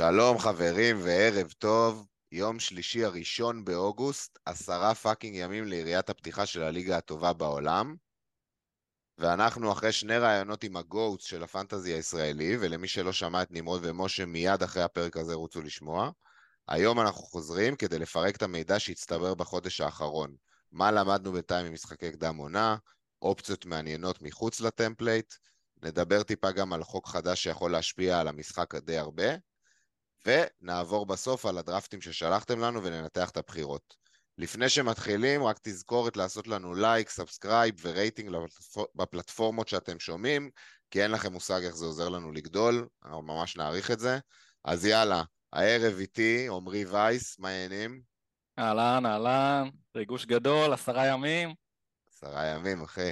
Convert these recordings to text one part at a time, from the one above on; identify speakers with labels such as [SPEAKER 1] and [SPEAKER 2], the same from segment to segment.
[SPEAKER 1] שלום חברים וערב טוב, יום שלישי הראשון באוגוסט, 10 פאקינג ימים ליריית הפתיחה של הליגה הטובה בעולם, ואנחנו אחרי שני רעיונות עם הגוטס של הפנטזי הישראלי, ולמי שלא שמע את נמרוד ומשה מיד אחרי הפרק הזה רוצו לשמוע, היום אנחנו חוזרים כדי לפרק את המידע שהצטבר בחודש האחרון, מה למדנו בינתיים ממשחקי קדם עונה, אופציות מעניינות מחוץ לטמפלייט, נדבר טיפה גם על חוק חדש שיכול להשפיע על המשחק די הרבה, ונעבור בסוף על הדרפטים ששלחתם לנו וננתח את הבחירות. לפני שמתחילים, רק תזכורת לעשות לנו לייק, סאבסקרייב ורייטינג בפלטפורמות שאתם שומעים, כי אין לכם מושג איך זה עוזר לנו לגדול, אנחנו ממש נעריך את זה. אז יאללה, הערב איתי, עומרי וייס, מה העניינים?
[SPEAKER 2] אהלן, אהלן, ריגוש גדול, 10 ימים.
[SPEAKER 1] 10 ימים, אחי.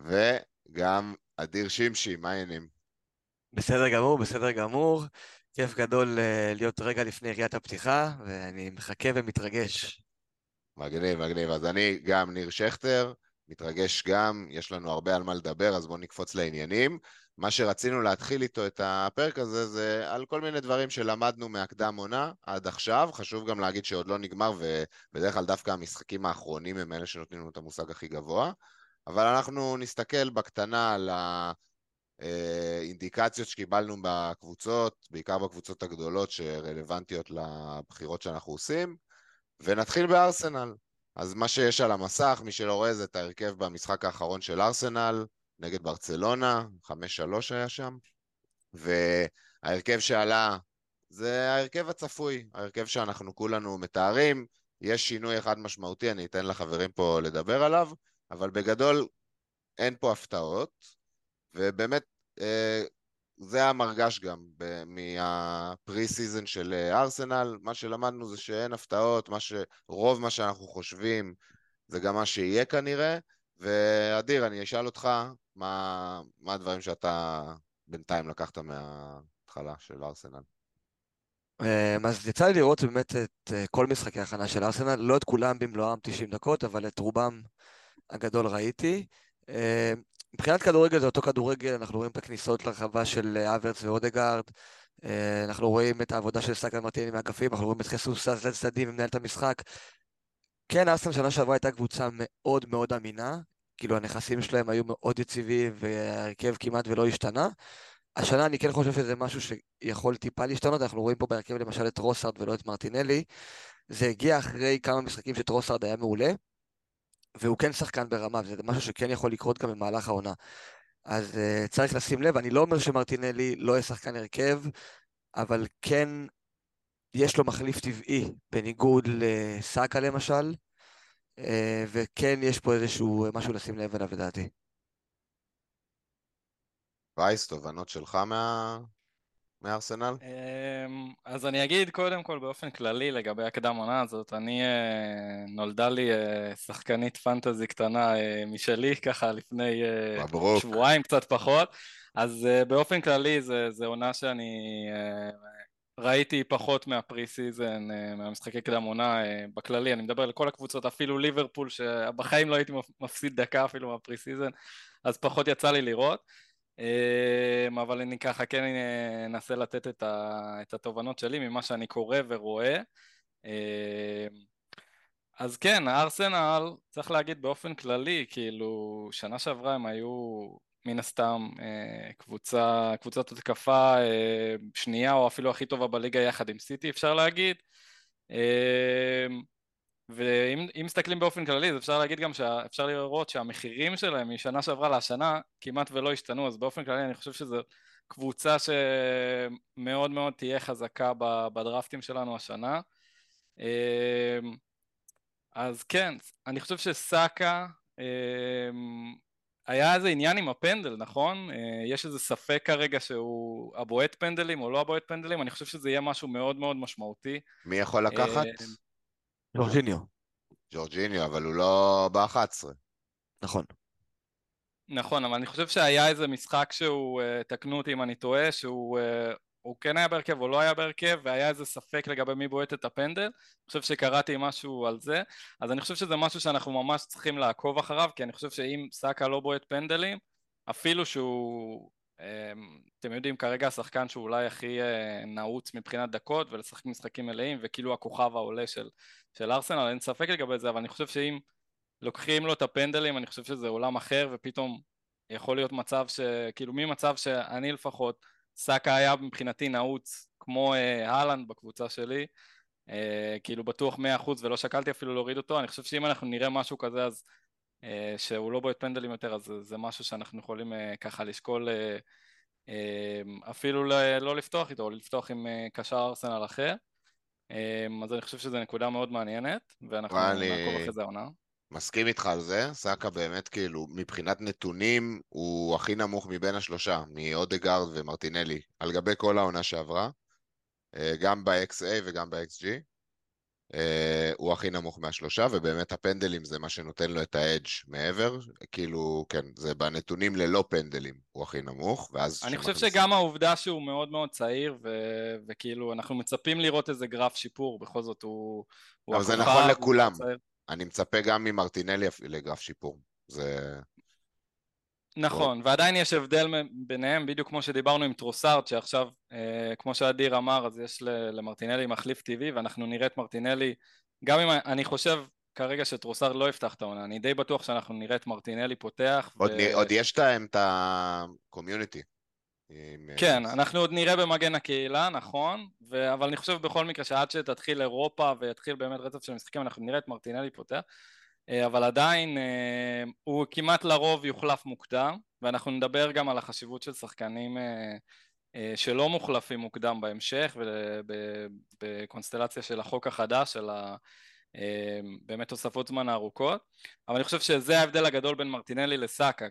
[SPEAKER 1] וגם אדיר שמשי, מה העניינים?
[SPEAKER 3] בסדר גמור, בסדר גמור. כיף גדול להיות רגע לפני יריית הפתיחה, ואני מחכה ומתרגש.
[SPEAKER 1] מגניב, מגניב. אז אני גם ניר שכטר, מתרגש גם, יש לנו הרבה על מה לדבר, אז בואו נקפוץ לעניינים. מה שרצינו להתחיל איתו את הפרק הזה, זה על כל מיני דברים שלמדנו מהקדם עונה עד עכשיו. חשוב גם להגיד שעוד לא נגמר, ובדרך כלל דווקא המשחקים האחרונים הם אלה שנותנים לנו את המושג הכי גבוה. אבל אנחנו נסתכל בקטנה על האינדיקציות שקיבלנו בקבוצות, בעיקר בקבוצות הגדולות שרלוונטיות לבחירות שאנחנו עושים. ונתחיל בארסנל. אז מה שיש על המסך, מי שלא רואה זה את ההרכב במשחק האחרון של ארסנל, נגד ברצלונה, 5-3 היה שם, וההרכב שעלה זה ההרכב הצפוי, ההרכב שאנחנו כולנו מתארים, יש שינוי אחד משמעותי, אני אתן לחברים פה לדבר עליו, אבל בגדול אין פה הפתעות, ובאמת זה המרגש גם מהפרי סיזן של ארסנל, מה שלמדנו זה שאין הפתעות, רוב מה שאנחנו חושבים זה גם מה שיהיה כנראה, ואדיר, אני אשאל אותך, מה הדברים שאתה בינתיים לקחת מההתחלה של ארסנל?
[SPEAKER 3] אז יצא לי לראות באמת את כל משחקי ההכנה של ארסנל, לא את כולם במלואם 90 דקות, אבל את רובם הגדול ראיתי. מבחינת כדורגל זה אותו כדורגל, אנחנו רואים את הכניסות לרחבה של אברץ ואודגארד, אנחנו רואים את העבודה של סאקה מרטיני מהאגפים, אנחנו רואים את חיסוס זז צדדים ומנהל את המשחק. כן, ארסנל שנה שעברה הייתה קבוצה מאוד מאוד אמינה, כאילו הנכסים שלהם היו מאוד יציבים וההרכב כמעט ולא השתנה. השנה אני כן חושב שזה משהו שיכול טיפה להשתנות, אנחנו רואים פה בהרכב למשל את רוסארד ולא את מרטינלי, זה הגיע אחרי כמה משחקים שטרוסארד היה מעולה, והוא כן שחקן ברמה, וזה משהו שכן יכול לקרות גם במהלך העונה. אז צריך לשים לב, אני לא אומר שמרטינלי לא יהיה שחקן הרכב, אבל כן יש לו מחליף טבעי, בניגוד לסאקה למשל, וכן יש פה איזשהו משהו לשים לב אליו לדעתי.
[SPEAKER 1] וייס, תובנות שלך מארסנל?
[SPEAKER 2] אז אני אגיד קודם כל באופן כללי לגבי הקדם עונה הזאת, נולדה לי שחקנית פנטזי קטנה משלי, ככה לפני
[SPEAKER 1] מברוק.
[SPEAKER 2] שבועיים קצת פחות, אז באופן כללי זה עונה שאני ראיתי פחות מהפרי סיזן, מהמשחקי קדם עונה בכללי, אני מדבר על כל הקבוצות, אפילו ליברפול שבחיים לא הייתי מפסיד דקה אפילו מהפרי סיזן, אז פחות יצא לי לראות. אבל אני ככה כן אנסה לתת את התובנות שלי ממה שאני קורא ורואה. אז כן, הארסנל, צריך להגיד באופן כללי, כאילו שנה שעברה הם היו מן הסתם קבוצת התקפה שנייה או אפילו הכי טובה בליגה יחד עם סיטי, אפשר להגיד. ואם מסתכלים באופן כללי, אז אפשר להגיד גם שאפשר לראות שהמחירים שלהם משנה שעברה לשנה כמעט ולא השתנו, אז באופן כללי אני חושב שזו קבוצה שמאוד מאוד תהיה חזקה בדרפטים שלנו השנה. אז כן, אני חושב שסאקה, היה איזה עניין עם הפנדל, נכון? יש איזה ספק כרגע שהוא הבועט פנדלים או לא הבועט פנדלים, אני חושב שזה יהיה משהו מאוד מאוד משמעותי.
[SPEAKER 1] מי יכול לקחת?
[SPEAKER 3] ג'ורג'יניו.
[SPEAKER 1] ג'ורג'יניו, אבל הוא לא ב-11.
[SPEAKER 3] נכון.
[SPEAKER 2] נכון, אבל אני חושב שהיה איזה משחק שהוא, תקנו אותי אם אני טועה, הוא כן היה בהרכב או לא היה בהרכב, והיה איזה ספק לגבי מי בועט את הפנדל, אני חושב שקראתי משהו על זה, אז אני חושב שזה משהו שאנחנו ממש צריכים לעקוב אחריו, כי אני חושב שאם סאקה לא בועט פנדלים, אפילו שהוא אתם יודעים, כרגע השחקן שהוא אולי הכי נעוץ מבחינת דקות ולשחק משחקים מלאים, וכאילו הכוכב העולה של ארסנל, אין ספק לגבי זה, אבל אני חושב שאם לוקחים לו את הפנדלים, אני חושב שזה עולם אחר, ופתאום יכול להיות מצב כאילו ממצב שאני לפחות, סאקה היה מבחינתי נעוץ כמו הלנד בקבוצה שלי, כאילו בטוח 100% ולא שקלתי אפילו להוריד אותו. אני חושב שאם אנחנו נראה משהו כזה, אז שהוא לא בועט פנדלים יותר, אז זה משהו שאנחנו יכולים ככה לשקול אפילו לא לפתוח איתו, או לפתוח עם קשר ארסנל אחר. אז אני חושב שזו נקודה מאוד מעניינת, ואנחנו
[SPEAKER 1] אני
[SPEAKER 2] נעקוב אחרי זה העונה.
[SPEAKER 1] מסכים איתך על זה, סאקה באמת כאילו, מבחינת נתונים, הוא הכי נמוך מבין השלושה, מאודגרד ומרטינלי, על גבי כל העונה שעברה, גם ב-XA וגם ב-XG. הוא הכי נמוך מהשלושה, ובאמת הפנדלים זה מה שנותן לו את האדג' מעבר, כאילו, כן, זה בנתונים ללא פנדלים, הוא הכי נמוך, ואז
[SPEAKER 2] אני חושב
[SPEAKER 1] שמכניס...
[SPEAKER 2] שגם העובדה שהוא מאוד מאוד צעיר, וכאילו אנחנו מצפים לראות איזה גרף שיפור, בכל זאת הוא
[SPEAKER 1] אבל זה נכון
[SPEAKER 2] הכוכב, הוא מאוד
[SPEAKER 1] לכולם,
[SPEAKER 2] צעיר.
[SPEAKER 1] אני מצפה גם ממרטינלי לגרף שיפור, זה...
[SPEAKER 2] נכון, ועדיין יש הבדל ביניהם, בדיוק כמו שדיברנו עם טרוסארד, שעכשיו, כמו שאדיר אמר, אז יש למרטינלי מחליף טבעי, ואנחנו נראה את מרטינלי, גם אם אני חושב כרגע שטרוסארד לא יפתח את העונה, אני די בטוח שאנחנו נראה את מרטינלי פותח,
[SPEAKER 1] עוד יש להם את הקומיוניטי.
[SPEAKER 2] כן, אנחנו עוד נראה במגן הקהילה, נכון, אבל אני חושב בכל מקרה שעד שתתחיל אירופה ויתחיל באמת רצף של משחקים, אנחנו נראה את מרטינלי פותח, אבל עדיין הוא כמעט לרוב יוחלף מוקדם, ואנחנו נדבר גם על החשיבות של שחקנים שלא מוחלפים מוקדם בהמשך, ובקונסטלציה של החוק החדש, של באמת תוספות זמן הארוכות, אבל אני חושב שזה ההבדל הגדול בין מרטינלי לסאקה,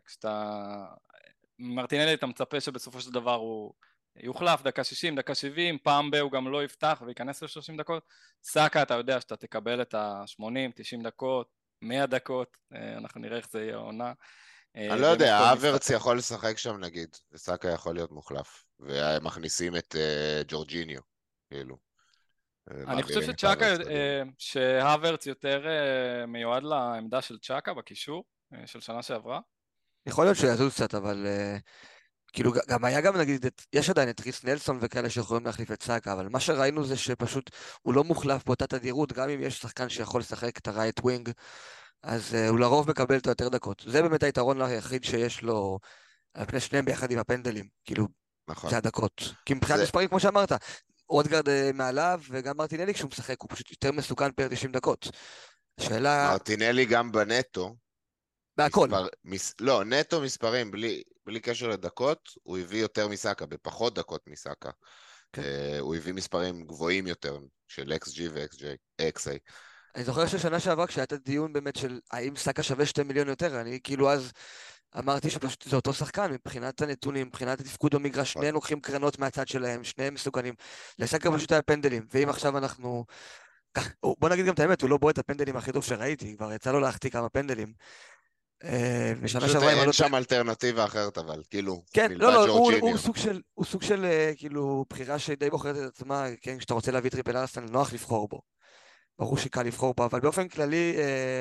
[SPEAKER 2] מרטינלי אתה מצפה שבסופו של דבר הוא יוחלף דקה 60, דקה 70, פעם הוא גם לא יפתח וייכנס ל-30 דקות. סאקה אתה יודע שאתה תקבל את ה-80, 90 דקות, 100 דקות, אנחנו נראה איך זה יהיה העונה.
[SPEAKER 1] אני לא
[SPEAKER 2] באמת
[SPEAKER 1] יודע,
[SPEAKER 2] כל
[SPEAKER 1] האברץ
[SPEAKER 2] משחק.
[SPEAKER 1] יכול לשחק שם נגיד, וסאקה יכול להיות מוחלף, ומכניסים את ג'ורג'יניו, כאילו,
[SPEAKER 2] אני חושב
[SPEAKER 1] מעבירים את
[SPEAKER 2] שצ'אקה,
[SPEAKER 1] האברץ קדימה.
[SPEAKER 2] שהוורץ יותר מיועד לעמדה של צ'אקה בקישור של שנה שעברה.
[SPEAKER 3] יכול להיות שהוא יזוז קצת, אבל כאילו גם היה גם נגיד, יש עדיין את ריס נלסון וכאלה שיכולים להחליף את סאקה, אבל מה שראינו זה שפשוט הוא לא מוחלף באותה תדירות, גם אם יש שחקן שיכול לשחק את הרייט ווינג, אז הוא לרוב מקבל את היותר דקות. זה באמת היתרון היחיד שיש לו על פני שניהם ביחד עם הפנדלים, כאילו,
[SPEAKER 1] נכון.
[SPEAKER 3] זה הדקות. כי מבחינת
[SPEAKER 1] זה,
[SPEAKER 3] מספרים, כמו שאמרת, אודגרד מעליו וגם מרטינלי כשהוא משחק, הוא פשוט יותר מסוכן פר 90 דקות. השאלה,
[SPEAKER 1] מרטינלי גם בנטו,
[SPEAKER 3] בהכל.
[SPEAKER 1] לא, נטו מספרים, בלי קשר לדקות, הוא הביא יותר מסאקה, בפחות דקות מסאקה.
[SPEAKER 3] כן.
[SPEAKER 1] הוא הביא מספרים גבוהים יותר, של XG ו-XA.
[SPEAKER 3] אני זוכר ששנה שעברה כשהיה את הדיון באמת של האם סאקה שווה 2 מיליון יותר, אני כאילו אז אמרתי שפשוט זה אותו שחקן מבחינת הנתונים, מבחינת התפקוד במגרש, שניהם לוקחים קרנות מהצד שלהם, שניהם מסוכנים. לסאקה פשוט היה פנדלים, ואם עכשיו אנחנו... בוא נגיד גם את האמת, הוא לא בועט את הפנדלים הכי טוב שראיתי, כבר יצא לו להחטיא כמה פנדלים. ושנה
[SPEAKER 1] פשוט
[SPEAKER 3] שעברה, אם אני
[SPEAKER 1] אין
[SPEAKER 3] לא טועה...
[SPEAKER 1] שם אלטרנטיבה אחרת, אבל כאילו,
[SPEAKER 3] כן, לא,
[SPEAKER 1] מלבד
[SPEAKER 3] לא,
[SPEAKER 1] ג'ורג'יניו.
[SPEAKER 3] הוא סוג של כאילו בחירה שדי בוחרת את עצמה, כן, כשאתה רוצה להביא טריפל ארסנל, נוח לבחור בו. ברור שקל לבחור בו, אבל באופן כללי,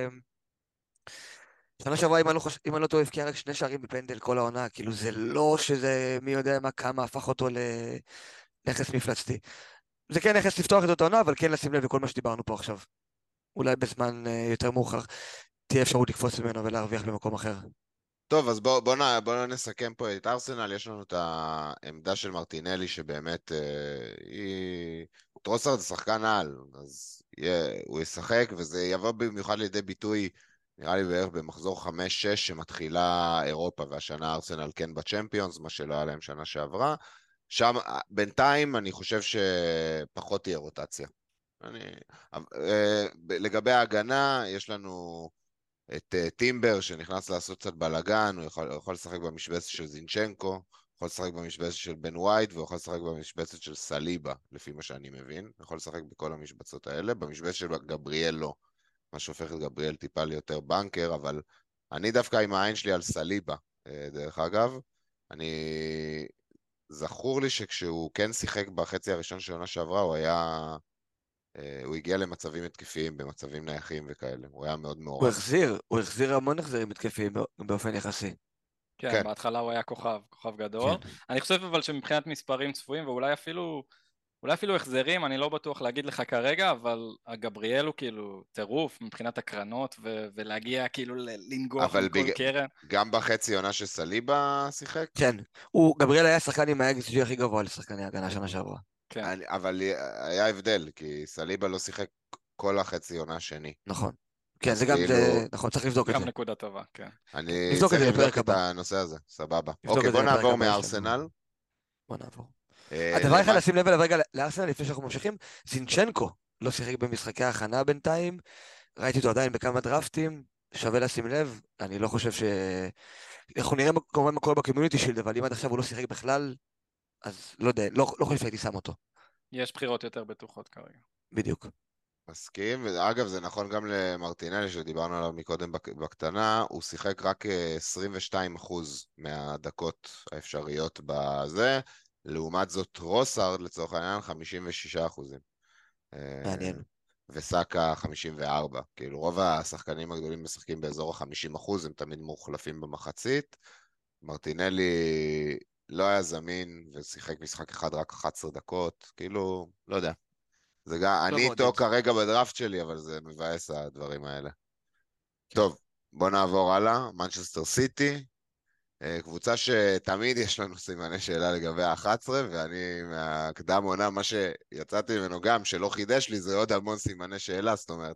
[SPEAKER 3] שנה שעברה, אם אני לא טועה, הבקיע רק 2 שערים בפנדל כל העונה, כאילו זה לא שזה מי יודע מה כמה הפך אותו לנכס מפלצתי. זה כן נכס לפתוח את אותו עונה, אבל כן לשים לב לכל מה שדיברנו פה עכשיו. אולי בזמן יותר מאוחר תהיה אפשרות לקפוץ ממנו ולהרוויח במקום אחר.
[SPEAKER 1] טוב, אז בוא נסכם פה את ארסנל, יש לנו את העמדה של מרטינלי שבאמת טרוסארד זה שחקן על, אז הוא ישחק וזה יבוא במיוחד לידי ביטוי, נראה לי בערך במחזור 5-6 שמתחילה אירופה, והשנה ארסנל כן בצ'מפיונס, מה שלא היה להם שנה שעברה, שם בינתיים אני חושב שפחות תהיה רוטציה. לגבי ההגנה, יש לנו את טימבר שנכנס לעשות קצת בלגן, הוא יכול לשחק במשבצת של זינצ'נקו, יכול לשחק במשבצת של בן ווייט, והוא יכול לשחק במשבצת של סליבה, לפי מה שאני מבין, הוא יכול לשחק בכל המשבצות האלה, במשבצת של גבריאל לא, מה שהופך את גבריאל טיפה ליותר בנקר, אבל אני דווקא עם העין שלי על סליבה, דרך אגב, זכור לי שכשהוא כן שיחק בחצי הראשון של עונה שעברה, הוא הגיע למצבים התקפיים, במצבים נייחים וכאלה, הוא היה מאוד מעורב.
[SPEAKER 3] הוא החזיר המון החזרים התקפיים באופן יחסי.
[SPEAKER 2] כן,
[SPEAKER 1] כן.
[SPEAKER 2] בהתחלה הוא היה כוכב גדול.
[SPEAKER 3] כן.
[SPEAKER 2] אני חושב אבל שמבחינת מספרים צפויים, ואולי אפילו החזרים, אני לא בטוח להגיד לך כרגע, אבל הגבריאל הוא כאילו טירוף מבחינת הקרנות, ולהגיע כאילו לנגוח
[SPEAKER 1] אבל
[SPEAKER 2] מכל קרן.
[SPEAKER 1] גם בחצי עונה שסליבה שיחק?
[SPEAKER 3] כן. גבריאל היה שחקן עם ה-XG הכי גבוה לשחקני ההגנה שנה שעברה.
[SPEAKER 2] כן,
[SPEAKER 1] אבל היה הבדל, כי סליבה לא שיחק כל החצי עונה שני.
[SPEAKER 3] נכון. כן,
[SPEAKER 1] אז
[SPEAKER 3] זה גם,
[SPEAKER 1] כאילו,
[SPEAKER 3] נכון, צריך לבדוק את
[SPEAKER 2] גם
[SPEAKER 3] זה.
[SPEAKER 2] נקודה טובה, כן.
[SPEAKER 1] אני
[SPEAKER 3] נבדוק את
[SPEAKER 1] צריך
[SPEAKER 3] זה לפרק
[SPEAKER 1] לבדוק את
[SPEAKER 3] הבא.
[SPEAKER 1] הנושא הזה, סבבה.
[SPEAKER 3] נבדוק
[SPEAKER 1] אוקיי,
[SPEAKER 3] את זה
[SPEAKER 1] בוא
[SPEAKER 3] לפרק
[SPEAKER 1] נעבור
[SPEAKER 3] הבא, יש לנו...
[SPEAKER 1] מארסנל.
[SPEAKER 3] בוא נעבור. הדבר אחד
[SPEAKER 1] למה...
[SPEAKER 3] לשים לב אליו רגע לארסנל לפני שאנחנו ממשיכים, זינצ'נקו לא שיחק במשחקי ההכנה בינתיים, ראיתי אותו עדיין בכמה דרפטים, שווה לשים לב, אני לא חושב ש... אנחנו נראה כמובן מה קורה בקומיוניטי שילד, אבל אם עד עכשיו הוא לא שיחק בכלל, אז לא יודע, לא חושב שהייתי שם אותו.
[SPEAKER 2] יש בחירות יותר בטוחות כרגע.
[SPEAKER 3] בדיוק.
[SPEAKER 1] מסכים, ואגב זה נכון גם למרטינלי שדיברנו עליו מקודם בקטנה, הוא שיחק רק 22% מהדקות האפשריות בזה, לעומת זאת רוסארד לצורך העניין 56%.
[SPEAKER 3] מעניין.
[SPEAKER 1] וסאקה 54, כאילו רוב השחקנים הגדולים משחקים באזור ה-50%, הם תמיד מוחלפים במחצית. מרטינלי לא היה זמין ושיחק משחק אחד רק 11 דקות, כאילו, לא יודע. זה גם,
[SPEAKER 3] לא
[SPEAKER 1] אני איתו
[SPEAKER 3] מעודד.
[SPEAKER 1] כרגע בדראפט שלי, אבל זה מבאס הדברים האלה.
[SPEAKER 3] כן.
[SPEAKER 1] טוב, בוא נעבור הלאה, מנצ'סטר סיטי, קבוצה שתמיד יש לנו סימני שאלה לגבי ה-11, ואני מהקדם עונה, מה שיצאתי ממנו גם, שלא חידש לי, זה עוד המון סימני שאלה, זאת אומרת,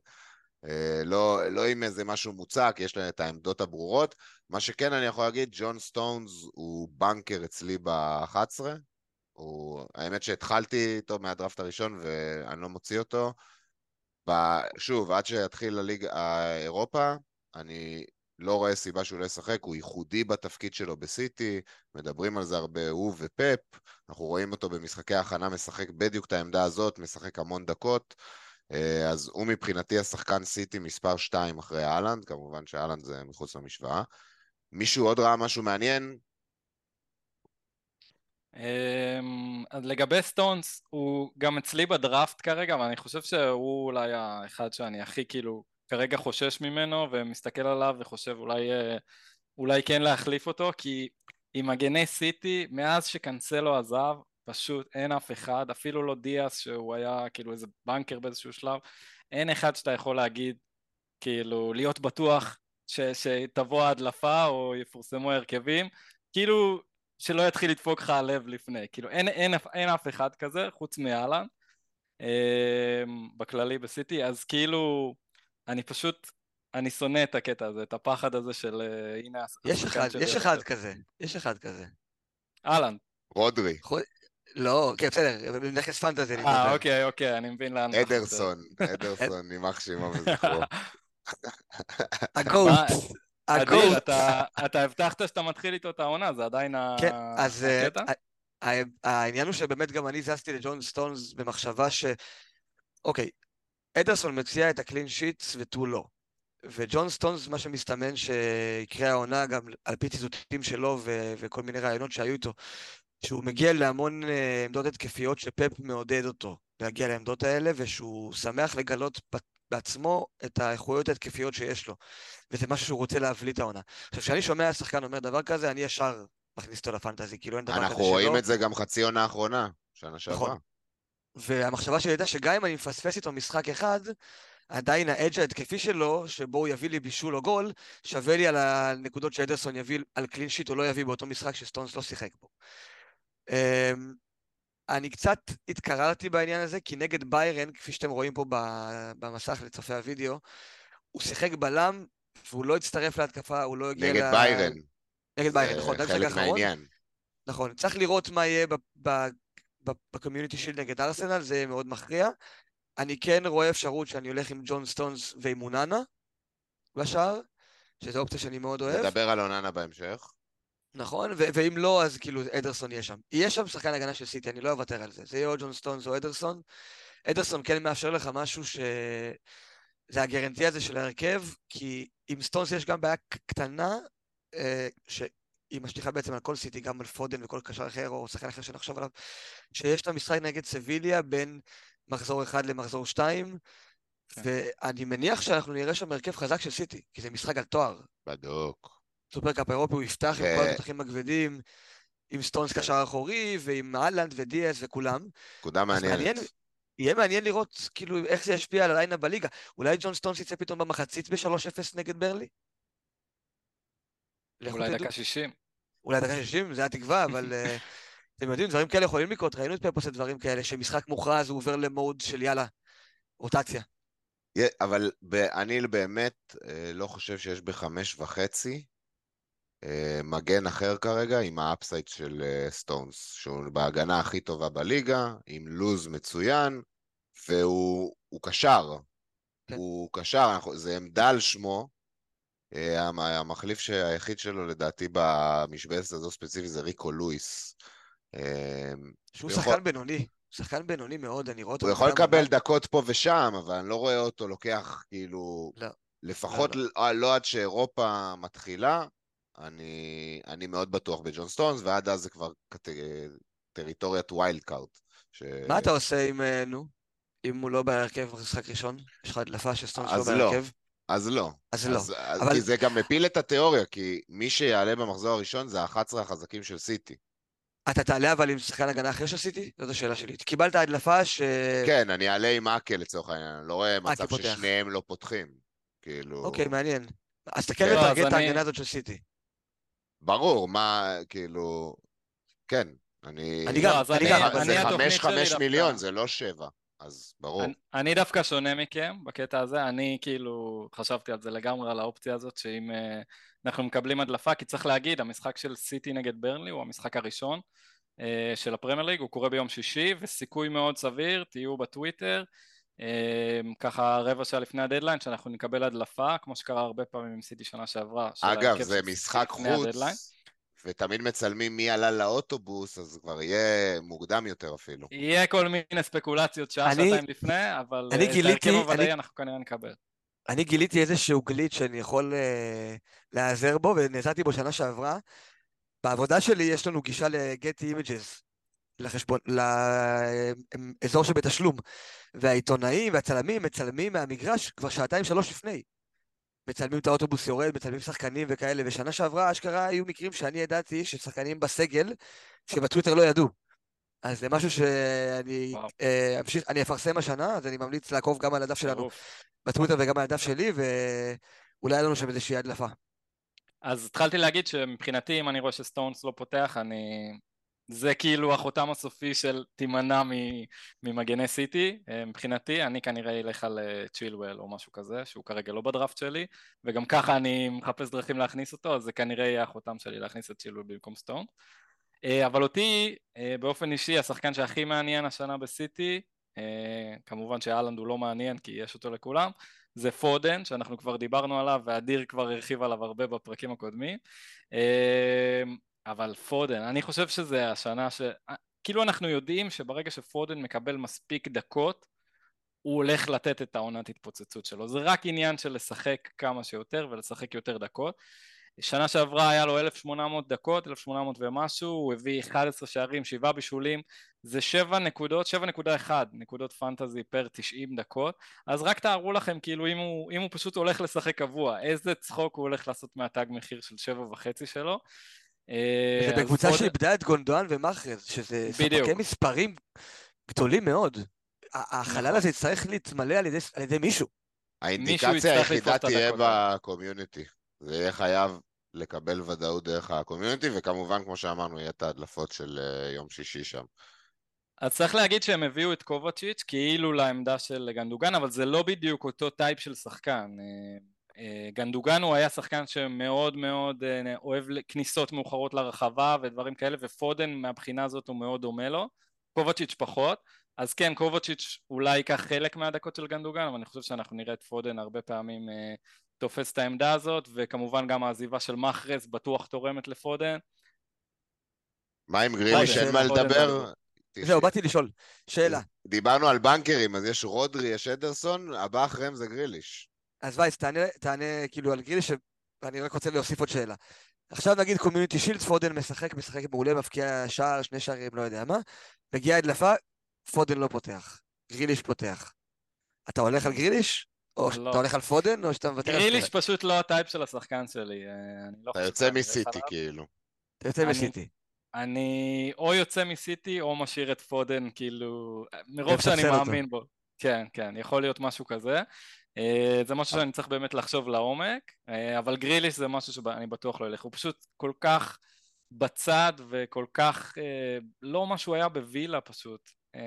[SPEAKER 1] לא עם איזה משהו מוצק, יש להם את העמדות הברורות. מה שכן אני יכול להגיד, ג'ון סטונס הוא בנקר אצלי ב-11, האמת שהתחלתי איתו מהדראפט הראשון ואני לא מוציא אותו. שוב, עד שיתחיל הליגה האירופה, אני לא רואה סיבה שהוא לא ישחק, הוא ייחודי בתפקיד שלו בסיטי, מדברים על זה הרבה, הוא ופפ, אנחנו רואים אותו במשחקי ההכנה, משחק בדיוק את העמדה הזאת, משחק המון דקות, אז הוא מבחינתי השחקן סיטי מספר 2 אחרי אהלנד, כמובן שאהלנד זה מחוץ למשוואה. מישהו עוד ראה משהו מעניין?
[SPEAKER 2] אז לגבי סטונס, הוא גם אצלי בדראפט כרגע, ואני חושב שהוא אולי האחד שאני הכי כאילו כרגע חושש ממנו, ומסתכל עליו וחושב אולי כן להחליף אותו, כי עם מגני סיטי, מאז שקנסלו עזב, פשוט אין אף אחד, אפילו לא דיאס שהוא היה כאילו איזה בנקר באיזשהו שלב, אין אחד שאתה יכול להגיד, כאילו להיות בטוח שתבוא ההדלפה או יפורסמו הרכבים, כאילו שלא יתחיל לדפוק לך הלב לפני, כאילו אין אף אחד כזה חוץ מאלן בכללי בסיטי, אז כאילו אני שונא את הקטע הזה, את הפחד הזה של הנה השחקן שלי.
[SPEAKER 3] יש אחד כזה.
[SPEAKER 2] אלן.
[SPEAKER 1] רודרי.
[SPEAKER 3] לא, כן, בסדר, נכס פנטזי אני מדבר.
[SPEAKER 2] אוקיי, אני מבין לאן אתה חותר.
[SPEAKER 1] אדרסון, יימח שמו וזכרו.
[SPEAKER 3] הגוט.
[SPEAKER 2] אדיר, אתה הבטחת שאתה מתחיל איתו את העונה, זה עדיין
[SPEAKER 3] כן, אז
[SPEAKER 2] הקטע?
[SPEAKER 3] העניין הוא שבאמת גם אני זזתי לג'ון סטונס במחשבה אוקיי, אדרסון מציע את הקלין שיטס ותו לא. וג'ון סטונס, מה שמסתמן שיקרה העונה, גם על פי ציטוטים שלו וכל מיני רעיונות שהיו איתו, שהוא מגיע להמון עמדות התקפיות שפפ מעודד אותו להגיע לעמדות האלה, ושהוא שמח לגלות בעצמו את האיכויות התקפיות שיש לו, וזה משהו שהוא רוצה להבליט העונה. עכשיו, כשאני שומע שחקן אומר דבר כזה, אני ישר מכניס אותו לפנטזי, כאילו אין דבר כזה שלא.
[SPEAKER 1] אנחנו רואים את זה גם חצי עונה האחרונה, שנה שעברה.
[SPEAKER 3] נכון. והמחשבה שלי הייתה שגם אם אני מפספס איתו משחק אחד, עדיין האדג' ההתקפי שלו, שבו הוא יביא לי בישול או גול, שווה לי על הנקודות שאדרסון יביא על קלין שיט או לא יביא באותו משחק שסטונס לא שיחק בו. אני קצת התקררתי בעניין הזה, כי נגד ביירן, כפי שאתם רואים פה במסך לצופי הוידאו, הוא שיחק בלם, והוא לא הצטרף להתקפה, הוא לא הגיע
[SPEAKER 1] נגד ביירן.
[SPEAKER 3] נגד ביירן, נכון,
[SPEAKER 1] זה חלק מהעניין.
[SPEAKER 3] נכון, צריך לראות מה יהיה בקומיוניטי שיל נגד ארסנל, זה מאוד מכריע. אני כן רואה אפשרות שאני הולך עם ג'ון סטונס ועם אוננה בשער, שזו אופציה שאני מאוד אוהב.
[SPEAKER 1] נדבר על אוננה בהמשך.
[SPEAKER 3] נכון, ואם לא, אז כאילו אדרסון יהיה שם. יהיה שם שחקן הגנה של סיטי, אני לא אוותר על זה. זה יהיה או ג'ון סטונס או אדרסון. אדרסון כן מאפשר לך משהו זה הגרנטי הזה של ההרכב, כי עם סטונס יש גם בעיה קטנה, שהיא משליחה בעצם על כל סיטי, גם על פודן וכל קשר אחר, או שחקן אחר שנחשוב עליו, שיש את המשחק נגד סביליה בין מחזור 1 למחזור 2, ואני מניח שאנחנו נראה שם הרכב חזק של סיטי, כי זה משחק על תואר.
[SPEAKER 1] בדוק.
[SPEAKER 3] סופרקאפ האירופי, הוא יפתח עם כל התותחים הכבדים, עם סטונס קשר אחורי, ועם אהלנד ודיאס וכולם.
[SPEAKER 1] נקודה
[SPEAKER 3] אז
[SPEAKER 1] מעניינת.
[SPEAKER 3] יהיה מעניין לראות כאילו איך זה ישפיע על הליינה בליגה. אולי ג'ון סטונס יצא פתאום במחצית ב-3-0 נגד ברלי?
[SPEAKER 2] אולי דקה 60.
[SPEAKER 3] אולי דקה 60, זה התקווה, אבל אתם יודעים, דברים כאלה יכולים לקרות. ראינו את פפ עושה דברים כאלה, שמשחק מוכרז הוא עובר למוד של יאללה, רוטציה.
[SPEAKER 1] אבל אני באמת לא חושב שיש ב5.5 מגן אחר כרגע עם האפסייט של סטונס, שהוא בהגנה הכי טובה בליגה, עם לוז מצוין, והוא קשר.
[SPEAKER 3] כן.
[SPEAKER 1] הוא קשר, זה עמדה על שמו. המחליף היחיד שלו לדעתי במשבצת הזו ספציפי זה ריקו לואיס.
[SPEAKER 3] שהוא שחקן בינוני. שחקן בינוני מאוד, אני רואה אותו.
[SPEAKER 1] הוא יכול לקבל דקות פה ושם, אבל אני לא רואה אותו לוקח כאילו...
[SPEAKER 3] לא.
[SPEAKER 1] לפחות לא עד שאירופה מתחילה, אני מאוד בטוח בג'ון סטונס, ועד אז זה כבר טריטוריית ויילד קארט.
[SPEAKER 3] מה אתה עושה אם הוא לא בהרכב במשחק ראשון? יש לך הדלפה שסטונס לא בהרכב?
[SPEAKER 1] אז לא.
[SPEAKER 3] אבל...
[SPEAKER 1] כי זה גם מפיל את התיאוריה, כי מי שיעלה במחזור הראשון זה 11 החזקים של סיטי.
[SPEAKER 3] אתה תעלה אבל עם שחקן הגנה אחר שעשיתי? זאת השאלה שלי. קיבלת הדלפה
[SPEAKER 1] כן, אני אעלה עם אקל לצורך העניין, אני לא רואה מצב ששניהם לא פותחים. כאילו...
[SPEAKER 3] אוקיי, מעניין. אז אתה כן מטרגט את ההגנה הזאת של סיטי.
[SPEAKER 1] ברור, מה, כאילו... כן,
[SPEAKER 3] אני גם,
[SPEAKER 1] אבל זה 5 מיליון, זה לא 7, אז ברור.
[SPEAKER 2] אני דווקא שונה מכם בקטע הזה, אני כאילו חשבתי על זה לגמרי, על האופציה הזאת, שאם אנחנו מקבלים הדלפה, כי צריך להגיד, המשחק של סיטי נגד ברנלי הוא המשחק הראשון של הפרמייר ליג, הוא קורה ביום שישי, וסיכוי מאוד סביר, תהיו בטוויטר, ככה רבע שעה לפני הדדליין, שאנחנו נקבל הדלפה, כמו שקרה הרבה פעמים עם סיטי שנה שעברה.
[SPEAKER 1] אגב, זה משחק חוץ, ותמיד מצלמים מי עלה לאוטובוס, אז כבר יהיה מוקדם יותר אפילו.
[SPEAKER 2] יהיה כל מיני ספקולציות שעה, שעתיים לפני, אבל את ההרכב הוודאי אנחנו כנראה נקבל.
[SPEAKER 3] אני גיליתי איזשהו גליץ' שאני יכול להיעזר בו, ונעזרתי בו שנה שעברה. בעבודה שלי יש לנו גישה ל-Getty Images, לחשבון, לאזור שבתשלום, והעיתונאים והצלמים מצלמים מהמגרש כבר 2-3 לפני. מצלמים את האוטובוס יורד, מצלמים שחקנים וכאלה, ושנה שעברה אשכרה היו מקרים שאני ידעתי ששחקנים בסגל שבטוויטר לא ידעו. אז זה משהו שאני אני אפרסם השנה, אז אני ממליץ לעקוב גם על הדף שלנו בטוויטר וגם על הדף שלי, ואולי היה לנו שם איזושהי הדלפה.
[SPEAKER 2] אז התחלתי להגיד שמבחינתי, אם אני רואה שסטונס לא פותח, זה כאילו החותם הסופי של תימנע ממגני סיטי. מבחינתי, אני כנראה אלך על צ'ילואל או משהו כזה, שהוא כרגע לא בדראפט שלי, וגם ככה אני מחפש דרכים להכניס אותו, אז זה כנראה יהיה החותם שלי להכניס את צ'ילואל במקום סטונס. אבל אותי, באופן אישי, השחקן שהכי מעניין השנה בסיטי, כמובן שאלנד הוא לא מעניין כי יש אותו לכולם, זה פודן, שאנחנו כבר דיברנו עליו, ואדיר כבר הרחיב עליו הרבה בפרקים הקודמים. אבל פודן, אני חושב שזה השנה כאילו אנחנו יודעים שברגע שפודן מקבל מספיק דקות, הוא הולך לתת את העונת התפוצצות שלו. זה רק עניין של לשחק כמה שיותר ולשחק יותר דקות. שנה שעברה היה לו 1,800 דקות, 1,800 ומשהו, הוא הביא 11 שערים, 7 בישולים, זה 7 נקודות, 7.1 נקודות פנטזי פר 90 דקות, אז רק תארו לכם כאילו אם הוא פשוט הולך לשחק קבוע, איזה צחוק הוא הולך לעשות מהתג מחיר של 7.5 שלו.
[SPEAKER 3] זה בקבוצה שאיבדה את גונדואן ומחרז, שזה ספקי מספרים גדולים מאוד. החלל הזה יצטרך להתמלא על ידי מישהו.
[SPEAKER 1] האינדיקציה היחידה תהיה בקומיוניטי. זה יהיה חייב לקבל ודאות דרך הקומיוניטי, וכמובן, כמו שאמרנו, יהיה את ההדלפות של יום שישי שם.
[SPEAKER 2] אז צריך להגיד שהם הביאו את קובצ'יץ' כאילו לעמדה של גנדוגן, אבל זה לא בדיוק אותו טייפ של שחקן. גנדוגן הוא היה שחקן שמאוד מאוד אוהב כניסות מאוחרות לרחבה ודברים כאלה, ופודן מהבחינה הזאת הוא מאוד דומה לו, קובצ'יץ' פחות, אז כן, קובצ'יץ' אולי ייקח חלק מהדקות של גנדוגן, אבל אני חושב שאנחנו נראה את פודן הרבה פעמים תופס את העמדה הזאת, וכמובן גם העזיבה של מחרז בטוח תורמת לפודן.
[SPEAKER 1] מה עם גריליש? אין מה לדבר?
[SPEAKER 3] זהו, באתי לשאול. שאלה.
[SPEAKER 1] דיברנו על בנקרים, אז יש רודרי, יש אדרסון, הבא אחריהם זה גריליש.
[SPEAKER 3] אז וייס, תענה כאילו על גריליש, ואני רק רוצה להוסיף עוד שאלה. עכשיו נגיד קומיוניטי שילדס, פודן משחק מעולה, מפקיע שער, 2 שערים, לא יודע מה, מגיעה הדלפה, פודן לא פותח, גריליש פותח. אתה הולך על גריליש? או
[SPEAKER 2] לא.
[SPEAKER 3] שאתה הולך על פודן, או שאתה מוותר על
[SPEAKER 2] גריליש
[SPEAKER 3] סטרלינג?
[SPEAKER 2] פשוט לא הטייפ של השחקן שלי, אני לא
[SPEAKER 1] אתה
[SPEAKER 2] חושב
[SPEAKER 1] יוצא
[SPEAKER 2] שאני אלך
[SPEAKER 1] מסיטי
[SPEAKER 2] עליו.
[SPEAKER 1] כאילו.
[SPEAKER 3] אתה יוצא
[SPEAKER 2] אני
[SPEAKER 3] מסיטי.
[SPEAKER 2] אני או יוצא מסיטי או משאיר את פודן, כאילו, מרוב שאני
[SPEAKER 3] ומספסל אותו.
[SPEAKER 2] מאמין בו. כן, כן, יכול להיות משהו כזה. זה משהו שאני צריך באמת לחשוב לעומק, אבל גריליש זה משהו שאני בטוח לא אלך. הוא פשוט כל כך בצד וכל כך, לא מה שהוא היה בווילה פשוט.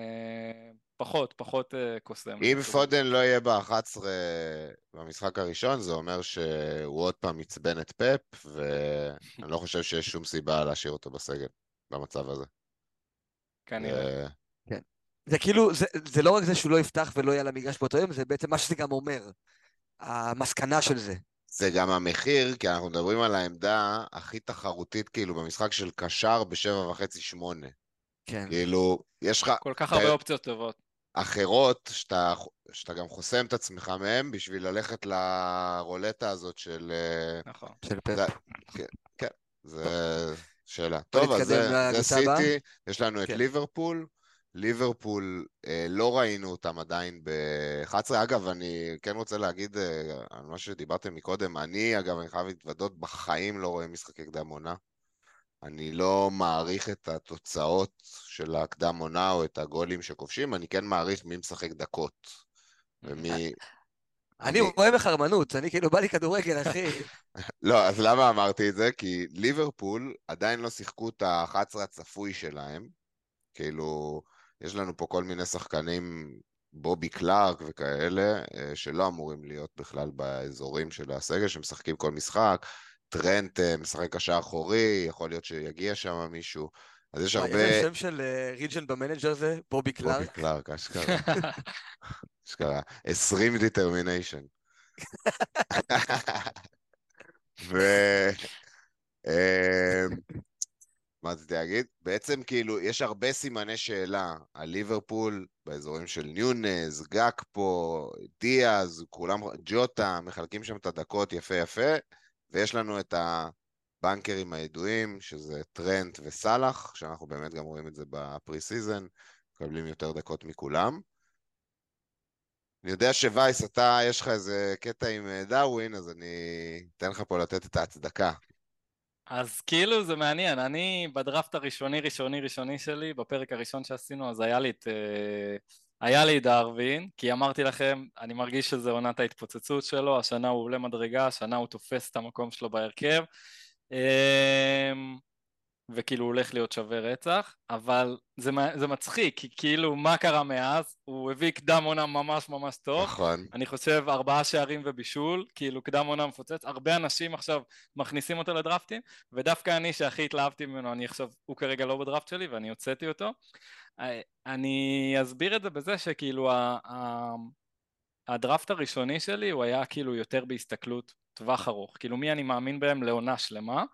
[SPEAKER 2] פחות קוסם לי
[SPEAKER 1] אם
[SPEAKER 2] משהו
[SPEAKER 1] פודן לא
[SPEAKER 2] בווילה.
[SPEAKER 1] יהיה ב-11 במשחק הראשון, זה אומר שהוא עוד פעם עצבן את פפ, ואני לא חושב שיש שום סיבה להשאיר אותו בסגל במצב הזה.
[SPEAKER 2] כנראה.
[SPEAKER 1] זה,
[SPEAKER 3] כן. זה כאילו, זה לא רק זה שהוא לא יפתח ולא יהיה על המגרש באותו יום, זה בעצם מה שזה גם אומר. המסקנה של זה.
[SPEAKER 1] זה גם המחיר, כי אנחנו מדברים על העמדה הכי תחרותית כאילו במשחק של קשר ב7.5-8.
[SPEAKER 3] כן.
[SPEAKER 1] כאילו, יש לך
[SPEAKER 2] כל כך הרבה אופציות טובות.
[SPEAKER 1] אחרות שאתה גם חוסם את עצמך מהם בשביל ללכת לרולטה הזאת של...
[SPEAKER 2] נכון.
[SPEAKER 3] של פפ.
[SPEAKER 1] כן, כן, זה
[SPEAKER 3] טוב,
[SPEAKER 1] שאלה.
[SPEAKER 3] בוא
[SPEAKER 1] טוב, אז
[SPEAKER 3] נתקדם
[SPEAKER 1] זה
[SPEAKER 3] לקבוצה הבאה.
[SPEAKER 1] סיטי, יש לנו את
[SPEAKER 3] כן.
[SPEAKER 1] ליברפול. ליברפול, לא ראינו אותם עדיין ב-11. אגב, אני כן רוצה להגיד על מה שדיברתם מקודם. אגב, אני חייב להתוודות, בחיים לא רואה משחקי קדם עונה. אני לא מעריך את התוצאות של הקדם עונה או את הגולים שכובשים, אני כן מעריך מי משחק דקות. ומי...
[SPEAKER 3] אני רואה בחרמנות, אני כאילו בא לי כדורגל, אחי.
[SPEAKER 1] לא, אז למה אמרתי את זה? כי ליברפול עדיין לא שיחקו את ה-11 הצפוי שלהם. כאילו, יש לנו פה כל מיני שחקנים, בובי קלארק וכאלה, שלא אמורים להיות בכלל באזורים של הסגל, שמשחקים כל משחק. טרנט משחק קשר אחורי, יכול להיות שיגיע שם מישהו. אז יש
[SPEAKER 3] וואי,
[SPEAKER 1] הרבה...
[SPEAKER 3] איזה שם של ריג'ן במנג'ר זה? בובי
[SPEAKER 1] בובי
[SPEAKER 3] קלארק?
[SPEAKER 1] קלארק, אשכרה. אשכרה. 20 determination. ו... מה רציתי להגיד? בעצם כאילו, יש הרבה סימני שאלה על ליברפול באזורים של ניונז, גאקפו, דיאז, כולם, ג'וטה, מחלקים שם את הדקות יפה יפה, ויש לנו את הבנקרים הידועים, שזה טרנט וסלאח, שאנחנו באמת גם רואים את זה בפרי סיזן, מקבלים יותר דקות מכולם. אני יודע שווייס, אתה, יש לך איזה קטע עם דרווין, אז אני אתן לך פה לתת את ההצדקה.
[SPEAKER 2] אז כאילו זה מעניין, אני בדראפט הראשוני שלי, בפרק הראשון שעשינו, אז היה לי דרווין, כי אמרתי לכם, אני מרגיש שזה עונת ההתפוצצות שלו, השנה הוא עולה מדרגה, השנה הוא תופס את המקום שלו בהרכב, וכאילו הוא הולך להיות שווה רצח, אבל זה מצחיק, כי כאילו מה קרה מאז? הוא הביא קדם עונה ממש ממש טוב,
[SPEAKER 1] נכון.
[SPEAKER 2] אני חושב 4 שערים ובישול, כאילו קדם עונה מפוצץ, הרבה אנשים עכשיו מכניסים אותו לדרפטים, ודווקא אני שהכי התלהבתי ממנו, אני עכשיו, הוא כרגע לא בדרפט שלי ואני הוצאתי אותו, אני אסביר את זה בזה שכאילו הדרפט הראשוני שלי הוא היה כאילו יותר בהסתכלות טווח ארוך, כאילו מי אני מאמין בהם לעונה שלמה,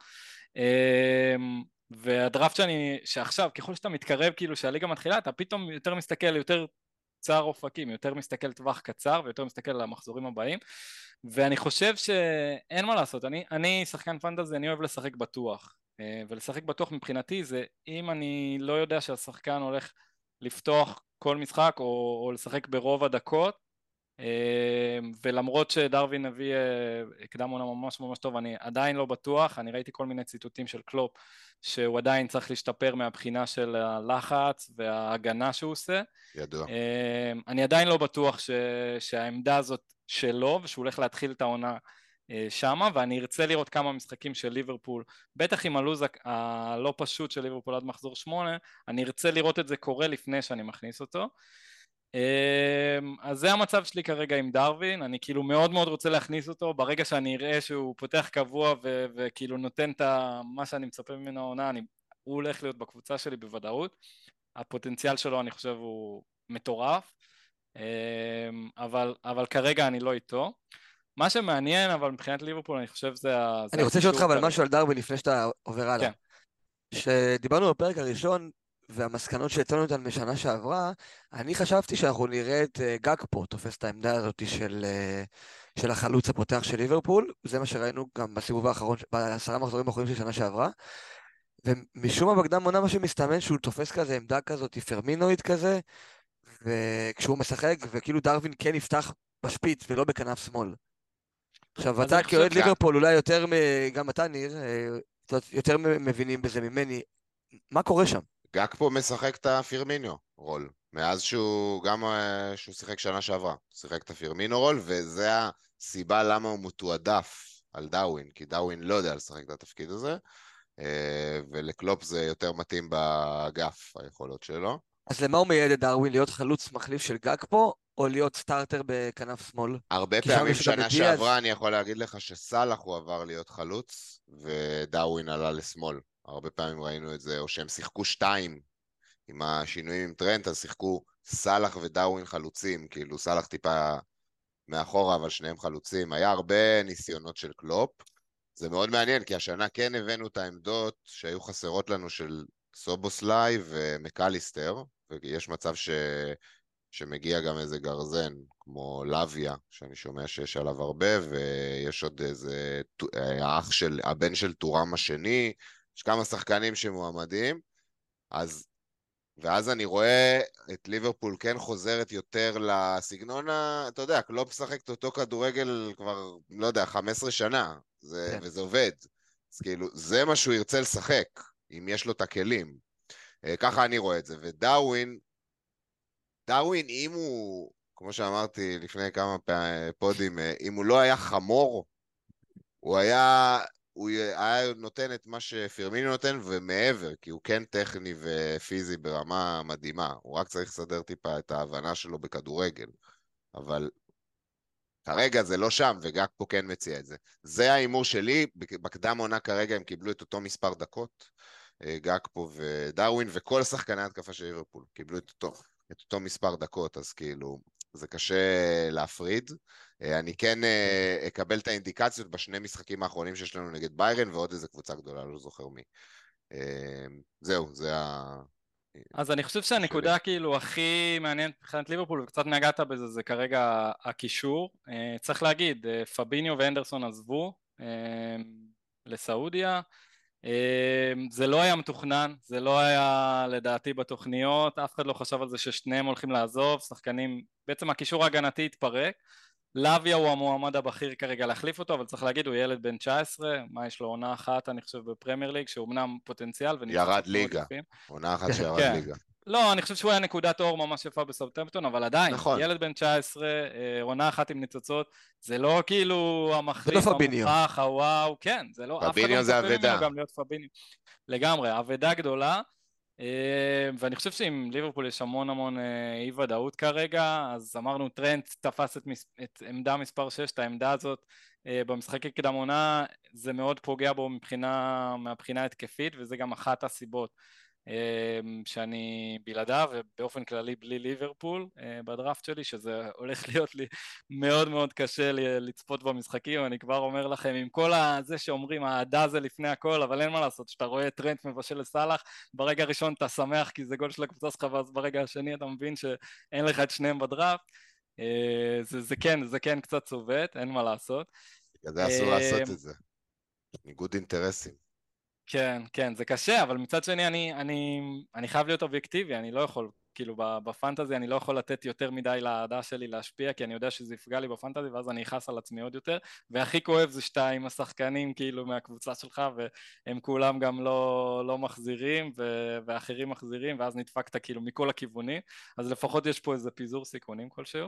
[SPEAKER 2] והדראפט שעכשיו ככל שאתה מתקרב כאילו שהליגה מתחילה אתה פתאום יותר מסתכל יותר צער אופקים, יותר מסתכל טווח קצר ויותר מסתכל על המחזורים הבאים, ואני חושב שאין מה לעשות, אני שחקן פנטזי, אני אוהב לשחק בטוח, ולשחק בטוח מבחינתי זה אם אני לא יודע שהשחקן הולך לפתוח כל משחק או לשחק ברוב הדקות, ולמרות שדרווין הביא קדם עונה ממש ממש טוב, אני עדיין לא בטוח, אני ראיתי כל מיני ציטוטים של קלופ שהוא עדיין צריך להשתפר מהבחינה של הלחץ וההגנה שהוא עושה.
[SPEAKER 1] ידוע.
[SPEAKER 2] אני עדיין לא בטוח שהעמדה הזאת שלו ושהוא הולך להתחיל את העונה שמה, ואני ארצה לראות כמה משחקים של ליברפול, בטח עם הלוז הלא פשוט של ליברפול עד מחזור 8, אני ארצה לראות את זה קורה לפני שאני מכניס אותו. אז זה המצב שלי כרגע עם דרווין, אני כאילו מאוד מאוד רוצה להכניס אותו, ברגע שאני אראה שהוא פותח קבוע וכאילו נותן את מה שאני מצפה ממנו העונה, הוא הולך להיות בקבוצה שלי בוודאות, הפוטנציאל שלו אני חושב הוא מטורף, אבל כרגע אני לא איתו. מה שמעניין אבל מבחינת ליברפול אני חושב זה
[SPEAKER 3] אני רוצה לשאול אותך אבל
[SPEAKER 2] כרגע.
[SPEAKER 3] משהו על דרווין לפני שאתה עובר הלאה.
[SPEAKER 2] כן.
[SPEAKER 3] שדיברנו בפרק הראשון והמסקנות שהצלנו אותן משנה שעברה, אני חשבתי שאנחנו נראה את גאקפו תופס את העמדה הזאת של החלוץ הפותח של ליברפול, זה מה שראינו גם בסיבוב האחרון, ב10 מחזורים האחרונים של שנה שעברה, ומשום מה בקדם עונה מה שמסתמן שהוא תופס כזה עמדה כזאת פרמינואית כזה, וכשהוא משחק וכאילו דרווין כן יפתח בשפיץ ולא בכנף שמאל. עכשיו,
[SPEAKER 2] אז
[SPEAKER 3] אתה
[SPEAKER 2] אני חושב
[SPEAKER 3] כאוהד ליברפול, אולי יותר, גם אתה ניר, קצת יותר מבינים בזה ממני, מה קורה שם?
[SPEAKER 1] גאק פה משחק את הפירמיניו רול, מאז שהוא, גם שהוא שיחק שנה שעברה, הוא שיחק את הפירמינו רול, וזה הסיבה למה הוא מתועדף על דאווין, כי דאווין לא יודע לשחק את התפקיד הזה, ולקלופ זה יותר מתאים באגף, היכולות שלו.
[SPEAKER 3] אז למה הוא מייעד את דרווין? להיות חלוץ מחליף של גג פה, או להיות סטארטר בכנף שמאל?
[SPEAKER 1] הרבה
[SPEAKER 3] כי שם
[SPEAKER 1] פעמים
[SPEAKER 3] יש גם את
[SPEAKER 1] שנה
[SPEAKER 3] דיאז.
[SPEAKER 1] שעברה אני יכול להגיד לך שסאלח הוא עבר להיות חלוץ, ודאווין עלה לשמאל. הרבה פעמים ראינו את זה, או שהם שיחקו 2 עם השינויים עם טרנט, אז שיחקו סאלח ודאווין חלוצים, כאילו סאלח טיפה מאחורה, אבל שניהם חלוצים. היה הרבה ניסיונות של קלופ. זה מאוד מעניין, כי השנה כן הבאנו את העמדות שהיו חסרות לנו של סובוסליי ומקליסטר, ויש מצב שמגיע גם איזה גרזן, כמו לוויה, שאני שומע שיש עליו הרבה, ויש עוד איזה, הבן של טורם השני, יש כמה שחקנים שמועמדים, ואז אני רואה את ליברפול כן חוזרת יותר לסגנון, אתה יודע, קלופ משחק את אותו כדורגל כבר, לא יודע, 15 שנה,
[SPEAKER 3] כן.
[SPEAKER 1] וזה עובד. אז כאילו, זה מה שהוא ירצה לשחק, אם יש לו את הכלים. ככה אני רואה את זה. ודאווין, אם הוא, כמו שאמרתי לפני כמה פודים, אם הוא לא היה חמור, הוא היה נותן את מה שפירמיני נותן ומעבר, כי הוא כן טכני ופיזי ברמה מדהימה. הוא רק צריך לסדר טיפה את ההבנה שלו בכדורגל. אבל כרגע זה לא שם, וגג פה כן מציע את זה. זה האימור שלי, בקדם עונה כרגע הם קיבלו את אותו מספר דקות, גג פה ודרווין, וכל שחקני התקפה של ליברפול קיבלו את אותו מספר דקות, אז כאילו, זה קשה להפריד. אני כן אקבל את האינדיקציות בשני משחקים האחרונים שיש לנו נגד ביירן, ועוד איזה קבוצה גדולה, לא זוכר מי. זהו, זה
[SPEAKER 2] אז אני חושב שהנקודה כאילו הכי מעניינת מבחינת ליברפול, וקצת נגעת בזה, זה כרגע הקישור. צריך להגיד, פביניו ואנדרסון עזבו לסעודיה. זה לא היה מתוכנן, זה לא היה לדעתי בתוכניות, אף אחד לא חשב על זה ששניהם הולכים לעזוב, שחקנים, בעצם הקישור ההגנתי התפרק. לוויה הוא המועמד הבכיר כרגע להחליף אותו, אבל צריך להגיד, הוא ילד בן 19, מה יש לו עונה אחת, אני חושב, בפרמייר ליג, שהוא אמנם פוטנציאל
[SPEAKER 1] ירד ליגה, עונה אחת שירד
[SPEAKER 2] כן.
[SPEAKER 1] ליגה.
[SPEAKER 2] לא, אני חושב שהוא היה נקודת אור ממש יפה בסאות'המפטון, אבל עדיין,
[SPEAKER 1] נכון.
[SPEAKER 2] ילד בן 19, עונה אחת עם ניצוצות, זה לא כאילו המחליף
[SPEAKER 3] זה לא פביניו.
[SPEAKER 2] המוכח, הוואו, כן, זה לא, אף אחד
[SPEAKER 1] פביניו
[SPEAKER 2] לא
[SPEAKER 1] זה
[SPEAKER 2] מצפה ממנו
[SPEAKER 1] אבדה.
[SPEAKER 2] גם להיות פביניו. לגמרי, אבדה גדולה, ואני חושב שעם ליברפול יש המון אי ודאות כרגע, אז אמרנו טרנט תפס את עמדה מספר 6, את העמדה הזאת במשחקי קדם עונה, זה מאוד פוגע בו מהבחינה התקפית, וזה גם אחת הסיבות שאני בלעדיו, ובאופן כללי בלי ליברפול בדראפט שלי, שזה הולך להיות לי מאוד מאוד קשה לצפות במשחקים. אני כבר אומר לכם, עם כל זה שאומרים העדה זה לפני הכל, אבל אין מה לעשות, שאתה רואה טרנט מבשל לסלאח, ברגע הראשון אתה שמח כי זה גול של הקבוצה שלך, ואז ברגע השני אתה מבין שאין לך את שניהם בדראפט. זה כן קצת צובט, אין מה לעשות.
[SPEAKER 1] זה אסור לעשות את זה. ניגוד אינטרסים.
[SPEAKER 2] כן, זה קשה, אבל מצד שני אני חייב להיות אובייקטיבי, אני לא יכול, כאילו בפנטזי אני לא יכול לתת יותר מדי לעדה שלי להשפיע, כי אני יודע שזה יפגע לי בפנטזי, ואז אני אכעס על עצמי עוד יותר, והכי כואב זה שאתה עם השחקנים כאילו מהקבוצה שלך, והם כולם גם לא מחזירים, ואחרים מחזירים, ואז נדפקת כאילו מכל הכיוונים, אז לפחות יש פה איזה פיזור סיכונים כלשהו.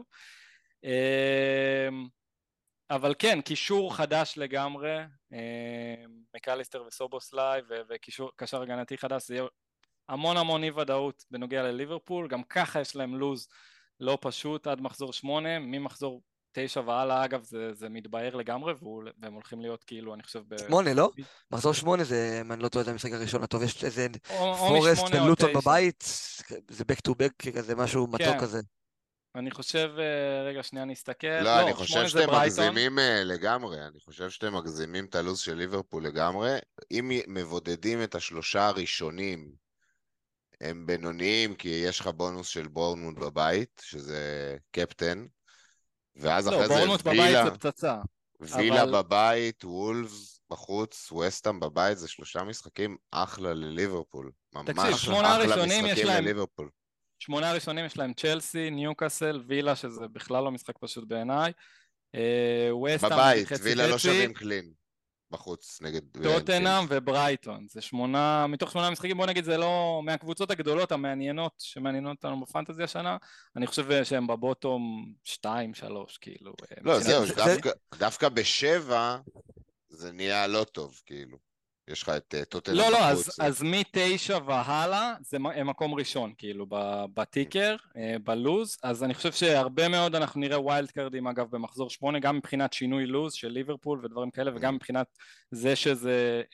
[SPEAKER 2] אבל כן, קישור חדש לגמרי, מקליסטר וסובוסליי וקשר הגנתי חדש, זה יהיה המון אי ודאות בנוגע לליברפול, גם ככה יש להם לוז לא פשוט עד מחזור 8, ממחזור 9 והלאה, אגב זה מתבהר לגמרי, והם הולכים להיות כאילו, אני חושב...
[SPEAKER 3] 8, לא? מחזור 8 זה, אם אני לא טועה, זה המשחק הראשון הטוב, יש איזה
[SPEAKER 2] או
[SPEAKER 3] פורסט
[SPEAKER 2] מ8 או
[SPEAKER 3] ולוטון
[SPEAKER 2] 9.
[SPEAKER 3] בבית, זה back to back כזה, משהו מתוק כזה.
[SPEAKER 2] אני חושב, רגע שנייה נסתכל,
[SPEAKER 1] לא, אני חושב
[SPEAKER 2] 8 זה
[SPEAKER 1] שאתם
[SPEAKER 2] ברייטון.
[SPEAKER 1] מגזימים לגמרי, אני חושב שאתם מגזימים את הלו"ז של ליברפול לגמרי. אם מבודדים את השלושה הראשונים, הם בינוניים, כי יש לך בונוס של בורנמוט בבית, שזה קפטן, ואז
[SPEAKER 2] לא,
[SPEAKER 1] אחרי זה
[SPEAKER 2] בורנמוט בבית זה פצצה.
[SPEAKER 1] וילה בבית, וולפס בחוץ, וסטהאם בבית, זה 3 משחקים אחלה לליברפול. ממש
[SPEAKER 2] תקשיב, 8
[SPEAKER 1] אחלה
[SPEAKER 2] הראשונים יש
[SPEAKER 1] משחקים
[SPEAKER 2] להם...
[SPEAKER 1] לליברפול.
[SPEAKER 2] 8 הראשונים יש להם צ'לסי, ניוקאסל, וילה, שזה בכלל לא משחק פשוט בעיניי, ווסט האם נגד
[SPEAKER 1] בבית,
[SPEAKER 2] חצי
[SPEAKER 1] וילה לא
[SPEAKER 2] חצי,
[SPEAKER 1] שווים קלין. בחוץ, נגד
[SPEAKER 2] טוטנהאם
[SPEAKER 1] צ'לסי.
[SPEAKER 2] וברייטון, זה 8, מתוך 8 משחקים, בוא נגיד זה לא מהקבוצות הגדולות המעניינות שמעניינות אותנו בפנטזי השנה, אני חושב שהם בבוטום 2, 3, כאילו.
[SPEAKER 1] לא,
[SPEAKER 2] מבחינת
[SPEAKER 1] זהו,
[SPEAKER 2] משחקים.
[SPEAKER 1] דווקא בשבע זה נהיה לא טוב, כאילו. יש לך את טוטנהאם
[SPEAKER 2] לא,
[SPEAKER 1] בחוץ.
[SPEAKER 2] אז מ-9 והלאה, הם מקום ראשון, כאילו, בטיקר, בלוז, אז אני חושב שהרבה מאוד אנחנו נראה ווילד קארדים, אגב, במחזור 8, גם מבחינת שינוי לוז של ליברפול ודברים כאלה, וגם מבחינת זה שזה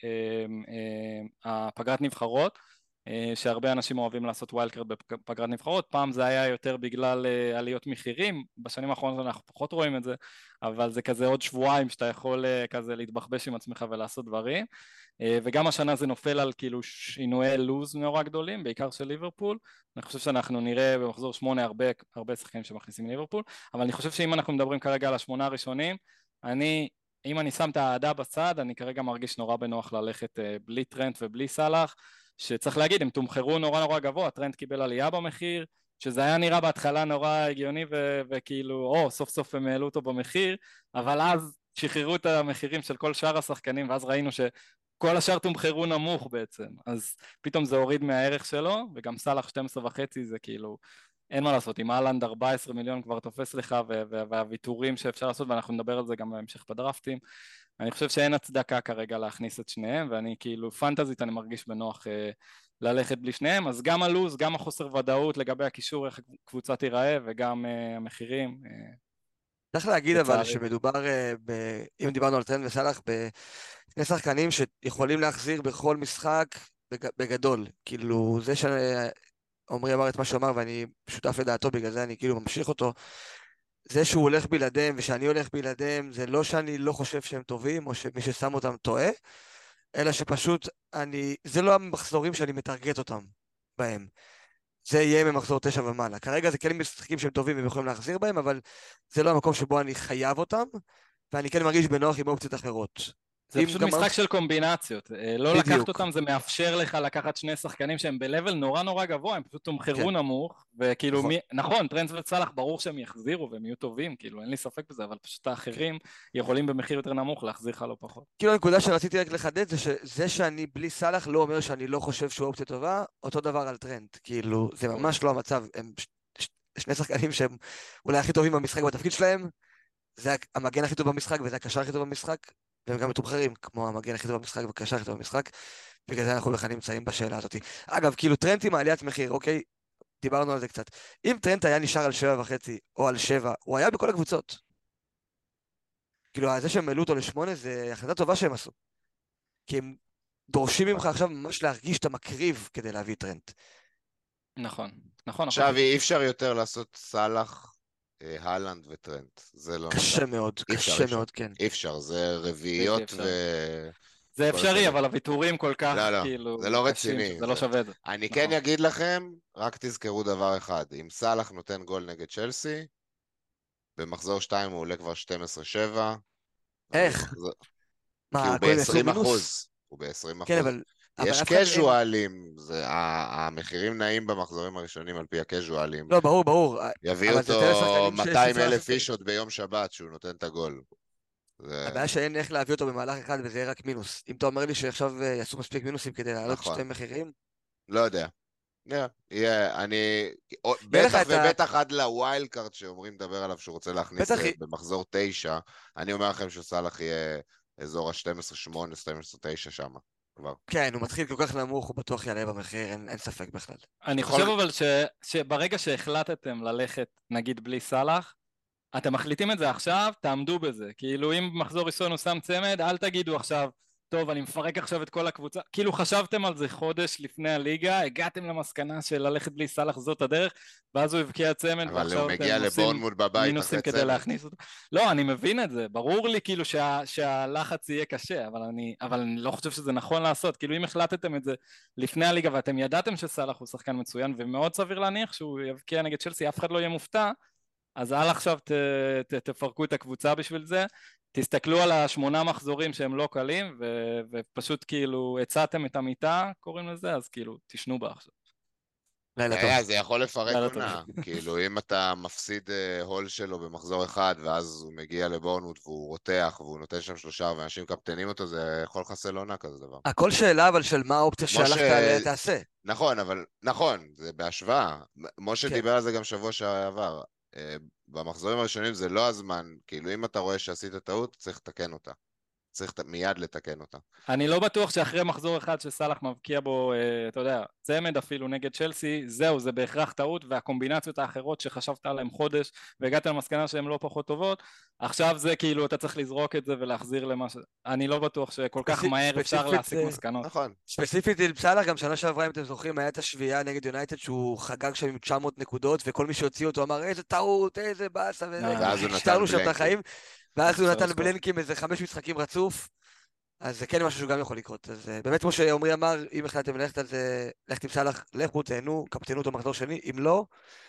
[SPEAKER 2] הפגרת נבחרות, שהרבה אנשים אוהבים לעשות ווילד קארד בפגרת נבחרות, פעם זה היה יותר בגלל עליות מחירים, בשנים האחרונות אנחנו פחות רואים את זה, אבל זה כזה עוד שבועיים שאתה יכול כזה להתבחבש עם עצמך ולעשות דברים, וגם השנה זה נופל על כאילו שינויי לוז נורא גדולים, בעיקר של ליברפול, אני חושב שאנחנו נראה במחזור 8 הרבה שחקנים שמכניסים ליברפול, אבל אני חושב שאם אנחנו מדברים כרגע על השמונה הראשונים, אם אני שם את העדה בצד, אני כרגע מרגיש נורא בנוח ללכת בלי טרנט ובלי סלאח, שצריך להגיד, הם תומחרו נורא גבוה, טרנט קיבל עלייה במחיר, שזה היה נראה בהתחלה נורא הגיוני וכאילו, סוף סוף הם העלו אותו במחיר, אבל אז שחררו את המחירים של כל שאר השחקנים, ואז ראינו שכל השאר תומחרו נמוך בעצם, אז פתאום זה הוריד מהערך שלו, וגם סלאח 12.5 זה כאילו, אין מה לעשות, עם אהלנד 14 מיליון כבר תופס לך, והוויתורים שאפשר לעשות, ואנחנו נדבר על זה גם בהמשך בדרפטים, אני חושב שאין הצדקה כרגע להכניס את שניהם, ואני כאילו פנטזית אני מרגיש בנוח ללכת בלי שניהם, אז גם הלוז, גם החוסר ודאות לגבי הקישור, איך הקבוצה תיראה, וגם המחירים.
[SPEAKER 3] צריך להגיד אבל שמדובר, אם דיברנו על טרנט וסלאח, בשני שחקנים שיכולים להחזיר בכל משחק בגדול. כאילו, זה שעומרי אמר את מה שאמר ואני שותף לדעתו, בגלל זה אני כאילו ממשיך אותו. זה שהוא הולך בלעדיהם ושאני הולך בלעדיהם, זה לא שאני לא חושב שהם טובים או שמי ששם אותם טועה, אלא שפשוט זה לא המחזורים שאני מטרגט אותם בהם. זה יהיה ממחזור 9 ומעלה. כרגע זה כן משחקים שהם טובים והם יכולים להחזיר בהם, אבל זה לא המקום שבו אני חייב אותם, ואני כן מרגיש בנוח עם אופציות אחרות.
[SPEAKER 2] זה פשוט משחק של קומבינציות, לא לקחת אותם, זה מאפשר לך לקחת שני שחקנים שהם ב-level נורא גבוה, הם פשוט תומחרו נמוך, וכאילו, נכון, טרנט וסלאח ברור שהם יחזירו והם יהיו טובים, כאילו, אין לי ספק בזה, אבל פשוט האחרים יכולים במחיר יותר נמוך להחזיר לך לא פחות.
[SPEAKER 3] כאילו, הנקודה שרציתי רק לחדד, זה שאני בלי סלאח לא אומר שאני לא חושב שהוא אופציה טובה, אותו דבר על טרנט, כאילו, זה ממש לא המצב, הם שני שחקנים שהם אולי הכי טובים במשחק בתפקיד שלהם, זה המגן הכי טוב במשחק וזה הקשר הכי טוב במשחק, והם גם מתומחרים, כמו המגן הכי טוב במשחק והקשר הכי טוב במשחק, בגלל זה אנחנו בכלל נמצאים בשאלה הזאת. אגב, כאילו טרנט עם העליית מחיר, אוקיי? דיברנו על זה קצת. אם טרנט היה נשאר על 7.5 או על 7, הוא היה בכל הקבוצות. כאילו, זה שהם העלו אותו ל8 זה החלטה טובה שהם עשו. כי הם דורשים ממך עכשיו ממש להרגיש את המקריב כדי להביא טרנט.
[SPEAKER 2] נכון.
[SPEAKER 1] עכשיו אי אפשר יותר לעשות סלאח, הלנד וטרנט. זה לא
[SPEAKER 3] קשה מאוד, כן.
[SPEAKER 1] אי אפשר, זה רביעיות
[SPEAKER 2] זה אפשרי, אבל הוויתורים כל כך כאילו...
[SPEAKER 1] זה לא רציני.
[SPEAKER 2] זה לא שווה את זה.
[SPEAKER 1] אני כן אגיד לכם, רק תזכרו דבר אחד, אם סלאח נותן גול נגד צ'לסי, במחזור 2 הוא עולה כבר 12-7.
[SPEAKER 3] איך?
[SPEAKER 1] כי הוא ב-20%. הוא ב-20%.
[SPEAKER 3] כן, אבל...
[SPEAKER 1] יש קז'ואלים, המחירים נעים במחזורים הראשונים על פי הקז'ואלים.
[SPEAKER 3] לא, ברור.
[SPEAKER 1] יביאו אותו 200,000 איש עוד ביום שבת שהוא נותן את הגול.
[SPEAKER 3] הבעיה שאין איך להביא אותו במהלך אחד וזה יהיה רק מינוס. אם אתה אומר לי שעכשיו יעשו מספיק מינוסים כדי להעלות שתי מחירים?
[SPEAKER 1] לא יודע. בטח ובטח עד לוויילד קארד שאומרים לדבר עליו שהוא רוצה להכניס במחזור 9, אני אומר לכם שסלאח יהיה אזור ה-12-8, 12-9 שם.
[SPEAKER 3] כן, הוא מתחיל כל כך נמוך, הוא בטוח יעלה במחיר, אין ספק בכלל.
[SPEAKER 2] אני חושב אבל שברגע שהחלטתם ללכת, נגיד בלי סלאח, אתם מחליטים את זה עכשיו, תעמדו בזה. כאילו אם מחזור ראשון הוא שם צמד, אל תגידו עכשיו, טוב, אני מפרק עכשיו את כל הקבוצה. כאילו חשבתם על זה חודש לפני הליגה, הגעתם למסקנה של ללכת בלי סלאח זאת הדרך, ואז הוא הבקיע צמד,
[SPEAKER 1] אבל הוא מגיע לבורנמוט בבית
[SPEAKER 2] מינוסים כדי להכניס אותו. לא, אני מבין את זה, ברור לי כאילו שהלחץ יהיה קשה, אבל אני לא חושב שזה נכון לעשות. כאילו אם החלטתם את זה לפני הליגה, ואתם ידעתם שסלאח הוא שחקן מצוין, ומאוד סביר להניח שהוא יבקיע נגד צ'לסי, אף אחד לא יהיה מופתע, אז אל עכשיו תפרקו את הקבוצה בשביל זה, תסתכלו על 8 מחזורים שהם לא קלים, ופשוט כאילו הצעתם את המיטה, קוראים לזה, אז כאילו תשנו בה עכשיו.
[SPEAKER 3] לילה טוב.
[SPEAKER 1] זה יכול לפרק
[SPEAKER 2] לילה טוב.
[SPEAKER 1] עונה. כאילו, אם אתה מפסיד הול שלו במחזור אחד, ואז הוא מגיע לבורנמוט והוא רותח, והוא נותן שם 3, ואנשים קפטנים אותו, זה יכול לחסל עונה כזה דבר.
[SPEAKER 3] הכל שאלה אבל של מה האופציה שהלכת עליה תעשה.
[SPEAKER 1] נכון, אבל נכון, זה בהשוואה. משה
[SPEAKER 3] כן.
[SPEAKER 1] דיבר על זה גם שבוע שעבר. במחזורים הראשונים זה לא הזמן, כאילו אם אתה רואה שעשית טעות, צריך לתקן אותה. צריך מיד לתקן אותה.
[SPEAKER 2] אני לא בטוח שאחרי מחזור אחד שסלח מבקיע בו, אתה יודע, צמד אפילו נגד צ'לסי, זהו, זה בהכרח טעות, והקומבינציות האחרות שחשבת עליהן חודש, והגעת למסקנה שהן לא פחות טובות, עכשיו זה כאילו, אתה צריך לזרוק את זה ולהחזיר למה ש... אני לא בטוח שכל כך מהר אפשר להסיק מסקנות.
[SPEAKER 1] נכון.
[SPEAKER 3] ספציפית עם סלח, גם שנה שעברה, אם אתם זוכרים, היה את השביעה נגד יונייטד, שהוא חגג שם עם 900 נקודות, וכל מי שהוציא אותו אמר, איזה טעות, איזה באסה,
[SPEAKER 1] ואז הוא נתן בלנקים.
[SPEAKER 3] ואז הוא נתן בלנקים איזה 5 משחקים רצוף, אז זה כן משהו שגם יכול לקרות. אז באמת כמו שעומרי אמר, אם החלטתם ללכת על זה, לכת עם סלח, לכו, תהנו, קפטנו אותו מחזור שני, אם לא,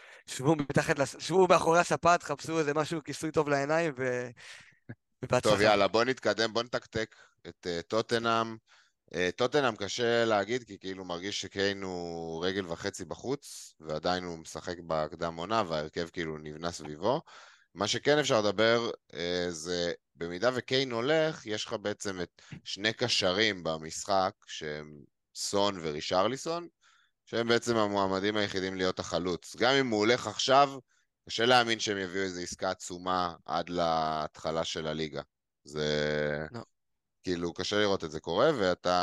[SPEAKER 3] שבו מאחורי הספה, תחפשו איזה משהו, כיסוי טוב לעיניים, ובהצלחה.
[SPEAKER 1] טוב, יאללה, בוא נתקדם, בוא נתקתק את טוטנהאם. טוטנהאם קשה להגיד, כי כאילו מרגיש שקיין הוא רגל וחצי בחוץ, ועדיין הוא משחק בהקדם עונה, וההרכב כאילו נבנה סביבו. מה שכן אפשר לדבר זה, במידה וקיין הולך, יש לך בעצם את שני קשרים במשחק, שהם סון ורישרליסון, שהם בעצם המועמדים היחידים להיות החלוץ. גם אם הוא הולך עכשיו, קשה להאמין שהם יביאו איזו עסקה עצומה עד להתחלה של הליגה. זה... No. כאילו, קשה לראות את זה קורה,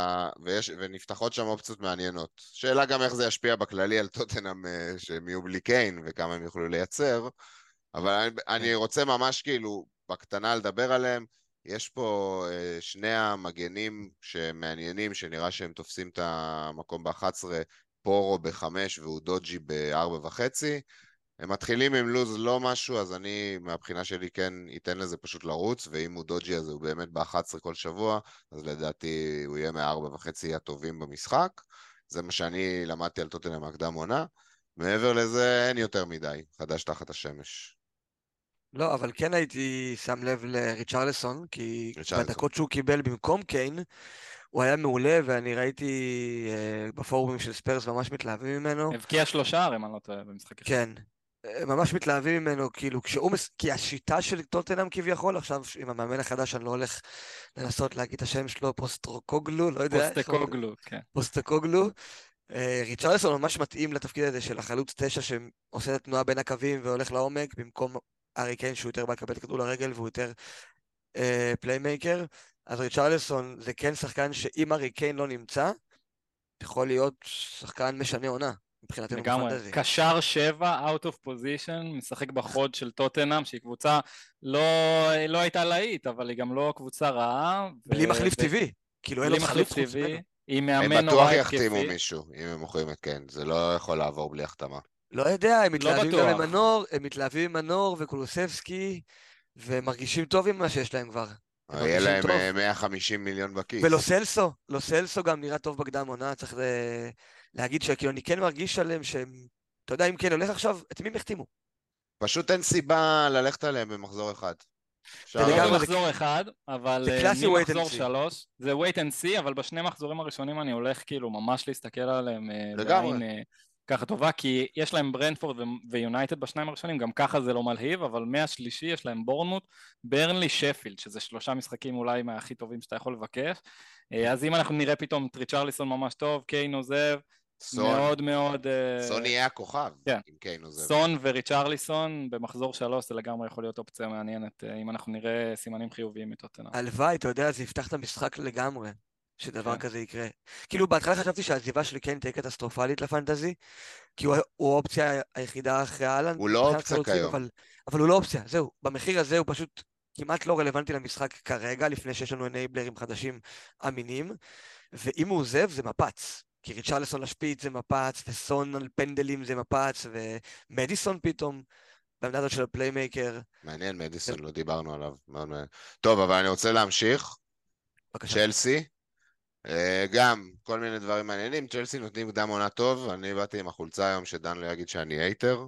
[SPEAKER 1] ונפתחות שם אופציות מעניינות. שאלה גם איך זה ישפיע בכללי על טוטנהאם שהם יהיו בלי קיין, וכמה הם יוכלו לייצר, אבל אני רוצה ממש כאילו בקטנה לדבר עליהם. יש פה שני המגנים שמעניינים, שנראה שהם תופסים את המקום ב-11, פורו ב-5 והוא דוג'י ב-4.5. הם מתחילים עם לוז לא משהו, אז אני מהבחינה שלי כן אתן לזה פשוט לרוץ, ואם הוא דוג'י אז הוא באמת ב-11 כל שבוע, אז לדעתי הוא יהיה מ-4.5 הטובים במשחק. זה מה שאני למדתי על טוטנהאם הקדם עונה. מעבר לזה אין יותר מדי, חדש תחת השמש.
[SPEAKER 3] לא, אבל כן הייתי שם לב לריצ'רלסון, כי בדקות שהוא קיבל במקום קיין, הוא היה מעולה, ואני ראיתי בפורומים של ספרס ממש מתלהבים ממנו.
[SPEAKER 2] הבקיע 3, אם אני לא טועה, במשחק אחד.
[SPEAKER 3] כן, ממש מתלהבים ממנו, כאילו, כי השיטה של טוטנהאם כביכול, עכשיו עם המאמן החדש אני לא הולך לנסות להגיד את השם שלו, פוסטקוגלו, לא יודע.
[SPEAKER 2] פוסטקוגלו, כן.
[SPEAKER 3] פוסטקוגלו. ריצ'רלסון ממש מתאים לתפקיד הזה של החלוץ 9 שעושה את התנועה בין הקווים והולך לעומק, במקום ארי קיין שהוא יותר בא לקבל את כדור לרגל והוא יותר פליימייקר. אז ריצ'רלסון זה כן שחקן שאם ארי קיין לא נמצא, יכול להיות שחקן משנה עונה מבחינתנו בפנטזי.
[SPEAKER 2] קשר 7, out of position, משחק בחוד של טוטנהאם, שהיא קבוצה לא הייתה להיט, אבל היא גם לא קבוצה רעה.
[SPEAKER 3] בלי מחליף טבעי. כאילו אין לו מחליף
[SPEAKER 2] טבעי.
[SPEAKER 1] הם בטוח יחתימו מישהו, אם הם מוכרים את קיין, זה לא יכול לעבור בלי החתמה.
[SPEAKER 3] לא יודע, הם מתלהבים עם מנור וקולוסבסקי, ומרגישים טוב עם מה שיש להם כבר.
[SPEAKER 1] יהיה להם 150 מיליון בכיס.
[SPEAKER 3] ולוסלסו גם נראה טוב בקדם עונה, צריך להגיד שכאילו אני כן מרגיש עליהם שהם, אתה יודע, אם כן הולך עכשיו, את מי הם החתימו?
[SPEAKER 1] פשוט אין סיבה ללכת עליהם במחזור אחד.
[SPEAKER 2] זה לא במחזור אחד, אבל ממחזור 3, זה wait and see, אבל בשני מחזורים הראשונים אני הולך כאילו ממש להסתכל עליהם בעין ככה טובה, כי יש להם ברנפורד ויונייטד בשניים הראשונים, גם ככה זה לא מלהיב, אבל מהשלישי יש להם בורנמוט, ברנלי, שפילד, שזה 3 משחקים אולי מהכי טובים שאתה יכול לבקש, אז אם אנחנו נראה פתאום טריצ'רליסון ממש טוב, קיין עוזב, מאוד מאוד...
[SPEAKER 1] סון יהיה הכוכב,
[SPEAKER 2] כן.
[SPEAKER 1] עם קיין עוזב.
[SPEAKER 2] סון וריצ'רליסון במחזור 3 זה לגמרי יכול להיות אופציה מעניינת, אם אנחנו נראה סימנים חיוביים מטוטנהאם.
[SPEAKER 3] הלוואי, אתה יודע, זה יפתח את המשחק לגמרי, שדבר כזה יקרה. כאילו בהתחלה חשבתי שהעזיבה של קיין תהיה קטסטרופלית לפנטזי, כי הוא האופציה היחידה אחרי אהלנד.
[SPEAKER 1] הוא לא אופציה כיום.
[SPEAKER 3] אבל הוא לא אופציה, זהו. במחיר הזה הוא פשוט כמעט לא רלוונטי למשחק כרגע, לפני שיש לנו אנייבלרים חדשים אמינים, ואם הוא עוזב זה מפץ. כי ריצ'רלסון לשפיץ זה מפץ, וסון על פנדלים זה מפץ, ומדיסון פתאום, בעמדה הזאת של הפליימייקר.
[SPEAKER 1] מעניין, מדיסון, לא דיברנו עליו. טוב, אבל אני רוצה להמשיך. צ'לסי, גם כל מיני דברים מעניינים. צ'לסי נותנים קדם עונה טוב, אני באתי עם החולצה היום שדן לא יגיד שאני הייטר.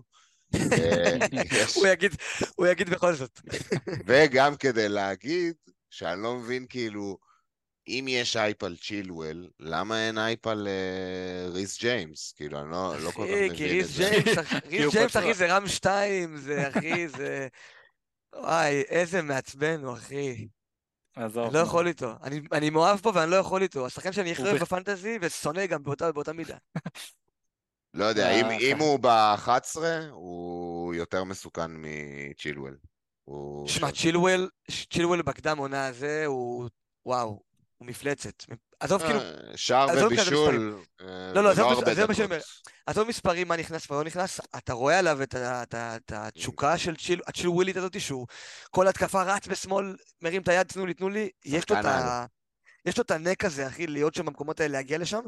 [SPEAKER 3] הוא יגיד בכל זאת.
[SPEAKER 1] וגם כדי להגיד שאני לא מבין כאילו, אם יש אייפ על צ'ילואל, למה אין אייפ על ריס ג'יימס? כאילו, אני לא כל כך
[SPEAKER 3] אחי, כי
[SPEAKER 1] מבין את
[SPEAKER 3] ריס
[SPEAKER 1] זה.
[SPEAKER 3] ג'יימס,
[SPEAKER 2] כי הוא
[SPEAKER 3] ריס ג'יימס,
[SPEAKER 2] פצוע.
[SPEAKER 3] אחי, זה רם 2, זה, אחי, זה... וואי, איזה מעצבן הוא, אחי. אני
[SPEAKER 2] עזוב,
[SPEAKER 3] לא
[SPEAKER 2] נו.
[SPEAKER 3] יכול איתו. אני מאוהב בו ואני לא יכול איתו. השחקן שאני הכי
[SPEAKER 2] הוא
[SPEAKER 3] אוהב בפנטזי, ושונא גם באותה מידה.
[SPEAKER 1] לא יודע, אם הוא ב-11, הוא יותר מסוכן מצ'ילואל. הוא
[SPEAKER 3] שמע,
[SPEAKER 1] שווה.
[SPEAKER 3] צ'ילואל בקדם עונה הזה, הוא... וואו, הוא מפלצת. עזוב כאילו,
[SPEAKER 1] שער
[SPEAKER 3] עזוב כזה מספרים.
[SPEAKER 1] ובישול,
[SPEAKER 3] לא,
[SPEAKER 1] ולא הרבה
[SPEAKER 3] זה מה שאני
[SPEAKER 1] דקות.
[SPEAKER 3] אומר. עזוב מספרים, מה נכנס ולא נכנס, אתה רואה עליו את התשוקה של הצ'ילואלית הזאת, שהוא כל התקפה רץ בשמאל, מרים את היד, תנו לי,
[SPEAKER 1] שחקן על.
[SPEAKER 3] יש לו את הנק הזה, אחי, להיות שם במקומות האלה, להגיע לשם,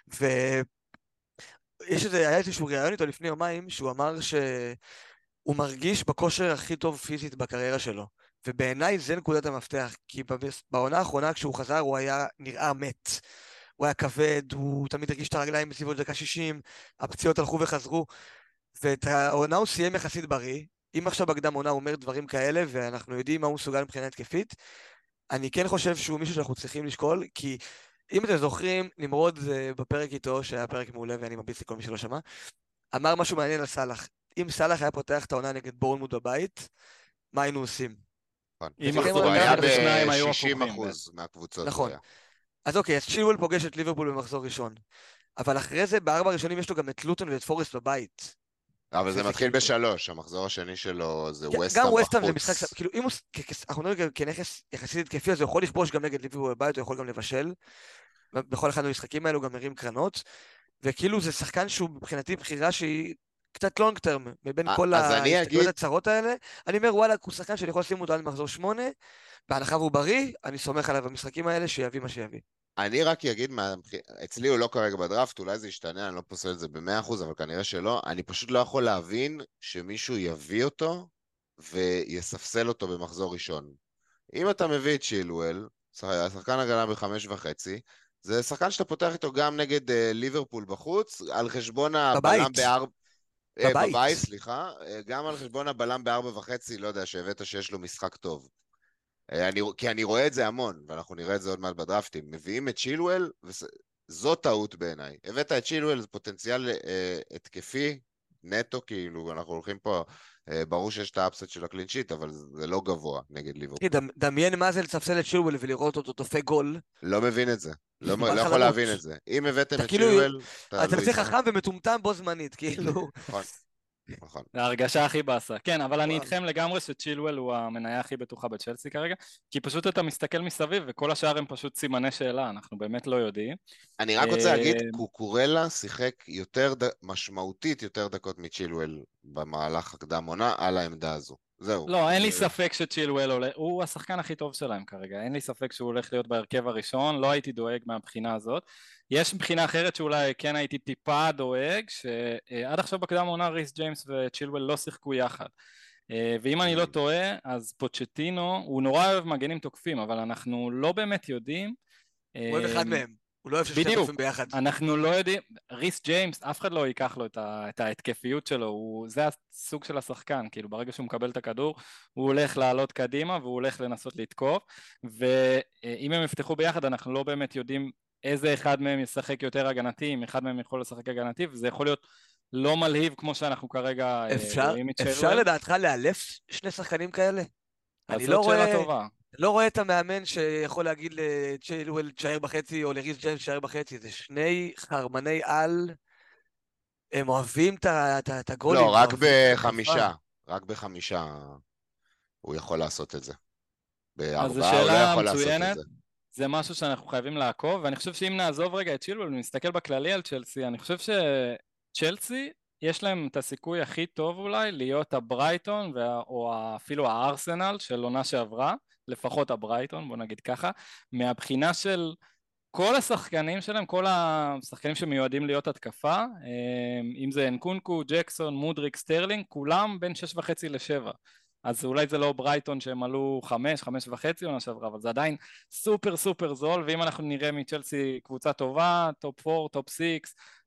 [SPEAKER 3] היה איזשהו ראיון איתו לפני יומיים, שהוא אמר שהוא מרגיש בכושר הכי טוב פיזית בקריירה שלו. ובעיניי זה נקודת המפתח, כי בעונה האחרונה כשהוא חזר הוא היה נראה מת. הוא היה כבד, הוא תמיד הרגיש את הרגליים בסביבות דקה 60, הפציעות הלכו וחזרו, ואת העונה הוא סיים יחסית בריא. אם עכשיו בקדם עונה הוא אומר דברים כאלה, ואנחנו יודעים מה הוא מסוגל מבחינה התקפית, אני כן חושב שהוא מישהו שאנחנו צריכים לשקול, כי אם אתם זוכרים, נמרוד בפרק איתו, שהיה פרק מעולה ואני ממליץ לכל מי שלא שמע, אמר משהו מעניין על סלאח. אם סלאח היה פותח את העונה נגד בורנמוט בבית, מה היינו עושים?
[SPEAKER 2] אם
[SPEAKER 3] הוא
[SPEAKER 1] הוא
[SPEAKER 2] מחזור
[SPEAKER 1] היה
[SPEAKER 2] אחד ושניים היו
[SPEAKER 1] ב-60%
[SPEAKER 2] הפוכים.
[SPEAKER 1] מהקבוצות. הוא
[SPEAKER 3] נכון.
[SPEAKER 1] היה.
[SPEAKER 3] אז אוקיי, אז צ'ילואל פוגש את ליברפול במחזור ראשון. אבל אחרי זה, בארבע הראשונים יש לו גם את לוטון ואת פורסט בבית.
[SPEAKER 1] אבל זה מתחיל
[SPEAKER 3] כאילו-
[SPEAKER 1] ב3, המחזור השני שלו זה
[SPEAKER 3] כן,
[SPEAKER 1] ווסטהאם
[SPEAKER 3] גם ווסטהאם זה
[SPEAKER 1] בחוץ.
[SPEAKER 3] משחק, כאילו אם הוא, אנחנו נראה כנכס יחסית התקפי, אז הוא יכול לכבוש גם נגד ליברפול בבית, הוא יכול גם לבשל. בכל אחד מהמשחקים האלו גם מרים קרנות. וכאילו זה שחקן שהוא מבחינתי בחירה שהיא קצת לונג טרם, מבין כל
[SPEAKER 1] אז אני
[SPEAKER 3] ההסתכלויות
[SPEAKER 1] אגיד,
[SPEAKER 3] הצרות האלה. אני אומר, וואלה, הוא שחקן שאני יכול לשים אותו עד מחזור 8, בהנחה והוא בריא, אני סומך עליו במשחקים האלה, שיביא מה שיביא.
[SPEAKER 1] אני רק אגיד, אצלי הוא לא כרגע בדראפט, אולי זה ישתנה, אני לא פוסל את זה ב100%, אבל כנראה שלא. אני פשוט לא יכול להבין שמישהו יביא אותו ויספסל אותו במחזור ראשון. אם אתה מביא את צ'ילואל, שחקן הגנה ב5.5, זה שחקן שאתה פותח איתו גם נגד ליברפול בחוץ, על חשבון הבלם בבית, סליחה, גם על חשבון הבלם ב4.5, לא יודע, שהבאת שיש לו משחק טוב. כי אני רואה את זה המון, ואנחנו נראה את זה עוד מעט בדרפטים. מביאים את צ'ילואל, וזו טעות בעיניי. הבאת את צ'ילואל, זה פוטנציאל התקפי, נטו, כאילו, אנחנו הולכים פה, ברור שיש את האפסט של הקלינשיט, אבל זה לא גבוה נגד ליברפול.
[SPEAKER 3] דמיין מה זה לספסל את צ'ילואל ולראות אותו דופק גול.
[SPEAKER 1] לא מבין את זה. לא יכול להבין את זה. אם הבאתם את
[SPEAKER 3] כאילו,
[SPEAKER 1] צ'ילואל,
[SPEAKER 3] אתה צריך חכם ומטומטם בו זמנית, כאילו.
[SPEAKER 1] נכון.
[SPEAKER 2] זה ההרגשה הכי באסה. כן, אבל אני איתכם לגמרי שצ'ילואל הוא המניה הכי בטוחה בצ'לסי כרגע, כי פשוט אתה מסתכל מסביב וכל השאר הם פשוט סימני שאלה, אנחנו באמת לא יודעים.
[SPEAKER 1] אני רק רוצה להגיד, קוקורלה שיחק משמעותית יותר דקות מצ'ילואל במהלך הקדם עונה על העמדה הזו. זהו.
[SPEAKER 2] לא, אין לי ספק שצ'ילואל עולה, הוא השחקן הכי טוב שלהם כרגע, אין לי ספק שהוא הולך להיות בהרכב הראשון, לא הייתי דואג מהבחינה הזאת. יש מבחינה אחרת שאולי כן הייתי טיפה דואג, שעד עכשיו בקדם עונה ריס ג'יימס וצ'ילואל לא שיחקו יחד. ואם אני לא טועה, אז פוצ'טינו, הוא נורא אוהב מגנים תוקפים, אבל אנחנו לא באמת יודעים.
[SPEAKER 3] הוא אוהב אחד מהם. הוא לא אוהב ששתי תוקפים ביחד.
[SPEAKER 2] אנחנו לא יודעים, ריס ג'יימס, אף אחד לא ייקח לו את ההתקפיות שלו, זה הסוג של השחקן, כאילו ברגע שהוא מקבל את הכדור, הוא הולך לעלות קדימה והוא הולך לנסות לתקוף, ואם הם יפתחו ביחד אנחנו לא באמת יודעים איזה אחד מהם ישחק יותר הגנתי, אם אחד מהם יכול לשחק הגנתי, וזה יכול להיות לא מלהיב כמו שאנחנו כרגע רואים את צ'ילואל.
[SPEAKER 3] אפשר לדעתך לאלף שני שחקנים כאלה? אני
[SPEAKER 2] זאת שאלה טובה.
[SPEAKER 3] לא רואה את המאמן שיכול להגיד לצ'ילואל תשאר בחצי או לריס ג'יימס תשאר בחצי, זה שני חרמני על, הם אוהבים את הגולים.
[SPEAKER 1] לא, רק בחמישה הוא יכול לעשות את זה. בארבעה הוא לא יכול לעשות את זה.
[SPEAKER 2] זה משהו שאנחנו חייבים לעקוב, ואני חושב שאם נעזוב רגע את צ'ילואל ונסתכל בכללי על צ'לסי, אני חושב שצ'לסי יש להם את הסיכוי הכי טוב אולי להיות הברייטון או אפילו הארסנל של עונה שעברה, לפחות הברייטון, בוא נגיד ככה, מהבחינה של כל השחקנים שלהם, כל השחקנים שמיועדים להיות התקפה, אם זה אנקונקו, ג'קסון, מודריק, סטרלינג, כולם בין 6.5 ל7. אז אולי זה לא ברייטון שהם עלו 5.5 עונה שעברה, אבל זה עדיין סופר סופר זול, ואם אנחנו נראה מצ'לסי קבוצה טובה, טופ 4, טופ 6,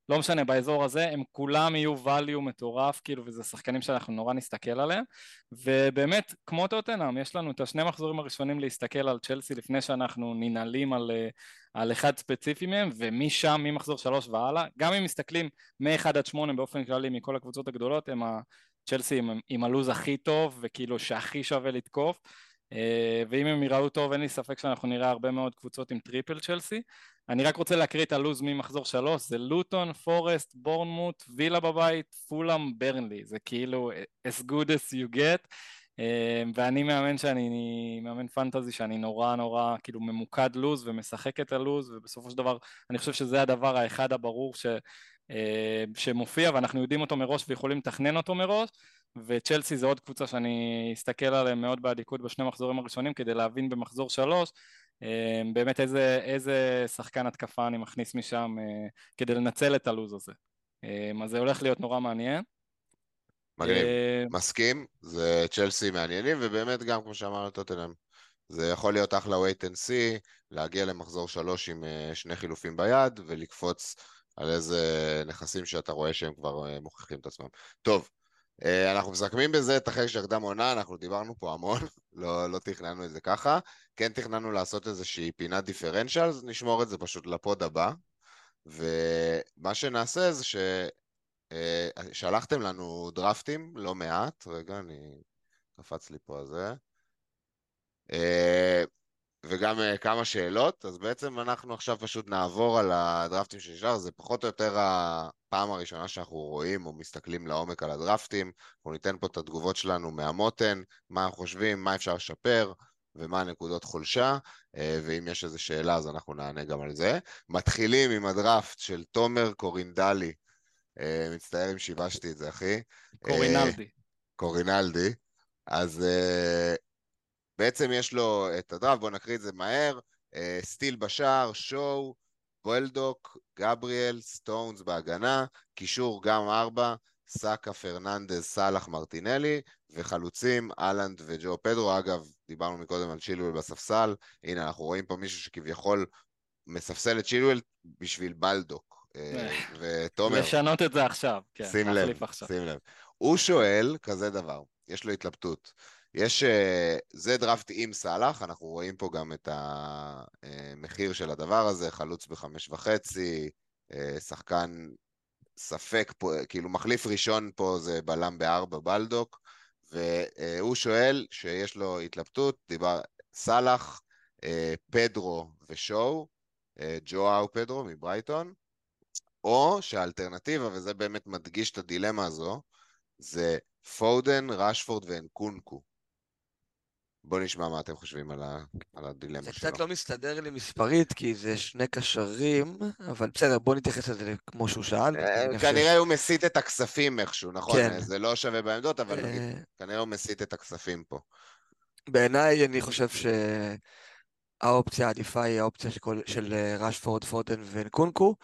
[SPEAKER 2] לא משנה, באזור הזה, הם כולם יהיו value מטורף, כאילו, וזה שחקנים שאנחנו נורא נסתכל עליהם, ובאמת, כמו טוטנהאם, יש לנו את השני מחזורים הראשונים להסתכל על צ'לסי לפני שאנחנו ננעלים על אחד ספציפי מהם, ומשם, ממחזור 3 והלאה, גם אם מסתכלים מ-1 עד 8 באופן כללי מכל הקבוצות הגדולות, הם צ'לסי עם הלוז הכי טוב, וכאילו שהכי שווה לתקוף, ואם הם יראו טוב, אין לי ספק שאנחנו נראה הרבה מאוד קבוצות עם טריפל צ'לסי. אני רק רוצה להקריא את הלוז ממחזור 3, זה לוטון, פורסט, בורנמוט, וילה בבית, פולאם, ברנלי, זה כאילו as good as you get, ואני מאמן פנטזי שאני נורא נורא כאילו ממוקד לוז ומשחק את הלוז, ובסופו של דבר אני חושב שזה הדבר האחד הברור שמופיע, ואנחנו יודעים אותו מראש ויכולים לתכנן אותו מראש, וצ'לסי זה עוד קבוצה שאני אסתכל עליהם מאוד בעדיקות בשני מחזורים הראשונים, כדי להבין במחזור 3, באמת איזה שחקן התקפה אני מכניס משם, כדי לנצל את הלוז הזה. אז זה הולך להיות נורא מעניין.
[SPEAKER 1] מגניב, מסכים, זה צ'לסי מעניינים, ובאמת גם כמו שאמרנו טוטנהאם, זה יכול להיות אחלה wait and see, להגיע למחזור 3 עם שני חילופים ביד, ולקפוץ על איזה נכסים שאתה רואה שהם כבר מוכיחים את עצמם. טוב, אנחנו מסכמים בזה את החלק של הקדם עונה, אנחנו דיברנו פה המון, לא תכננו את זה ככה, כן תכננו לעשות איזושהי פינת דיפרנציאל, אז נשמור את זה פשוט לפוד הבא, ומה שנעשה זה שלחתם לנו דרפטים, לא מעט, רגע, אני קפץ לי פה על זה, וגם כמה שאלות, אז בעצם אנחנו עכשיו פשוט נעבור על הדרפטים שנשאר, זה פחות או יותר הפעם הראשונה שאנחנו רואים או מסתכלים לעומק על הדרפטים, אנחנו ניתן פה את התגובות שלנו מהמותן, מה אנחנו חושבים, מה אפשר לשפר, ומה הנקודות חולשה, ואם יש איזו שאלה אז אנחנו נענה גם על זה. מתחילים עם הדרפט של תומר קורינדלי, מצטער אם שיבשתי את זה, אחי.
[SPEAKER 2] קורינלדי.
[SPEAKER 1] קורינלדי. אז בעצם יש לו את הדרפט, בואו נקריא את זה מהר. סטיל בשער, שואו, וולדוק, גבריאל, סטונס בהגנה, קישור גם 4, סאקה, פרננדז, סלח, מרטינלי, וחלוצים, אלנד וג'ו פדרו. אגב, דיברנו מקודם על צ'ילואל בספסל, הנה אנחנו רואים פה מישהו שכביכול מספסל את צ'ילואל בשביל בלדוק. ותומר,
[SPEAKER 2] לשנות את זה עכשיו, כן,
[SPEAKER 1] שים לב, שים לב. הוא שואל כזה דבר, יש לו התלבטות. זה דרפט עם סלח, אנחנו רואים פה גם את המחיר של הדבר הזה, חלוץ ב5.5, שחקן ספק פה, כאילו מחליף ראשון פה זה בלם ב4 בלדוק, והוא שואל שיש לו התלבטות, דיבר סלח, פדרו ושואו, ג'ואו פדרו מברייטון, או שהאלטרנטיבה, וזה באמת מדגיש את הדילמה הזו, זה פודן, רשפורד ואנקונקו. בוא נשמע מה אתם חושבים על הדילמה שלו.
[SPEAKER 3] זה קצת לא מסתדר לי מספרית, כי זה שני קשרים, אבל בסדר, בוא נתייחס לזה כמו שהוא שאל.
[SPEAKER 1] כנראה הוא מסיט את הכספים איכשהו, נכון?
[SPEAKER 3] כן.
[SPEAKER 1] זה לא שווה בעמדות, אבל כנראה הוא מסיט את הכספים פה.
[SPEAKER 3] בעיניי אני חושב שהאופציה העדיפה היא האופציה של רשפורד, פודן ואנקונקו,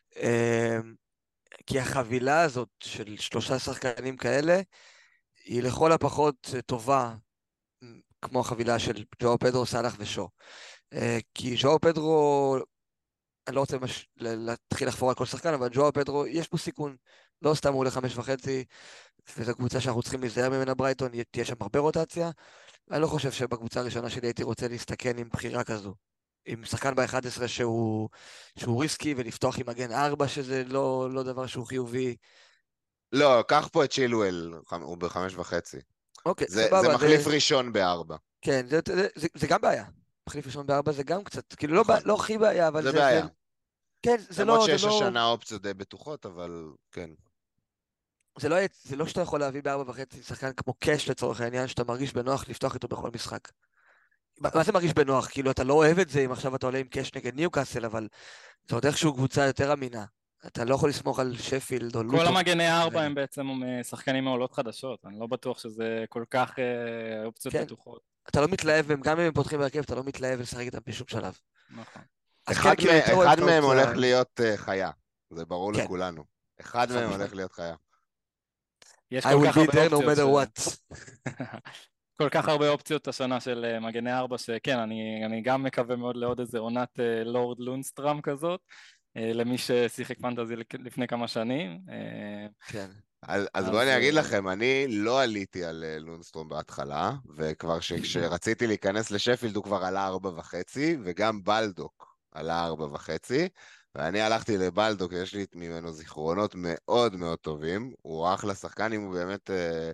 [SPEAKER 3] כי החבילה הזאת של 3 שחקנים כאלה, היא לכל הפחות טובה, כמו החבילה של ג'ואו פדרו, סלח ושו. כי ג'ואו פדרו, אני לא רוצה להתחיל לחפור על כל שחקן, אבל ג'ואו פדרו, יש פה סיכון, לא סתם הוא עולה 5.5, וזו קבוצה שאנחנו צריכים להיזהר ממנה ברייטון, תהיה שם הרבה רוטציה, אני לא חושב שבקבוצה הראשונה שלי הייתי רוצה להסתכן עם בחירה כזו. עם שחקן ב-11 שהוא ריסקי, ולפתוח עם מגן 4, שזה לא דבר שהוא חיובי.
[SPEAKER 1] לא, קח פה את שילואל, הוא ב5.5.
[SPEAKER 3] אוקיי,
[SPEAKER 1] זה
[SPEAKER 3] סבבה.
[SPEAKER 1] מחליף ראשון ב4.
[SPEAKER 3] כן, זה גם בעיה. מחליף ראשון ב4 זה גם קצת, כאילו לא הכי בעיה, אבל
[SPEAKER 1] זה בעיה.
[SPEAKER 3] כן, זה לא...
[SPEAKER 1] למרות שיש השנה אופציות די בטוחות, אבל כן.
[SPEAKER 3] זה לא שאתה יכול להביא ב4.5 שחקן כמו קאש לצורך העניין, שאתה מרגיש בנוח לפתוח איתו בכל משחק. מה זה מרגיש בנוח? כאילו אתה לא אוהב את זה אם עכשיו אתה עולה עם קאש נגד ניוקאסל, אבל זה עוד איכשהו קבוצה יותר אמינה. אתה לא יכול לסמוך על שפילד או לוטון.
[SPEAKER 2] כל המגני 4 הם בעצם שחקנים מעולות חדשות, אני לא בטוח שזה כל כך אופציות בטוחות.
[SPEAKER 3] אתה לא מתלהב, גם אם הם פותחים בהרכב, אתה לא מתלהב לשחק איתם בשום שלב.
[SPEAKER 2] נכון.
[SPEAKER 1] אחד מהם הולך להיות חיה, זה ברור לכולנו. אחד מהם הולך להיות חיה.
[SPEAKER 2] יש
[SPEAKER 3] I
[SPEAKER 2] כל
[SPEAKER 3] will
[SPEAKER 2] כך
[SPEAKER 3] be
[SPEAKER 2] הרבה
[SPEAKER 3] there no matter what.
[SPEAKER 2] כל כך הרבה אופציות השנה של מגני 4, שכן, אני גם מקווה מאוד לעוד איזה עונת לורד לונסטראם כזאת, למי ששיחק פנטזי לפני כמה שנים.
[SPEAKER 3] כן.
[SPEAKER 1] אז בואו אני אגיד לכם, אני לא עליתי על לונסטרום בהתחלה, וכבר כשרציתי להיכנס לשפילד הוא כבר עלה 4.5, וגם בלדוק עלה 4.5, ואני הלכתי לבלדוק, יש לי ממנו זיכרונות מאוד מאוד טובים, הוא אחלה שחקן, אם הוא באמת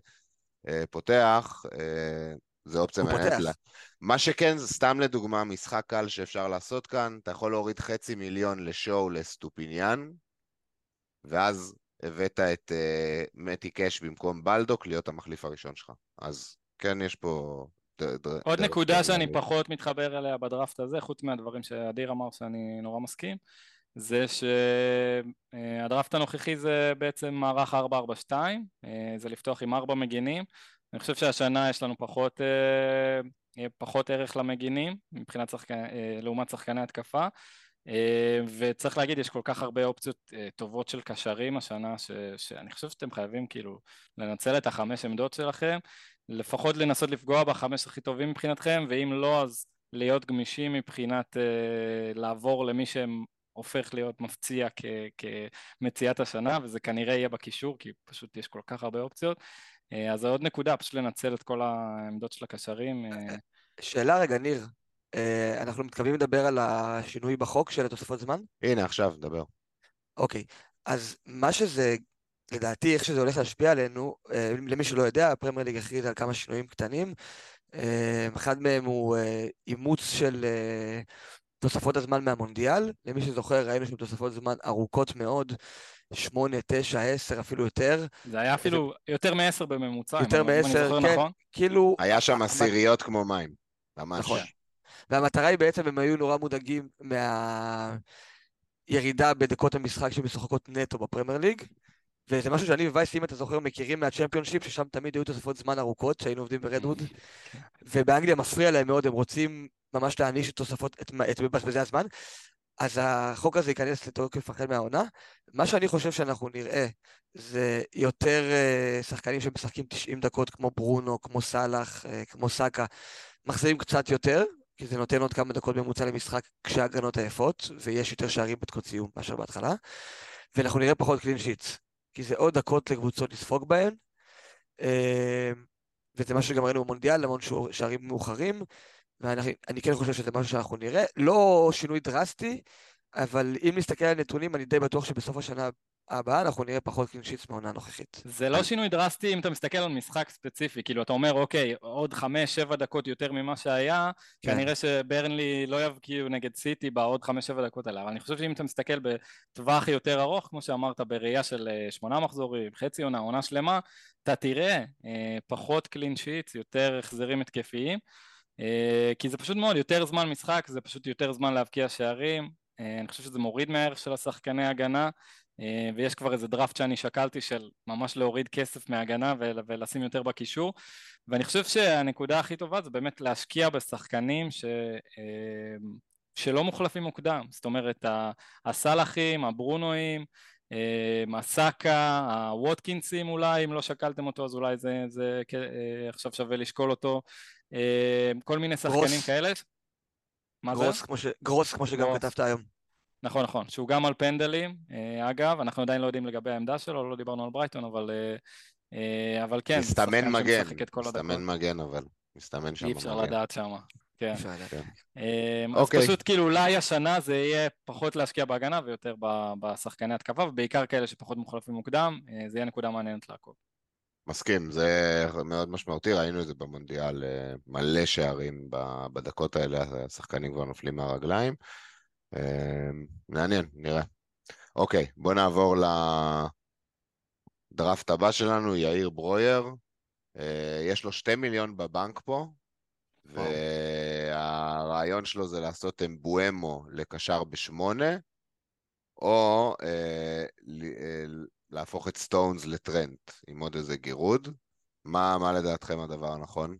[SPEAKER 1] פותח, זה אופציה
[SPEAKER 3] הוא
[SPEAKER 1] מעניינת
[SPEAKER 3] פותח.
[SPEAKER 1] לה. מה שכן, סתם לדוגמה, משחק קל שאפשר לעשות כאן, אתה יכול להוריד 500,000 לשואו לסטופיניאן, ואז הבאת את מתי קאש במקום בלדוק להיות המחליף הראשון שלך. אז כן, יש פה
[SPEAKER 2] עוד
[SPEAKER 1] דרך
[SPEAKER 2] נקודה
[SPEAKER 1] טוב
[SPEAKER 2] שאני
[SPEAKER 1] להביא.
[SPEAKER 2] פחות מתחבר אליה בדראפט הזה, חוץ מהדברים שאדיר אמר שאני נורא מסכים, זה שהדראפט הנוכחי זה בעצם מערך 4-4-2, זה לפתוח עם 4 מגינים. אני חושב שהשנה יש לנו פחות ערך למגינים מבחינת לעומת שחקני התקפה, וצריך להגיד, יש כל כך הרבה אופציות טובות של קשרים השנה, שאני חושב שאתם חייבים כאילו לנצל את 5 עמדות שלכם, לפחות לנסות לפגוע ב5 הכי טובים מבחינתכם, ואם לא אז להיות גמישים מבחינת לעבור למי שהם הופך להיות מפציע כמציאת השנה, וזה כנראה יהיה בקישור, כי פשוט יש כל כך הרבה אופציות. אז זה עוד נקודה, פשוט לנצל את כל העמדות של הקשרים.
[SPEAKER 3] שאלה רגע, ניר, אנחנו מתכוונים לדבר על השינוי בחוק של התוספות זמן?
[SPEAKER 1] הנה, עכשיו, דבר.
[SPEAKER 3] אוקיי, אז מה שזה, לדעתי, איך שזה הולך להשפיע עלינו, למי שלא יודע, הפרמייר ליג הכריז על כמה שינויים קטנים. אחד מהם הוא אימוץ של תוספות הזמן מהמונדיאל. למי שזוכר, ראינו שם תוספות זמן ארוכות מאוד, 8, 9, 10, אפילו יותר.
[SPEAKER 2] זה היה אפילו יותר מ10 בממוצע,
[SPEAKER 3] יותר
[SPEAKER 2] אם אני
[SPEAKER 3] מ10,
[SPEAKER 2] זוכר
[SPEAKER 3] כן,
[SPEAKER 2] נכון.
[SPEAKER 3] כאילו...
[SPEAKER 1] היה שם עשיריות כמו מים, ממש.
[SPEAKER 3] נכון. והמטרה היא בעצם, הם היו נורא מודאגים מהירידה בדקות המשחק שמשוחקות נטו בפרמייר ליג, וזה משהו שאני ווייס, אם אתה זוכר, מכירים מהצ'מפיונשיפ, ששם תמיד היו תוספות זמן ארוכות, שהיינו עובדים ברדווד, ובאנגליה מפריע להם מאוד, הם רוצים ממש להעניש את תוספות, את מבזבזי הזמן, אז החוק הזה ייכנס לתוקף החל מהעונה. מה שאני חושב שאנחנו נראה, זה יותר שחקנים שמשחקים 90 דקות, כמו ברונו, כמו סאלח, כמו סאקה, מחזירים קצת יותר, כי זה נותן עוד כמה דקות ממוצע למשחק כשההגנות עייפות, ויש יותר שערים בדקות סיום מאשר בהתחלה, ואנחנו נראה פחות קלין שיטס, כי זה עוד דקות לקבוצות לספוג בהן, וזה משהו שגם ראינו במונדיאל, המון שערים מאוחרים, ואני כן חושב שזה משהו שאנחנו נראה, לא שינוי דרסטי, אבל אם נסתכל על נתונים, אני די בטוח שבסוף השנה הבאה אנחנו נראה פחות קלין שיטס מהעונה הנוכחית.
[SPEAKER 2] זה לא שינוי דרסטי אם אתה מסתכל על משחק ספציפי, כאילו אתה אומר אוקיי, עוד 5-7 דקות יותר ממה שהיה,
[SPEAKER 3] כן.
[SPEAKER 2] כנראה שברנלי לא יבקיעו נגד סיטי בעוד 5-7 דקות האלה, אבל אני חושב שאם אתה מסתכל בטווח יותר ארוך, כמו שאמרת, בראייה של 8 מחזורים, חצי עונה, עונה שלמה, אתה תראה פחות קלין שיטס, יותר החזרים התקפיים, כי זה פשוט מאוד, יותר זמן משחק, זה פשוט יותר זמן להבקיע שערים, אני חושב שזה מוריד מהערך של השחקני הגנה, ויש כבר איזה דראפט שאני שקלתי של ממש להוריד כסף מהגנה ולשים יותר בקישור, ואני חושב שהנקודה הכי טובה זה באמת להשקיע בשחקנים שלא מוחלפים מוקדם, זאת אומרת הסלאחים, הברונואים, הסאקה, הווטקינסים אולי, אם לא שקלתם אותו אז אולי זה עכשיו שווה לשקול אותו, כל מיני שחקנים כאלה.
[SPEAKER 3] גרוס כמו שגם כתבת היום.
[SPEAKER 2] נכון, נכון, שהוא גם על פנדלים, אגב, אנחנו עדיין לא יודעים לגבי העמדה שלו, לא דיברנו על ברייטון, אבל כן,
[SPEAKER 1] מסתמן מגן,
[SPEAKER 2] מסתמן
[SPEAKER 1] מגן, אבל מסתמן שם
[SPEAKER 2] מגן. אי אפשר לדעת שם, כן. אז פשוט כאילו אולי השנה זה יהיה פחות להשקיע בהגנה ויותר בשחקני התקפה, ובעיקר כאלה שפחות מוחלפים מוקדם, זה יהיה נקודה מעניינת לעקוב.
[SPEAKER 1] מסכים, זה מאוד משמעותי, ראינו את זה במונדיאל, מלא שערים בדקות האלה, השחקנים כבר נופלים מהרגליים. מעניין, נראה. אוקיי, בוא נעבור לדראפט הבא שלנו, יאיר ברויר. יש לו 2 מיליון בבנק פה, והרעיון שלו זה לעשות אמבואמו לקשר ב8, או להפוך את סטונס לטרנט עם עוד איזה גירוד. מה לדעתכם הדבר הנכון?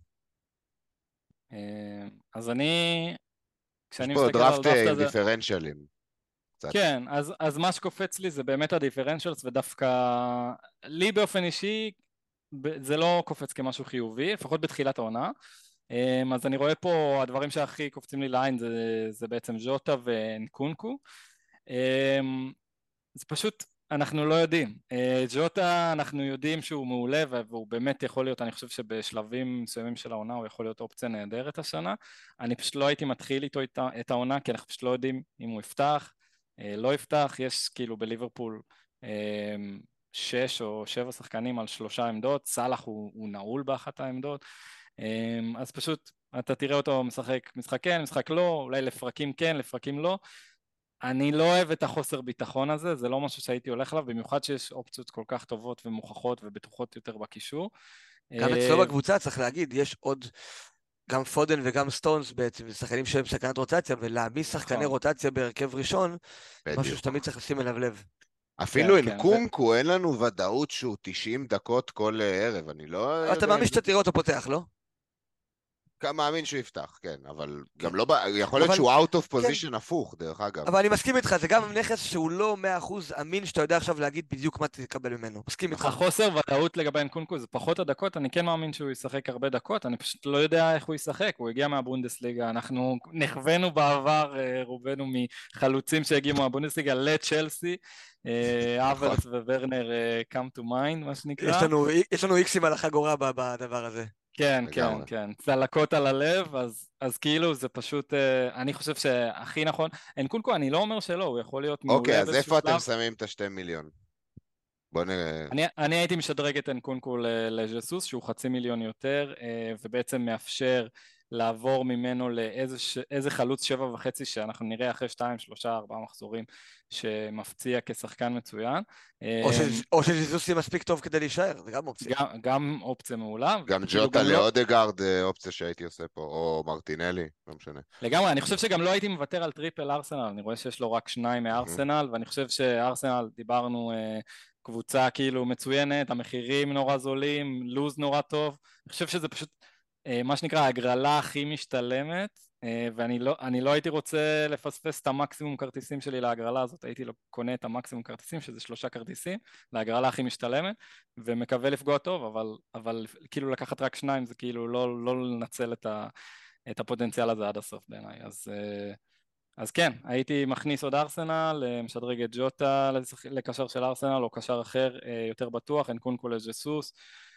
[SPEAKER 2] אז אני...
[SPEAKER 1] יש פה דראפט עם דיפרנציאלים.
[SPEAKER 2] כן, אז מה שקופץ לי זה באמת הדיפרנציאלס, ודווקא לי באופן אישי זה לא קופץ כמשהו חיובי, לפחות בתחילת העונה. אז אני רואה פה, הדברים שהכי קופצים לי לעין זה בעצם ז'וטה ונקונקו. זה פשוט, אנחנו לא יודעים. ג'וטה, אנחנו יודעים שהוא מעולה, והוא באמת יכול להיות, אני חושב שבשלבים מסוימים של העונה הוא יכול להיות אופציה נהדרת השנה. אני פשוט לא הייתי מתחיל איתו את העונה, כי אנחנו פשוט לא יודעים אם הוא יפתח, לא יפתח. יש כאילו בליברפול 6 או 7 שחקנים על 3 עמדות, סלאח הוא נעול באחת העמדות, אז פשוט אתה תראה אותו משחק כן, משחק לא, אולי לפרקים כן, לפרקים לא. אני לא אוהב את החוסר ביטחון הזה, זה לא משהו שהייתי הולך עליו, במיוחד שיש אופציות כל כך טובות ומוכחות ובטוחות יותר בקישור.
[SPEAKER 3] גם אצלו בקבוצה צריך להגיד, יש עוד גם פודן וגם סטונס בעצם, שחקנים שהם סכנת רוטציה, ולהעמיס שחקני רוטציה בהרכב ראשון, משהו שתמיד צריך לשים אליו לב.
[SPEAKER 1] אפילו אנקונקו, אין לנו ודאות שהוא 90 דקות כל ערב, אני לא...
[SPEAKER 3] אתה מאמין שאתה תראה אותו פותח, לא?
[SPEAKER 1] מאמין שהוא יפתח, כן, אבל גם לא... יכול להיות שהוא out of position הפוך, דרך אגב.
[SPEAKER 3] אבל אני מסכים איתך, זה גם נכס שהוא לא 100% אמין, שאתה יודע עכשיו להגיד בדיוק מה תקבל ממנו. מסכים איתך.
[SPEAKER 2] החוסר ודאות לגבי אנקונקו זה פחות הדקות, אני כן מאמין שהוא ישחק הרבה דקות, אני פשוט לא יודע איך הוא ישחק, הוא הגיע מהבונדסליגה, אנחנו נכוונו בעבר, רובנו מחלוצים שהגיעו מהבונדסליגה לצ'לסי, אברץ וורנר come to mind, מה שנקרא.
[SPEAKER 3] יש לנו איקסים על החגורה בדבר הזה.
[SPEAKER 2] כן, כן, כן, צלקות על הלב, אז כאילו זה פשוט, אני חושב שהכי נכון, אנקונקו אני לא אומר שלא, הוא יכול להיות מעולה.
[SPEAKER 1] אוקיי, אז איפה אתם שמים את ה2 מיליון? בוא נראה.
[SPEAKER 2] אני הייתי משדרג את אנקונקו לג'סוס, שהוא 500,000 יותר, ובעצם מאפשר לעבור ממנו לאיזה חלוץ 7.5 שאנחנו נראה אחרי 2, 3, 4 מחזורים שמפציע כשחקן מצוין.
[SPEAKER 3] או שג'סוס יהיה מספיק טוב כדי להישאר, זה גם אופציה.
[SPEAKER 2] גם אופציה מעולה.
[SPEAKER 1] גם ג'וטה לאודגארד אופציה שהייתי עושה פה, או מרטינלי, לא משנה.
[SPEAKER 2] לגמרי, אני חושב שגם לא הייתי מוותר על טריפל ארסנל, אני רואה שיש לו רק 2 מארסנל, ואני חושב שארסנל, דיברנו קבוצה כאילו מצוינת, המחירים נורא זולים, לוז נורא טוב, אני חושב שזה פשוט מה שנקרא ההגרלה הכי משתלמת, ואני לא הייתי רוצה לפספס את המקסימום כרטיסים שלי להגרלה הזאת, הייתי קונה את המקסימום כרטיסים, שזה 3 כרטיסים, להגרלה הכי משתלמת, ומקווה לפגוע טוב, אבל כאילו לקחת רק 2 זה כאילו לא לנצל את הפוטנציאל הזה עד הסוף בעיניי, אז כן, הייתי מכניס עוד ארסנל, משדרג את ג'וטה לקשר של ארסנל, או קשר אחר יותר בטוח, אנקונקו לג'סוס,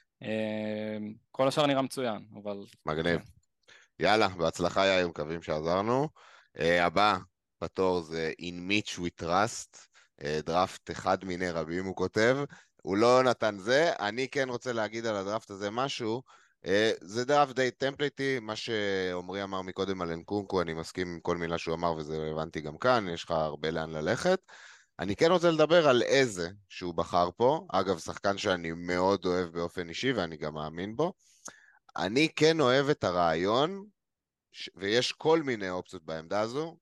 [SPEAKER 2] כל השאר נראה מצוין, אבל...
[SPEAKER 1] מגניב. יאללה, בהצלחה יאיר, מקווים שעזרנו. הבא בתור זה In Mitch We Trust, דראפט אחד מיני רבים הוא כותב, הוא לא נתן זה, אני כן רוצה להגיד על הדראפט הזה משהו, זה דראפט די טמפליטי, מה שעומרי אמר מקודם על אנקונקו, אני מסכים עם כל מילה שהוא אמר וזה רלוונטי גם כאן, יש לך הרבה לאן ללכת. אני כן רוצה לדבר על איזה שהוא בחר פה, אגב שחקן שאני מאוד אוהב באופן אישי ואני גם מאמין בו, אני כן אוהב את הרעיון, ויש כל מיני אופציות בעמדה הזו,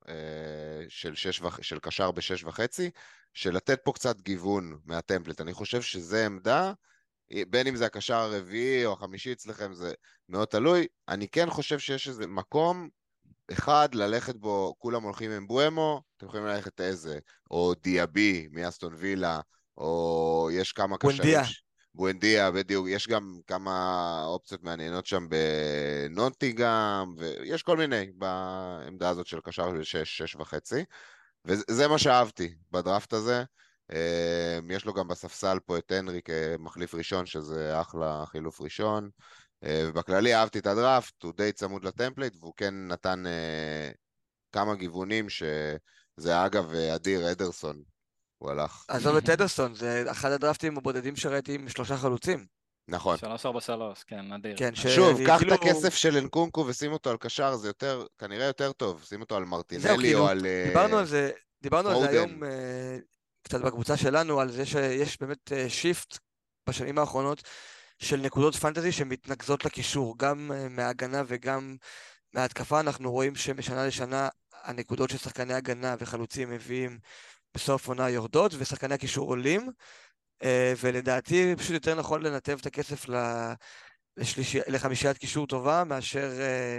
[SPEAKER 1] של קשר ב6.5, של לתת פה קצת גיוון מהטמפלט, אני חושב שזה עמדה, בין אם זה הקשר הרביעי או החמישי אצלכם, זה מאוד תלוי, אני כן חושב שיש איזה מקום, אחד, ללכת בו, כולם הולכים עם בואמו, אתם יכולים ללכת איזה, או דיאבי מאסטון וילה, או יש כמה קשרים... בואנדיה, בדיוק, יש גם כמה אופציות מעניינות שם בנוטינגהאם, ויש כל מיני בעמדה הזאת של קשר 6.5, וזה מה שאהבתי בדראפט הזה. יש לו גם בספסל פה את הנרי כמחליף ראשון, שזה אחלה חילוף ראשון, ובכללי אהבתי את הדראפט, הוא די צמוד לטמפלייט, והוא כן נתן כמה גיוונים, שזה אגב אדיר אדרסון, הוא הלך.
[SPEAKER 3] עזוב את אדרסון, זה אחד הדרפטים הבודדים שראיתי עם 3 חלוצים.
[SPEAKER 1] נכון.
[SPEAKER 2] 3-4-3, כן, נדיר.
[SPEAKER 1] כן, שוב, קח את הכסף של אנקונקו ושים אותו על קשר, זה יותר, כנראה יותר טוב, שים אותו על מרטינלי או על...
[SPEAKER 3] דיברנו על זה היום קצת בקבוצה שלנו, על זה שיש באמת שיפט בשנים האחרונות של נקודות פנטזי שמתנקזות לקישור, גם מההגנה וגם מההתקפה. אנחנו רואים שמשנה לשנה הנקודות של שחקני הגנה וחלוצים מביאים בסוף עונה יורדות, ושחקני הקישור עולים, ולדעתי פשוט יותר נכון לנתב את הכסף לחמישיית קישור טובה, מאשר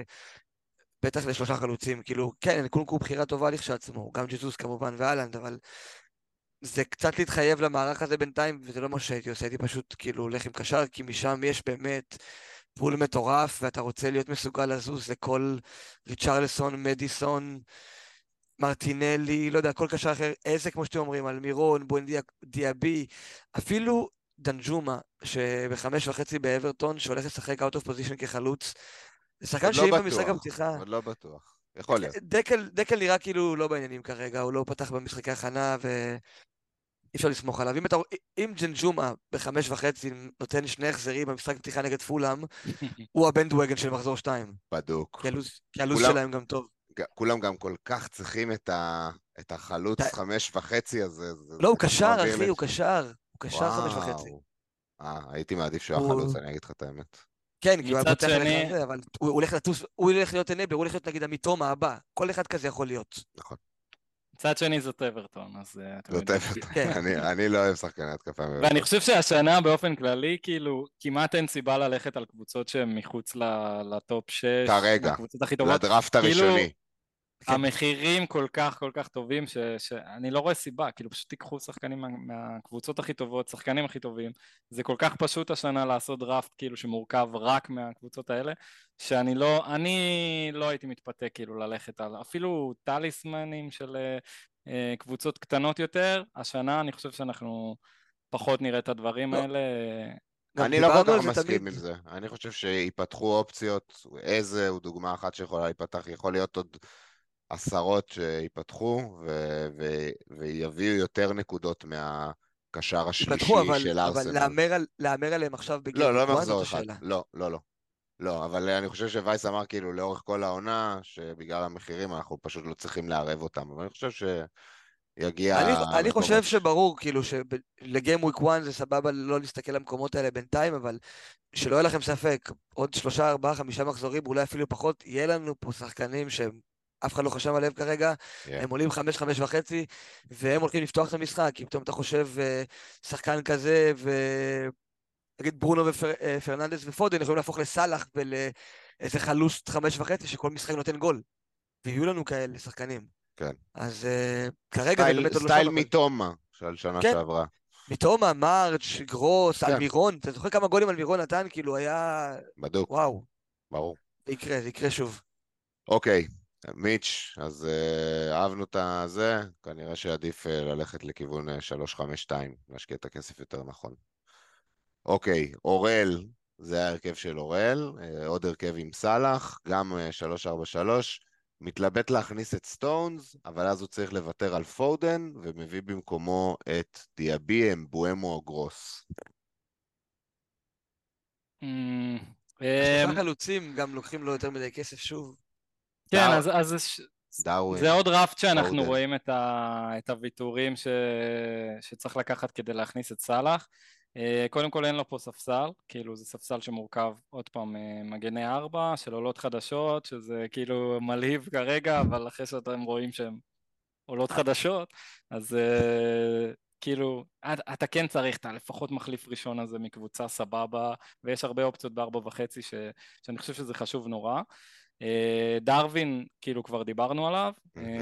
[SPEAKER 3] בטח ל3 חלוצים. כאילו, כן, אנקונקו בחירה טובה לכשעצמו, גם ג'זוס כמובן ואלנד, אבל זה קצת להתחייב למערך הזה בינתיים, וזה לא מה שהייתי עושה, הייתי פשוט כאילו הולך עם קשר, כי משם יש באמת פול מטורף, ואתה רוצה להיות מסוגל לזוז לכל ריצ'רלסון, מדיסון, מרטינלי, לא יודע, כל קשר אחר, איזה כמו שאתם אומרים, אלמירון, בואנדיה, דיאבי, אפילו דנג'ומה, ב5.5 באברטון, שהולך לשחק out of position כחלוץ, זה שחקן
[SPEAKER 1] עוד לא
[SPEAKER 3] שאם במשחק
[SPEAKER 1] בטוח,
[SPEAKER 3] הפתיחה,
[SPEAKER 1] עוד לא בטוח. יכול להיות.
[SPEAKER 3] דקל נראה כאילו לא בעניינים כרגע, הוא לא פתח במשחקי הכנה ואי אפשר לסמוך עליו. אם ג'נג'ומה ב5.5 נותן שני החזרים במשחק פתיחה נגד פולאם, הוא הבנדווגן של מחזור 2.
[SPEAKER 1] בדוק.
[SPEAKER 3] כי הלו"ז שלהם גם טוב.
[SPEAKER 1] כולם גם כל כך צריכים את החלוץ 5.5 הזה.
[SPEAKER 3] לא, הוא קשר, אחי, הוא קשר. הוא קשר 5.5.
[SPEAKER 1] הייתי מעדיף שהוא החלוץ, אני אגיד לך את האמת.
[SPEAKER 3] כן, כי הוא היה פותח לך זה, אבל הוא הולך לטוס, הוא הולך להיות אנבר, הוא הולך להיות נגיד המיטומה הבא. כל אחד כזה יכול להיות.
[SPEAKER 1] נכון.
[SPEAKER 2] מצד שני זאת אברטון, אז...
[SPEAKER 1] זאת אברטון, אני לא אוהב שחקני התקפה מאברטון.
[SPEAKER 2] ואני חושב שהשנה באופן כללי, כאילו, כמעט אין סיבה ללכת על קבוצות שהן מחוץ לטופ 6.
[SPEAKER 1] כרגע, לדראפט הראשוני.
[SPEAKER 2] המחירים כל כך טובים שאני לא רואה סיבה, כאילו פשוט תיקחו שחקנים מהקבוצות הכי טובות, שחקנים הכי טובים, זה כל כך פשוט השנה לעשות דראפט כאילו שמורכב רק מהקבוצות האלה, שאני לא הייתי מתפתה כאילו ללכת על אפילו טליסמנים של קבוצות קטנות יותר, השנה אני חושב שאנחנו פחות נראה את הדברים האלה.
[SPEAKER 1] אני לא כל כך מסכים עם זה, אני חושב שיפתחו אופציות, איזה הוא דוגמה אחת שיכולה להיפתח, יכול להיות עוד עשרות שיפתחו ויביאו יותר נקודות מהקשר השלישי של ארסנל.
[SPEAKER 3] אבל להמר עליהם עכשיו בגיל
[SPEAKER 1] לא מחזור אחד, לא, אבל אני חושב שווייס אמר כאילו לאורך כל העונה, שבגלל המחירים אנחנו פשוט לא צריכים לערב אותם, אבל אני חושב שיגיע...
[SPEAKER 3] אני חושב שברור כאילו שלגיים וויק 1 זה סבבה לא להסתכל למקומות האלה בינתיים, אבל שלא יהיה לכם ספק, עוד 3, 4, 5 מחזורים, אולי אפילו פחות, יהיה לנו פה שחקנים שהם אף אחד לא חשב עליהם כרגע, הם עולים 5.5, והם הולכים לפתוח את המשחק, כי פתאום אתה חושב שחקן כזה, נגיד ברונו ופרננדס ופודן, יכולים להפוך לסלח ולאיזה חלוץ 5.5, שכל משחק נותן גול, ויהיו לנו כאלה שחקנים.
[SPEAKER 1] כן.
[SPEAKER 3] אז כרגע זה באמת עוד לא
[SPEAKER 1] סטייל מיטומה, של שנה שעברה.
[SPEAKER 3] מיטומה, מרץ', גרוס, אלמירון, אתה זוכר כמה גולים אלמירון נתן? כאילו היה...
[SPEAKER 1] בדוק.
[SPEAKER 3] וואו.
[SPEAKER 1] ברור.
[SPEAKER 3] זה יקרה שוב.
[SPEAKER 1] אוקיי. מיץ', אז אהבנו את זה, כנראה שעדיף ללכת לכיוון 352, להשקיע את הכסף יותר נכון. אוקיי, אורל, זה ההרכב של אורל, עוד הרכב עם סלח, גם 343, מתלבט להכניס את סטונס, אבל אז הוא צריך לוותר על פודן, ומביא במקומו את דיאבי, אמבואמו או גרוס.
[SPEAKER 3] שלושה חלוצים גם לוקחים לו יותר מדי כסף שוב.
[SPEAKER 2] כן, אז זה עוד דראפט שאנחנו רואים את הוויתורים שצריך לקחת כדי להכניס את סלח. קודם כל אין לו פה ספסל, כאילו זה ספסל שמורכב עוד פעם מגני 4 של עולות חדשות, שזה כאילו מלהיב כרגע, אבל אחרי שאתם רואים שהן עולות חדשות, אז כאילו אתה כן צריך את לפחות מחליף ראשון הזה מקבוצה סבבה, ויש הרבה אופציות ב4.5 שאני חושב שזה חשוב נורא. דרווין, כאילו כבר דיברנו עליו.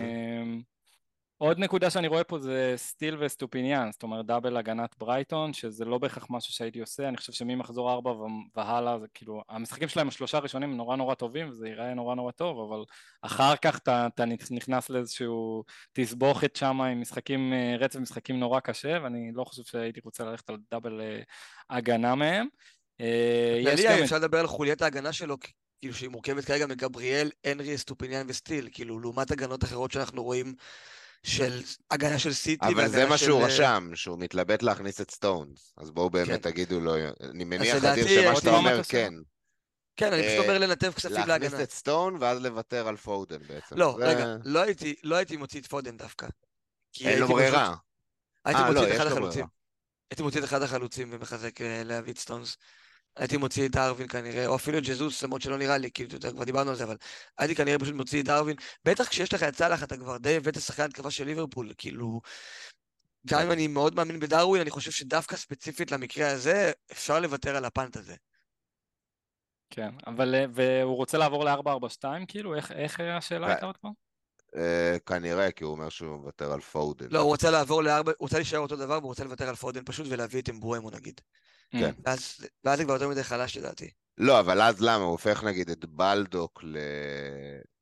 [SPEAKER 2] עוד נקודה שאני רואה פה זה סטיל וסטופיניאן, זאת אומרת דאבל הגנת ברייטון, שזה לא בהכרח משהו שהייתי עושה, אני חושב שממחזור 4 והלאה, זה כאילו, המשחקים שלהם השלושה הראשונים נורא טובים, וזה ייראה נורא טוב, אבל אחר כך אתה נכנס לאיזשהו תסבוכת שם עם משחקים, רצף משחקים נורא קשה, ואני לא חושב שהייתי רוצה ללכת על דאבל הגנה מהם.
[SPEAKER 3] אפשר לדבר על חוליית ההגנה שלו, כאילו שהיא מורכבת כרגע מגבריאל, אנרי, סטופיניאן וסטיל, כאילו לעומת הגנות אחרות שאנחנו רואים של הגנה של סיטי.
[SPEAKER 1] אבל זה מה שהוא רשם, שהוא מתלבט להכניס את סטונס, אז בואו באמת תגידו לו, אני מניח אדיר שמה שאתה אומר כן.
[SPEAKER 3] כן, אני פשוט אומר לנתב כספים להגנה.
[SPEAKER 1] להכניס את סטון ואז לוותר על פודן בעצם.
[SPEAKER 3] לא, רגע, לא הייתי מוציא את פודן דווקא.
[SPEAKER 1] אין לו ברירה.
[SPEAKER 3] הייתי מוציא את אחד החלוצים. הייתי מוציא את אחד החלוצים ומחזק להביא את סטונס. הייתי מוציא את דרווין כנראה, או אפילו את ג'זוס, למרות שלא נראה לי, כאילו, כבר דיברנו על זה, אבל הייתי כנראה פשוט מוציא את דרווין. בטח כשיש לך את סלאח, אתה כבר די הבאת שחקן התקפה של ליברפול, כאילו, גם אם אני מאוד מאמין בדרווין, אני חושב שדווקא ספציפית למקרה הזה, אפשר לוותר על הפנט הזה.
[SPEAKER 2] כן, אבל, והוא רוצה לעבור ל-4-4-2, כאילו, איך השאלה הייתה עוד פעם?
[SPEAKER 1] כנראה, כי הוא אומר שהוא מוותר על פודן.
[SPEAKER 3] לא, הוא רוצה לעבור ל-4, הוא רוצה להישאר אותו דבר, והוא רוצה לוותר על פודן פשוט ולהביא את אמבואמו נגיד.
[SPEAKER 1] כן.
[SPEAKER 3] ואז זה כבר יותר מדי חלש לדעתי.
[SPEAKER 1] לא, אבל אז למה? הוא הופך נגיד את בלדוק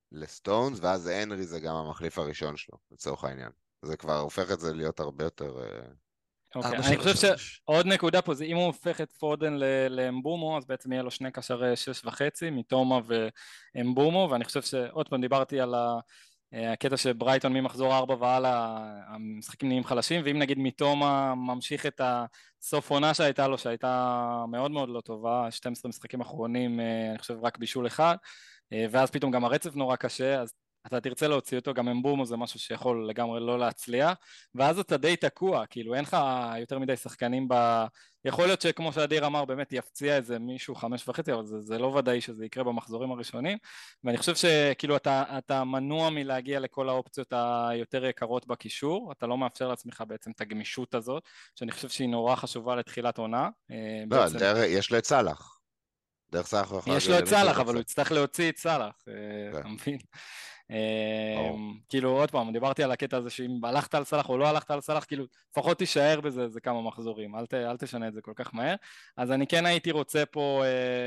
[SPEAKER 1] לסטונס, ואז הנרי זה גם המחליף הראשון שלו, לצורך העניין. זה כבר הופך את זה להיות הרבה יותר...
[SPEAKER 2] אוקיי, אני חושב
[SPEAKER 3] 4-3-3.
[SPEAKER 2] שעוד נקודה פה זה אם הוא הופך את פודן לאמבומו, אז בעצם יהיה לו שני קשרי 6.5 מתומה ואמבומו, ואני חושב שעוד פעם דיברתי על הקטע שברייטון ממחזור 4 והלאה המשחקים נהיים חלשים, ואם נגיד מתומה ממשיך את הסוף עונה שהייתה לו, שהייתה מאוד מאוד לא טובה, 12 משחקים אחרונים, אני חושב רק בישול אחד, ואז פתאום גם הרצף נורא קשה, אז אתה תרצה להוציא אותו, גם אמבומו זה משהו שיכול לגמרי לא להצליח, ואז אתה די תקוע, כאילו אין לך יותר מדי שחקנים יכול להיות שכמו שאדיר אמר באמת יפציע איזה מישהו 5.5, אבל זה לא ודאי שזה יקרה במחזורים הראשונים, ואני חושב שכאילו אתה מנוע מלהגיע לכל האופציות היותר יקרות בקישור, אתה לא מאפשר לעצמך בעצם את הגמישות הזאת, שאני חושב שהיא נורא חשובה לתחילת עונה.
[SPEAKER 1] לא,
[SPEAKER 2] בעצם
[SPEAKER 1] יש לו את סלאח. דרך סלאח הוא יכול
[SPEAKER 2] יש
[SPEAKER 1] להגיע
[SPEAKER 2] לו את
[SPEAKER 1] למי שהוא
[SPEAKER 2] סלאח, אבל
[SPEAKER 1] רוצה.
[SPEAKER 2] הוא יצטרך להוציא את סלאח,
[SPEAKER 1] כן,
[SPEAKER 2] אתה מבין?
[SPEAKER 1] ברור.
[SPEAKER 2] כאילו עוד פעם, דיברתי על הקטע הזה שאם הלכת על סלאח או לא הלכת על סלאח, כאילו לפחות תישאר בזה, זה כמה מחזורים, אל תשנה את זה כל כך מהר. אז אני כן הייתי רוצה פה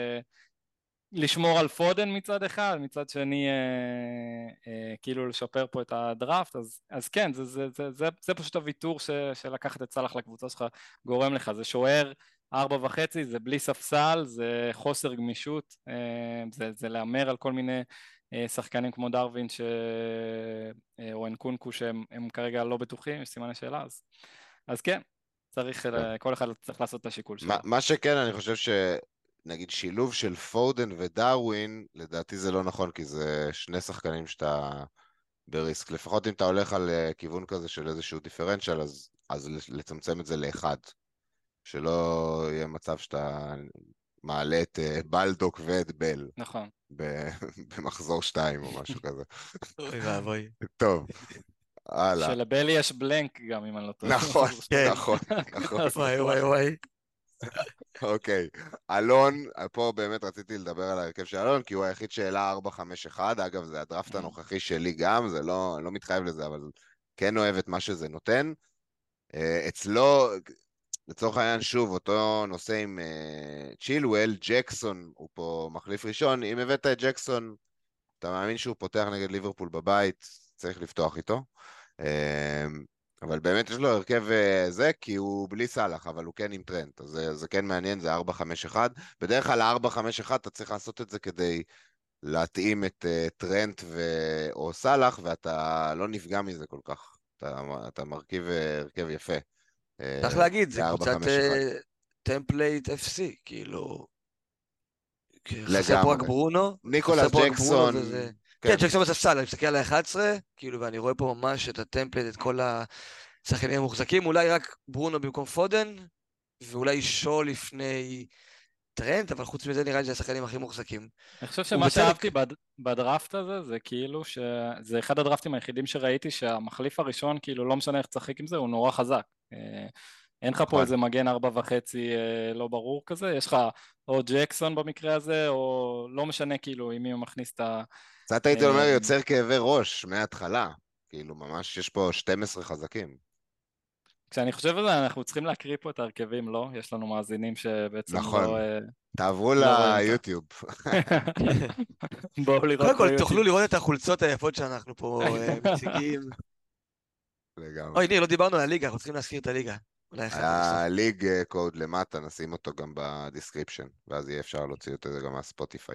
[SPEAKER 2] לשמור על פודן מצד אחד, מצד שני כאילו לשפר פה את הדראפט, אז כן, זה פשוט הוויתור שלקחת את סלאח לקבוצה שלך גורם לך, זה שוער 4.5, זה בלי ספסל, זה חוסר גמישות, זה להמר על כל מיני שחקנים כמו דרווין או אנקונקו שהם כרגע לא בטוחים, יש סימני שאלה, אז כן, כל אחד צריך לעשות את השיקול שלו.
[SPEAKER 1] מה שכן, אני חושב נגיד שילוב של פודן ודרווין, לדעתי זה לא נכון, כי זה שני שחקנים שאתה בריסק. לפחות אם אתה הולך על כיוון כזה של איזשהו דיפרנציאל, אז לצמצם את זה לאחד. שלא יהיה מצב שאתה מעלה את בלדוק ואת בל.
[SPEAKER 2] נכון.
[SPEAKER 1] במחזור 2 או משהו כזה.
[SPEAKER 3] אוי ואבוי.
[SPEAKER 1] טוב, הלאה.
[SPEAKER 2] שלבל יש בלנק גם, אם אני לא טועה.
[SPEAKER 1] נכון,
[SPEAKER 3] כן.
[SPEAKER 1] נכון, נכון.
[SPEAKER 3] וואי וואי וואי.
[SPEAKER 1] אוקיי, אלון, פה באמת רציתי לדבר על ההרכב של אלון, כי הוא היחיד שהעלה 4-5-1, אגב, זה הדראפט הנוכחי שלי גם, זה לא מתחייב לזה, אבל כן אוהב את מה שזה נותן. אצלו, לצורך העניין, שוב, אותו נושא עם צ'ילואל, ג'קסון הוא פה מחליף ראשון, אם הבאת את ג'קסון, אתה מאמין שהוא פותח נגד ליברפול בבית, צריך לפתוח איתו. אבל באמת יש לו הרכב זה, כי הוא בלי סלאח, אבל הוא כן עם טרנט, אז זה כן מעניין, זה 4-5-1. בדרך כלל 4-5-1 אתה צריך לעשות את זה כדי להתאים את טרנט או סלאח, ואתה לא נפגע מזה כל כך. אתה מרכיב הרכב יפה.
[SPEAKER 3] צריך להגיד, זה קבוצת
[SPEAKER 1] 4-5-1.
[SPEAKER 3] טמפלייט FC, כאילו... חסר פה רק
[SPEAKER 1] לגמרי.
[SPEAKER 3] ברונו.
[SPEAKER 1] ניקולס ג'קסון.
[SPEAKER 3] כן, ג'קסון בספסל, אני מסתכל על ה-11, כאילו, ואני רואה פה ממש את הטמפלייט, את כל השחקנים המוחזקים, אולי רק ברונו במקום פודן, ואולי שו לפני טרנט, אבל חוץ מזה נראה לי שזה השחקנים הכי מוחזקים.
[SPEAKER 2] אני חושב שמה שאהבתי בדראפט הזה, זה כאילו שזה אחד הדראפטים היחידים שראיתי, שהמחליף הראשון, כאילו לא משנה איך תשחק עם זה, הוא נורא חזק. אין לך פה איזה מגן 4.5 לא ברור כזה, יש לך או ג'קסון במקרה הזה, או לא משנה כאילו עם מי הוא מכניס את ה...
[SPEAKER 1] קצת הייתי אומר יוצר כאבי ראש מההתחלה, כאילו ממש יש פה 12 חזקים.
[SPEAKER 2] כשאני חושב על זה אנחנו צריכים להקריא פה את ההרכבים, לא? יש לנו מאזינים שבעצם
[SPEAKER 1] נכון.
[SPEAKER 2] לא...
[SPEAKER 1] תעברו ליוטיוב.
[SPEAKER 2] בואו לראות
[SPEAKER 3] קודם כל תוכלו לראות את החולצות היפות שאנחנו פה מציגים.
[SPEAKER 1] לגמרי.
[SPEAKER 3] אוי ניר, לא דיברנו על הליגה, אנחנו צריכים להזכיר את הליגה.
[SPEAKER 1] הליג קוד למטה, נשים אותו גם בדיסקריפשן, ואז יהיה אפשר להוציא את זה גם מהספוטיפיי.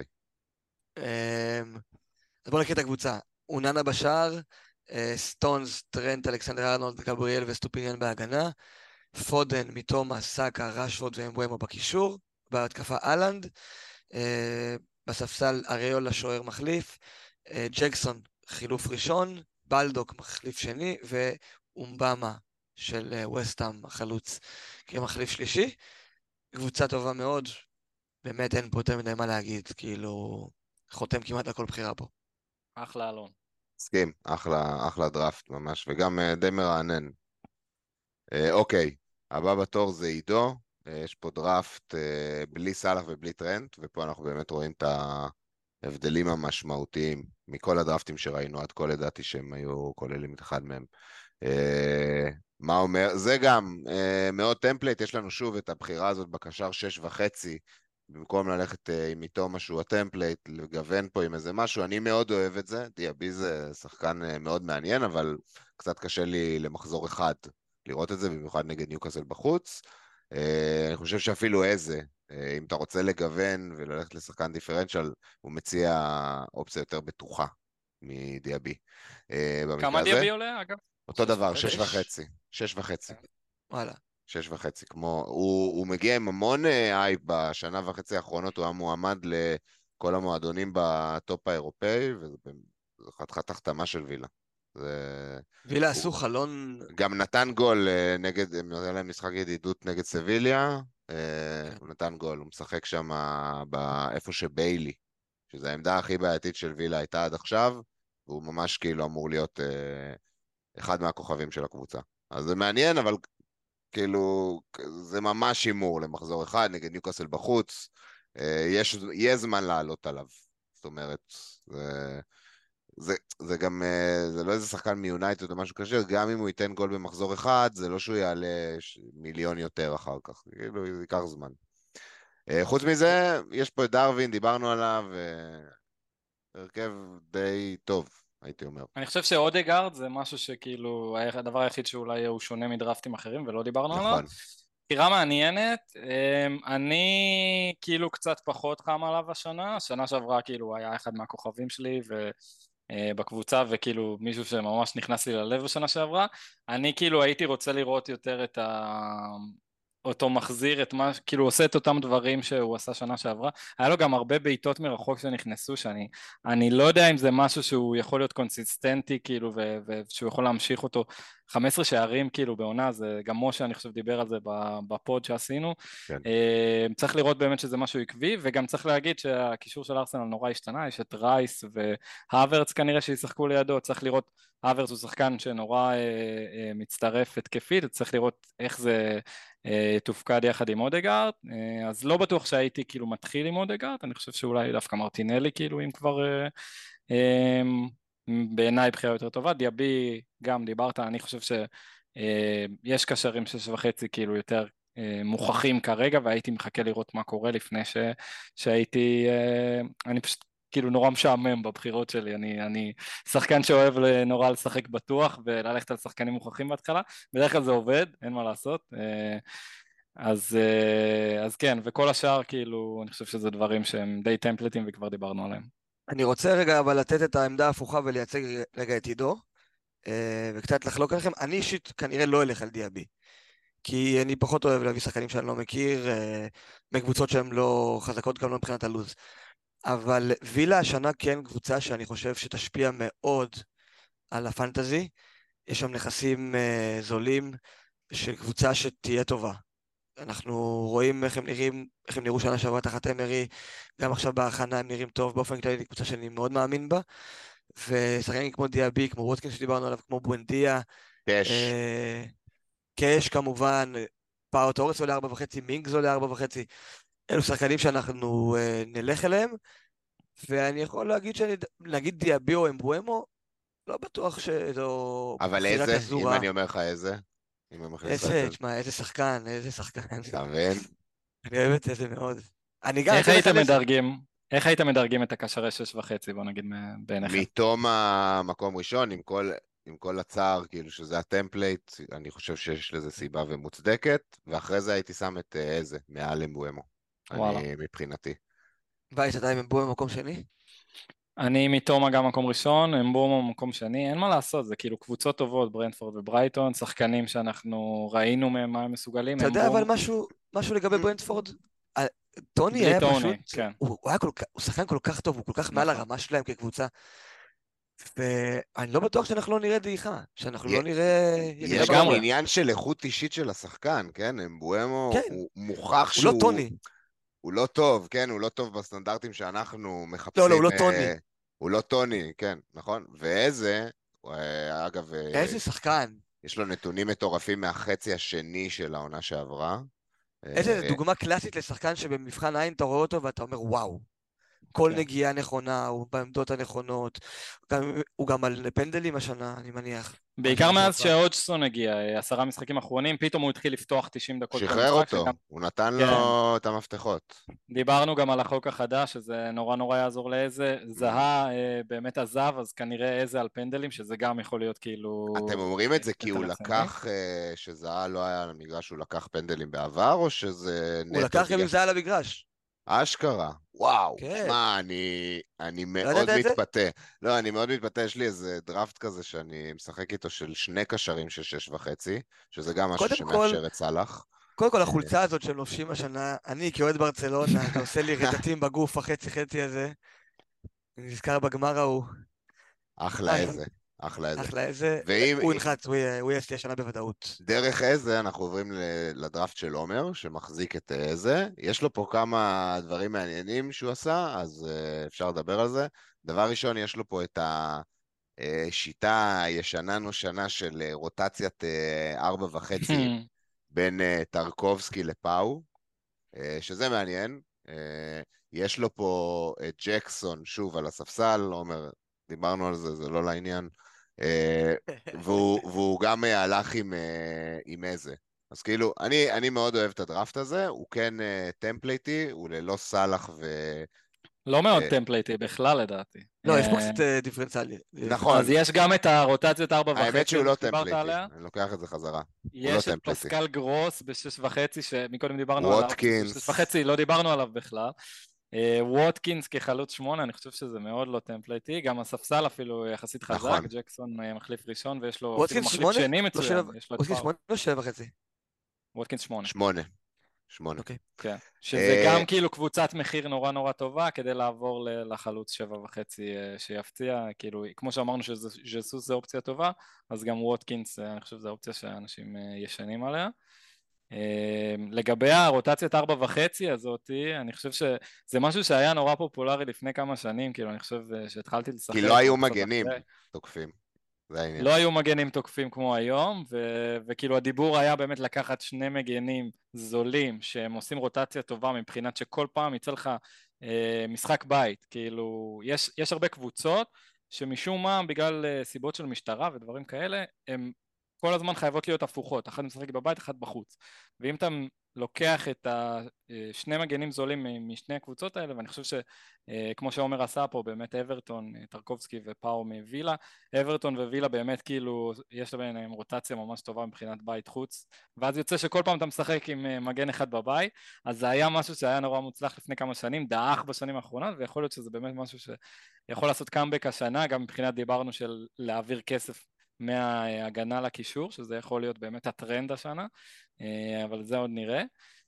[SPEAKER 3] אז בואו נקריא את הקבוצה. אוננה בשער, סטונס, טרנט, אלכסנדר ארנולד, גבריאל וסטופיניאן בהגנה, פודן, מיטומה, סאקה, רשפורד ואמבואמו בקישור, בהתקפה אלנד, בספסל אריולה שוער מחליף, ג'קסון חילוף ראשון, בלדוק מחליף שני, ואומבמה של ווסטהאם החלוץ כמחליף שלישי. קבוצה טובה מאוד, באמת אין פה יותר מדי מה להגיד, כאילו חותם כמעט על כל בחירה פה.
[SPEAKER 2] אחלה אלון.
[SPEAKER 1] מסכים, אחלה דראפט ממש, וגם די מרענן. אוקיי, הבא בתור זה עידו, יש פה דראפט בלי סלאח ובלי טרנט, ופה אנחנו באמת רואים את ההבדלים המשמעותיים מכל הדראפטים שראינו עד כה, לדעתי שהם היו כוללים את אחד מהם. מה אומר? זה גם מאוד טמפלייט, יש לנו שוב את הבחירה הזאת בקשר 6.5 במקום ללכת עם איתו משהו הטמפלייט, לגוון פה עם איזה משהו, אני מאוד אוהב את זה, דיאבי זה שחקן מאוד מעניין, אבל קצת קשה לי למחזור אחד לראות את זה, במיוחד נגד ניוקאסל בחוץ. אני חושב שאפילו איזה, אם אתה רוצה לגוון וללכת לשחקן דיפרנציאל, הוא מציע אופציה יותר בטוחה מדיאבי. במקרה
[SPEAKER 2] כמה
[SPEAKER 1] הזה,
[SPEAKER 2] דיאבי עולה, אגב?
[SPEAKER 1] אותו דבר,
[SPEAKER 3] 6.5.
[SPEAKER 1] 6.5.
[SPEAKER 3] וואלה.
[SPEAKER 1] 6.5, הוא מגיע עם המון אייפ בשנה וחצי האחרונות, הוא היה מועמד לכל המועדונים בטופ האירופאי, וזה חתיכת החתמה של וילה.
[SPEAKER 3] וילה
[SPEAKER 1] הוא
[SPEAKER 3] עשו חלון...
[SPEAKER 1] גם נתן גול נגד, היה להם משחק ידידות נגד סביליה,
[SPEAKER 3] כן.
[SPEAKER 1] הוא נתן גול, הוא משחק שם איפה שביילי, שזו העמדה הכי בעייתית של וילה הייתה עד עכשיו, והוא ממש כאילו אמור להיות אחד מהכוכבים של הקבוצה. אז זה מעניין, אבל כאילו, זה ממש הימור למחזור אחד, נגד ניוקאסל בחוץ, יהיה זמן לעלות עליו. זאת אומרת, זה גם, זה לא איזה שחקן מיונייטד או משהו קשה, גם אם הוא ייתן גול במחזור אחד, זה לא שהוא יעלה מיליון יותר אחר כך, כאילו, זה ייקח זמן. חוץ מזה, יש פה את דרווין, דיברנו עליו, הרכב די טוב, הייתי אומר.
[SPEAKER 2] אני חושב שאודגארד זה משהו שכאילו הדבר היחיד שאולי הוא שונה מדרפטים אחרים ולא דיברנו עליו.
[SPEAKER 1] נכון.
[SPEAKER 2] בחירה מעניינת, אני כאילו קצת פחות חם עליו השנה שעברה כאילו היה אחד מהכוכבים שלי בקבוצה וכאילו מישהו שממש נכנס לי ללב בשנה שעברה. אני כאילו הייתי רוצה לראות יותר אותו מחזיר את מה, כאילו עושה את אותם דברים שהוא עשה שנה שעברה. היה לו גם הרבה בעיטות מרחוק שנכנסו, שאני לא יודע אם זה משהו שהוא יכול להיות קונסיסטנטי כאילו ושהוא יכול להמשיך אותו. 15 שערים כאילו בעונה, זה גם משה אני חושב דיבר על זה בפוד שעשינו.
[SPEAKER 1] כן.
[SPEAKER 2] צריך לראות באמת שזה משהו עקבי, וגם צריך להגיד שהקישור של ארסנל נורא השתנה, יש את רייס והאברץ כנראה שישחקו לידו, צריך לראות, האברץ הוא שחקן שנורא מצטרף התקפית, צריך לראות איך זה תופקד יחד עם אודגארד, אז לא בטוח שהייתי כאילו מתחיל עם אודגארד, אני חושב שאולי דווקא מרטינלי כאילו אם כבר בעיניי בחירה יותר טובה. דיאבי גם דיברת, אני חושב שיש קשרים 6.5 כאילו יותר מוכחים כרגע, והייתי מחכה לראות מה קורה לפני שהייתי, אני פשוט כאילו נורא משעמם בבחירות שלי, אני שחקן שאוהב נורא לשחק בטוח וללכת על שחקנים מוכחים בהתחלה, בדרך כלל זה עובד, אין מה לעשות, אז כן, וכל השאר כאילו אני חושב שזה דברים שהם די טמפלטים וכבר דיברנו עליהם.
[SPEAKER 3] אני רוצה רגע אבל לתת את העמדה ההפוכה ולייצג רגע את עידו, וקצת לחלוק עליכם. אני אישית כנראה לא אלך על דיאבי, כי אני פחות אוהב להביא שחקנים שאני לא מכיר, מקבוצות שהן לא חזקות גם לא מבחינת הלוז. אבל וילה השנה כן קבוצה שאני חושב שתשפיע מאוד על הפנטזי. יש שם נכסים זולים של קבוצה שתהיה טובה. אנחנו רואים איך הם נראים, איך הם נראו שנה שעברה תחת אמרי, גם עכשיו בהכנה הם נראים טוב, באופן כללי קבוצה שאני מאוד מאמין בה, ושחקנים כמו דיאבי, כמו ווטקין שדיברנו עליו, כמו בואנדיה,
[SPEAKER 1] קש.
[SPEAKER 3] קש כמובן, פאו טורס עולה 4.5, מינגס עולה 4.5, אלו שחקנים שאנחנו נלך אליהם, ואני יכול להגיד נגיד דיאבי או אמבואמו, לא בטוח שזו
[SPEAKER 1] אבל
[SPEAKER 3] בחירה
[SPEAKER 1] איזה?
[SPEAKER 3] כזו
[SPEAKER 1] אם
[SPEAKER 3] רעה.
[SPEAKER 1] אני אומר לך איזה? אם אני מכניס לך את זה.
[SPEAKER 3] תשמע, איזה שחקן.
[SPEAKER 1] אתה מבין?
[SPEAKER 3] אני אוהב את זה מאוד. אני גם
[SPEAKER 2] איך
[SPEAKER 3] אתן לך
[SPEAKER 2] איך היית מדרגים את הקשרי 6.5 בוא נגיד בעיניכם?
[SPEAKER 1] מתום המקום ראשון, עם כל הצער, כאילו שזה הטמפלייט, אני חושב שיש לזה סיבה ומוצדקת, ואחרי זה הייתי שם את איזה, מעל אמבואמו.
[SPEAKER 2] וואלה.
[SPEAKER 1] אני מבחינתי.
[SPEAKER 3] וייס, אתה עם אמבואמו במקום שני?
[SPEAKER 2] אני מתומה גם מקום ראשון, אמבומו מקום שני, אין מה לעשות, זה כאילו קבוצות טובות, ברנדפורד וברייטון, שחקנים שאנחנו ראינו מהם מה הם מסוגלים,
[SPEAKER 3] אתה יודע אבל
[SPEAKER 2] אמבומו,
[SPEAKER 3] משהו לגבי ברנדפורד? טוני
[SPEAKER 2] בלי
[SPEAKER 3] היה
[SPEAKER 2] טוני,
[SPEAKER 3] פשוט,
[SPEAKER 2] כן.
[SPEAKER 3] הוא שחקן כל כך טוב, הוא כל כך מעל
[SPEAKER 2] נכון.
[SPEAKER 3] הרמה שלהם כקבוצה, ואני לא בטוח שאנחנו לא נראה דעיכה, שאנחנו לא נראה ירידה
[SPEAKER 1] יש גם
[SPEAKER 2] לגמרי.
[SPEAKER 3] ברמה.
[SPEAKER 1] עניין של איכות אישית של השחקן, כן? אמבואמו
[SPEAKER 3] כן,
[SPEAKER 1] הוא מוכח
[SPEAKER 3] הוא לא
[SPEAKER 1] שהוא...
[SPEAKER 3] טוני.
[SPEAKER 1] הוא לא טוב, כן? הוא לא טוב בסטנדרטים שאנחנו
[SPEAKER 3] לא,
[SPEAKER 1] מחפשים.
[SPEAKER 3] הוא לא טוני.
[SPEAKER 1] הוא לא טוני, כן, נכון? ואיזה, אגב,
[SPEAKER 3] איזה שחקן.
[SPEAKER 1] יש לו נתונים מטורפים מהחצי השני של העונה שעברה.
[SPEAKER 3] איזה דוגמה קלאסית לשחקן שבמבחן עין אתה רואה אותו ואתה אומר וואו. כל
[SPEAKER 2] כן.
[SPEAKER 3] נגיעה נכונה, הוא בעמדות הנכונות, הוא גם על פנדלים השנה, אני מניח.
[SPEAKER 2] בעיקר
[SPEAKER 3] משהו
[SPEAKER 2] מאז
[SPEAKER 3] שעבר.
[SPEAKER 2] שהודג'סון הגיע, 10 משחקים אחרונים, פתאום הוא התחיל לפתוח 90 דקות כל
[SPEAKER 1] שחרר
[SPEAKER 2] משחק,
[SPEAKER 1] אותו,
[SPEAKER 2] שגם,
[SPEAKER 1] הוא נתן
[SPEAKER 2] כן,
[SPEAKER 1] לו את המפתחות.
[SPEAKER 2] דיברנו גם על החוק החדש, שזה נורא נורא יעזור לאיזה, זהה באמת עזב, אז כנראה איזה על פנדלים, שזה גם יכול להיות כאילו
[SPEAKER 1] אתם אומרים את זה כי
[SPEAKER 2] יותר
[SPEAKER 1] הוא
[SPEAKER 2] רציני.
[SPEAKER 1] לקח, שזהה לא היה על המגרש, הוא לקח פנדלים בעבר, או שזה
[SPEAKER 3] הוא
[SPEAKER 1] נטו
[SPEAKER 3] לקח גם
[SPEAKER 1] בגלל...
[SPEAKER 3] עם זה על המגרש.
[SPEAKER 1] אשכרה, וואו,
[SPEAKER 3] כן.
[SPEAKER 1] שמע, אני
[SPEAKER 3] לא ידעת
[SPEAKER 1] מאוד
[SPEAKER 3] את זה?
[SPEAKER 1] מתפתה. לא, אני מאוד מתפתה, יש לי איזה דראפט כזה שאני משחק איתו של שני קשרים של 6.5, שזה גם משהו
[SPEAKER 3] קודם כל,
[SPEAKER 1] שמאפשר את סאלח.
[SPEAKER 3] קודם כל החולצה הזאת שהם לובשים השנה, אני כאוהד ברצלונה, זה עושה לי רטטים בגוף, החצי חצי הזה. אני נזכר בגמר ההוא.
[SPEAKER 1] אחלה
[SPEAKER 3] איי,
[SPEAKER 1] איזה, אחלה איזה.
[SPEAKER 3] אחלה, איזה...
[SPEAKER 1] ואם
[SPEAKER 3] הוא ינחת, הוא יהיה אצלי השנה בוודאות.
[SPEAKER 1] דרך איזה, אנחנו עוברים לדראפט של עומר, שמחזיק את איזה. יש לו פה כמה דברים מעניינים שהוא עשה, אז אפשר לדבר על זה. דבר ראשון, יש לו פה את השיטה הישנה נושנה של רוטציית 4.5 בין טרקובסקי לפאו, שזה מעניין. יש לו פה את ג'קסון, שוב, על הספסל, עומר, דיברנו על זה, זה לא לעניין. והוא גם הלך עם איזה. אז כאילו, אני מאוד אוהב את הדראפט הזה, הוא כן טמפלייטי, הוא ללא סלאח
[SPEAKER 2] לא מאוד טמפלייטי בכלל לדעתי.
[SPEAKER 3] לא, יש פה קצת דיפרנציאלי.
[SPEAKER 1] נכון,
[SPEAKER 2] אז יש גם את הרוטציות 4.5
[SPEAKER 1] האמת שהוא
[SPEAKER 2] הזאת
[SPEAKER 1] לא
[SPEAKER 2] שדיברת
[SPEAKER 1] טמפלייטי,
[SPEAKER 2] עליה,
[SPEAKER 1] אני לוקח את זה חזרה. הוא לא
[SPEAKER 2] יש את
[SPEAKER 1] טמפלייטי.
[SPEAKER 2] פסקל גרוס ב-6.5 שמקודם דיברנו עליו,
[SPEAKER 1] ווטקינס,
[SPEAKER 2] ב-6.5 לא דיברנו עליו בכלל. ווטקינס כחלוץ 8, אני חושב שזה מאוד לא טמפלייטי, גם הספסל אפילו יחסית חזק,
[SPEAKER 1] נכון.
[SPEAKER 2] ג'קסון מחליף ראשון ויש לו אפילו
[SPEAKER 3] ווטקינס
[SPEAKER 2] מחליף
[SPEAKER 3] 8?
[SPEAKER 2] שני
[SPEAKER 3] לא
[SPEAKER 2] מצוין, יש לו את
[SPEAKER 3] ווטקינס
[SPEAKER 2] פאו.
[SPEAKER 3] 8 או 7.5?
[SPEAKER 2] ווטקינס 8.
[SPEAKER 1] 8.
[SPEAKER 3] אוקיי.
[SPEAKER 2] כן, שזה גם כאילו קבוצת מחיר נורא נורא טובה כדי לעבור לחלוץ 7.5 שיפציע, כאילו כמו שאמרנו שז'סוס זה אופציה טובה, אז גם ווטקינס אני חושב שזו אופציה שאנשים ישנים עליה. לגבי הרוטציית 4.5 הזאתי, אני חושב שזה משהו שהיה נורא פופולרי לפני כמה שנים, כאילו אני חושב שהתחלתי לשחק.
[SPEAKER 1] כי לא היו
[SPEAKER 2] או קצת
[SPEAKER 1] מגנים
[SPEAKER 2] אחרי.
[SPEAKER 1] תוקפים, זה העניין.
[SPEAKER 2] לא היו מגנים תוקפים כמו היום, וכאילו הדיבור היה באמת לקחת שני מגנים זולים שהם עושים רוטציה טובה מבחינת שכל פעם יצא לך משחק בית, כאילו יש הרבה קבוצות שמשום מה בגלל סיבות של משטרה ודברים כאלה הם כל הזמן חייבות להיות הפוכות, אחת משחק בבית, אחת בחוץ, ואם אתה לוקח את שני מגנים זולים משני הקבוצות האלה, ואני חושב שכמו שעומר עשה פה, באמת אברטון, טרקובסקי ופאו מווילה, אברטון ווילה באמת כאילו יש להם רוטציה ממש טובה מבחינת בית חוץ, ואז יוצא שכל פעם אתה משחק עם מגן אחד בבית, אז זה היה משהו שהיה נורא מוצלח לפני כמה שנים, דעך בשנים האחרונות, ויכול להיות שזה באמת משהו שיכול לעשות קאמבק השנה, גם מבחינת דיברנו של להעביר כסף מההגנה לקישור, שזה יכול להיות באמת הטרנד השנה, אבל זה עוד נראה.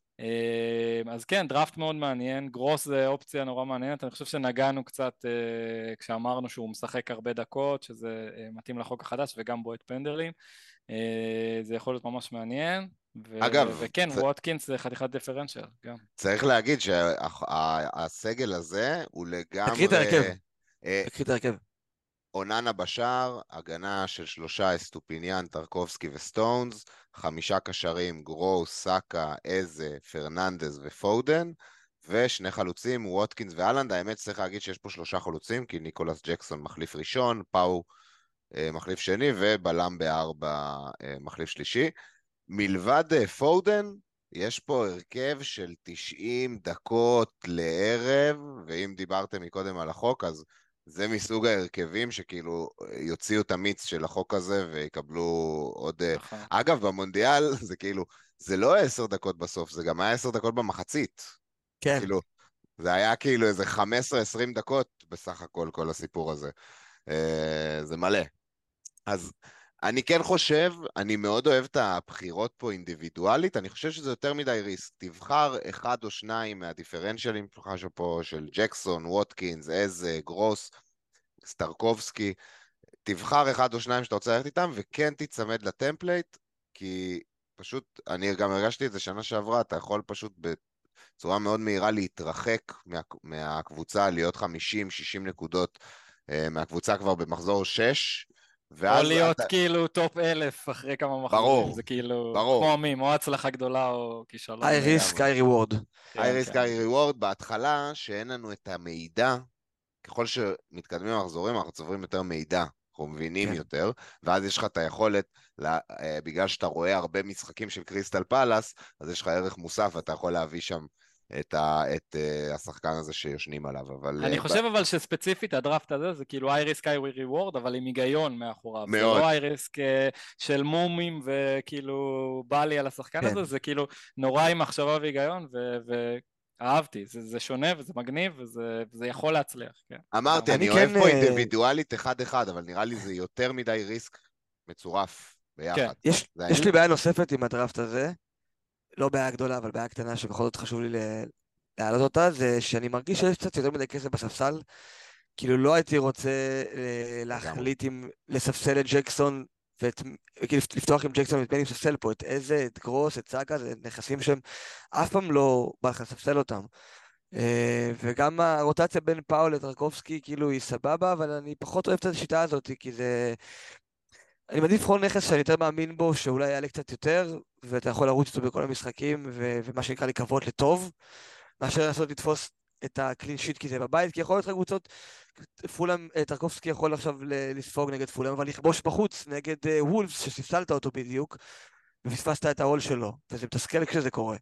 [SPEAKER 2] אז כן, דראפט מאוד מעניין, גרוס זה אופציה נורא מעניינת, אני חושב שנגענו קצת כשאמרנו שהוא משחק הרבה דקות, שזה מתאים לחוק החדש וגם בועט פנדלים, זה יכול להיות ממש מעניין, וכן, ווטקינס זה חתיכת דיפרנציאל גם.
[SPEAKER 1] צריך להגיד שהסגל הזה הוא לגמרי...
[SPEAKER 3] תקריא את ההרכב.
[SPEAKER 1] אוננה בשער, הגנה של 3 אסטופיניאן, טרקובסקי וסטונס, 5 קשרים, גרוס, סאקה, איזה, פרננדז ופודן, ושני חלוצים, ווטקינס ואלנד. האמת צריך להגיד שיש פה 3 חלוצים, כי ניקולס ג'קסון מחליף ראשון, פאו מחליף שני, ובלם ב4 מחליף שלישי. מלבד פודן, יש פה הרכב של 90 דקות לערב, ואם דיברתם מקודם על החוק, אז זה מסוג ההרכבים שכאילו יוציאו את המיץ של החוק הזה ויקבלו עוד... אגב, במונדיאל זה כאילו, זה לא 10 דקות בסוף, זה גם היה 10 דקות במחצית.
[SPEAKER 3] כן.
[SPEAKER 1] כאילו, זה היה כאילו איזה 15-20 דקות בסך הכל, כל הסיפור הזה. זה מלא. אז אני כן חושב, אני מאוד אוהב את הבחירות פה אינדיבידואלית, אני חושב שזה יותר מדי ריסק. תבחר 1 או 2 מהדיפרנציאלים שלך פה, של ג'קסון, ווטקינס, איזה, גרוס, סטרקובסקי, תבחר 1 או 2 שאתה רוצה ללכת איתם, וכן תצמד לטמפלייט, כי פשוט, אני גם הרגשתי את זה שנה שעברה, אתה יכול פשוט בצורה מאוד מהירה להתרחק מהקבוצה, להיות 50-60 נקודות מהקבוצה כבר במחזור 6,
[SPEAKER 2] או להיות כאילו טופ 1000 אחרי כמה מחזורים, זה כאילו כמו מים, או הצלחה גדולה או כישלון.
[SPEAKER 3] היי ריסק, היי ריוורד.
[SPEAKER 1] היי ריסק, היי ריוורד, בהתחלה שאין לנו את המידע, ככל שמתקדמים המחזורים, אנחנו צוברים יותר מידע, אנחנו מבינים יותר, ואז יש לך את היכולת, בגלל שאתה רואה הרבה משחקים של קריסטל פלאס, אז יש לך ערך מוסף, ואתה יכול להביא שם את השחקן הזה שיושנים עליו, אבל...
[SPEAKER 2] אני חושב אבל שספציפית הדראפט הזה זה כאילו אייריסק איי ריוורד, אבל עם היגיון מאחוריו.
[SPEAKER 1] מאוד.
[SPEAKER 2] זה לא אייריסק של מומים וכאילו בא לי על השחקן הזה, זה כאילו נורא עם מחשבה והיגיון, ואהבתי, זה שונה וזה מגניב וזה יכול להצליח.
[SPEAKER 1] אמרתי, אני אוהב פה אינדיבידואלית אחד, אבל נראה לי זה יותר מדי ריסק מצורף ביחד.
[SPEAKER 3] יש לי בעיה נוספת עם הדראפט הזה, לא בעיה גדולה, אבל בעיה קטנה שבכל זאת חשוב לי להעלות אותה, זה שאני מרגיש שיש קצת יותר מדי כסף בספסל, כאילו לא הייתי רוצה להחליט אם לספסל את ג'קסון, וכאילו לפתוח עם ג'קסון ואת בני לספסל פה, את איזה, את גרוס, את סאקה, זה נכסים שהם אף פעם לא בא לך לספסל אותם. וגם הרוטציה בין פאול לטרקובסקי כאילו היא סבבה, אבל אני פחות אוהב את השיטה הזאת, כי זה... אני מעדיף לבחור נכס שאני יותר מאמין בו, שאולי יעלה קצת יותר, ואתה יכול לרוץ אותו בכל המשחקים, ומה שנקרא לקוות לטוב, מאשר לנסות לתפוס את הקלין שיט כי זה בבית, כי יכול להיות לך קבוצות, פולאם, טרקובסקי יכול עכשיו לספוג נגד פולאם, אבל לכבוש בחוץ נגד וולפס, שספסלת אותו בדיוק, ופספסת את העול שלו, וזה מתסכל כשזה קורה.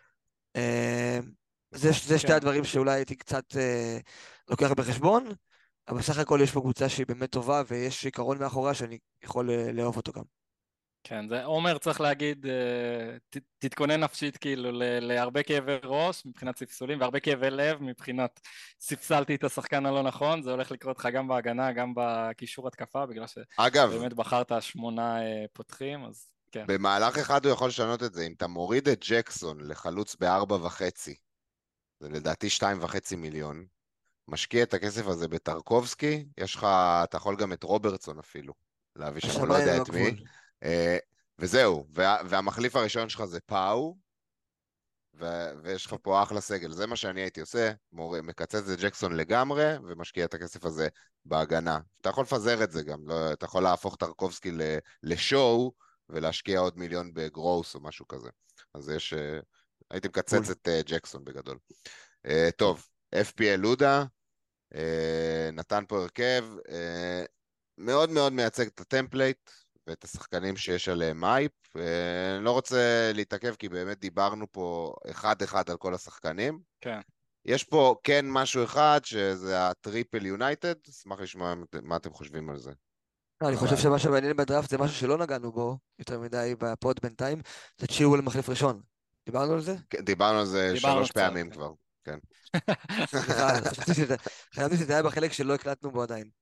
[SPEAKER 3] זה שתי הדברים שאולי הייתי קצת לוקח בחשבון, אבל בסך הכל יש פה קבוצה שהיא באמת טובה, ויש עיקרון מאחוריה שאני יכול לאהוב אותו גם.
[SPEAKER 2] כן, זה עומר צריך להגיד, תתכונן נפשית כאילו להרבה כאבי ראש מבחינת ספסולים, והרבה כאבי לב מבחינת ספסלתי את השחקן הלא נכון, זה הולך לקרות לך גם בהגנה, גם בקישור התקפה, בגלל שבאמת בחרת 8 פותחים, אז כן.
[SPEAKER 1] במהלך אחד הוא יכול לשנות את זה, אם אתה מוריד את ג'קסון לחלוץ ב4.5, זה לדעתי 2.5 מיליון, משקיע את הכסף הזה בטרקובסקי, יש לך, אתה יכול גם את רוברטסון אפילו, להביא שם לא יודע את מי, וזהו, והמחליף הראשון שלך זה פאו, ויש לך פה אחלה סגל, זה מה שאני הייתי עושה, מקצץ את ג'קסון לגמרי, ומשקיע את הכסף הזה בהגנה. אתה יכול לפזר את זה גם, לא, אתה יכול להפוך טרקובסקי לשואו, ולהשקיע עוד מיליון בגרוס או משהו כזה. אז יש, הייתי מקצץ את ג'קסון בגדול. טוב, FPL לודה, נתן פה הרכב, מאוד מאוד מייצג את הטמפלייט, ואת השחקנים שיש עליהם אייפ. אני לא רוצה להתעכב, כי באמת דיברנו פה אחד על כל השחקנים.
[SPEAKER 2] כן.
[SPEAKER 1] יש פה כן משהו אחד, שזה הטריפל יונייטד, אשמח לשמוע מה אתם חושבים על זה.
[SPEAKER 3] אני חושב שמה שמעניין בדראפט זה משהו שלא נגענו בו יותר מדי בפוד בינתיים, זה צ'יוול מחליף ראשון. דיברנו על זה?
[SPEAKER 1] דיברנו על זה 3 פעמים כבר, כן.
[SPEAKER 3] סליחה, חשבתי שזה היה בחלק שלא הקלטנו בו עדיין.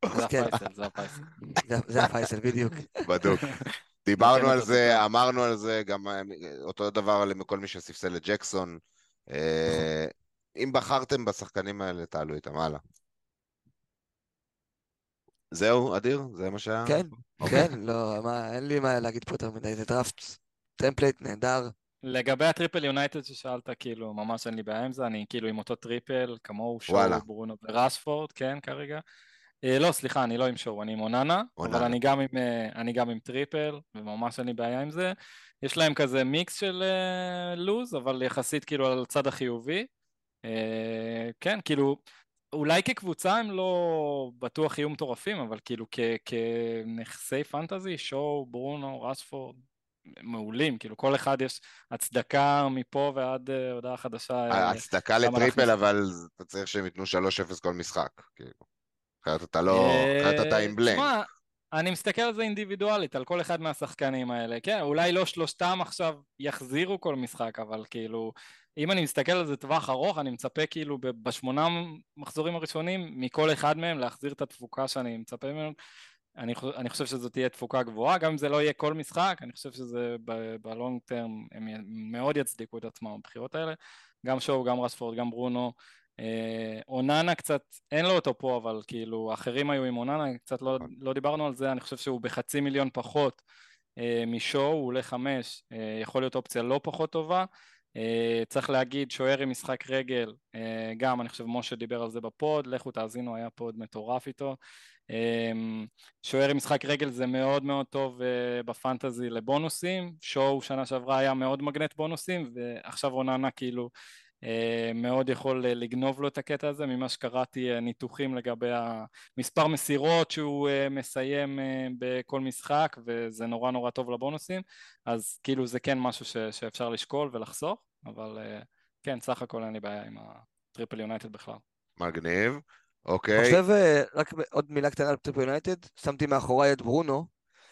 [SPEAKER 3] זה הפייסל, בדיוק.
[SPEAKER 1] בדיוק. דיברנו על זה, אמרנו על זה, גם אותו דבר לכל מי שספסל את ג'קסון. אם בחרתם בשחקנים האלה, תעלו איתם, הלאה. זהו, אדיר? זה מה שהיה?
[SPEAKER 3] כן, כן, לא, אין לי מה להגיד פה יותר מדי, זה דראפט, טמפלייט נהדר.
[SPEAKER 2] לגבי הטריפל יונייטד ששאלת, כאילו, ממש אין לי בעיה עם זה, אני כאילו עם אותו טריפל, כמוהו שואו, ברונו ורשפורד, כן, כרגע. לא, סליחה, אני לא עם שואו, אני עם אוננה, אבל אני גם עם טריפל, וממש אין לי בעיה עם זה. יש להם כזה מיקס של לוז, אבל יחסית כאילו על הצד החיובי. כן, כאילו, אולי כקבוצה הם לא בטוח יהיו מטורפים, אבל כאילו כנכסי פנטזי, שואו, ברונו, רשפורד, מעולים, כאילו כל אחד יש הצדקה מפה ועד הודעה חדשה.
[SPEAKER 1] הצדקה לטריפל, אבל אתה צריך שהם ייתנו 3-0 כל משחק, כאילו. אחרת אתה עם בלנק.
[SPEAKER 2] תשמע, אני מסתכל על זה אינדיבידואלית, על כל אחד מהשחקנים האלה, כן, אולי לא שלושתם עכשיו יחזירו כל משחק, אבל כאילו, אם אני מסתכל על זה טווח ארוך, אני מצפה כאילו ב8 מחזורים הראשונים, מכל אחד מהם להחזיר את התפוקה שאני מצפה ממנו. אני חושב שזו תהיה תפוקה גבוהה, גם אם זה לא יהיה כל משחק, אני חושב שזה בלונג טרם, הם מאוד יצדיקו את עצמם בבחירות האלה, גם שואו, גם רשפורד, גם ברונו, אוננה קצת, אין לו אותו פה, אבל כאילו, אחרים היו עם אוננה, קצת לא דיברנו על זה, אני חושב שהוא ב500,000 פחות משואו, הוא עולה 5, יכול להיות אופציה לא פחות טובה, צריך להגיד, שוער עם משחק רגל, גם אני חושב משה דיבר על זה בפוד, לכו תאזינו, היה פוד מטורף איתו. שוער עם משחק רגל זה מאוד מאוד טוב בפנטזי לבונוסים, שואו שנה שעברה היה מאוד מגנט בונוסים, ועכשיו רוננה כאילו מאוד יכול לגנוב לו את הקטע הזה, ממה שקראתי ניתוחים לגבי המספר מסירות שהוא מסיים בכל משחק, וזה נורא נורא טוב לבונוסים, אז כאילו זה כן משהו שאפשר לשקול ולחסוך, אבל כן, סך הכל אין לי בעיה עם הטריפל יונייטד בכלל.
[SPEAKER 1] מגניב,
[SPEAKER 3] אני
[SPEAKER 1] אוקיי.
[SPEAKER 3] חושב, רק עוד מילה קטנה על טריפל יונייטד, שמתי מאחוריי את ברונו,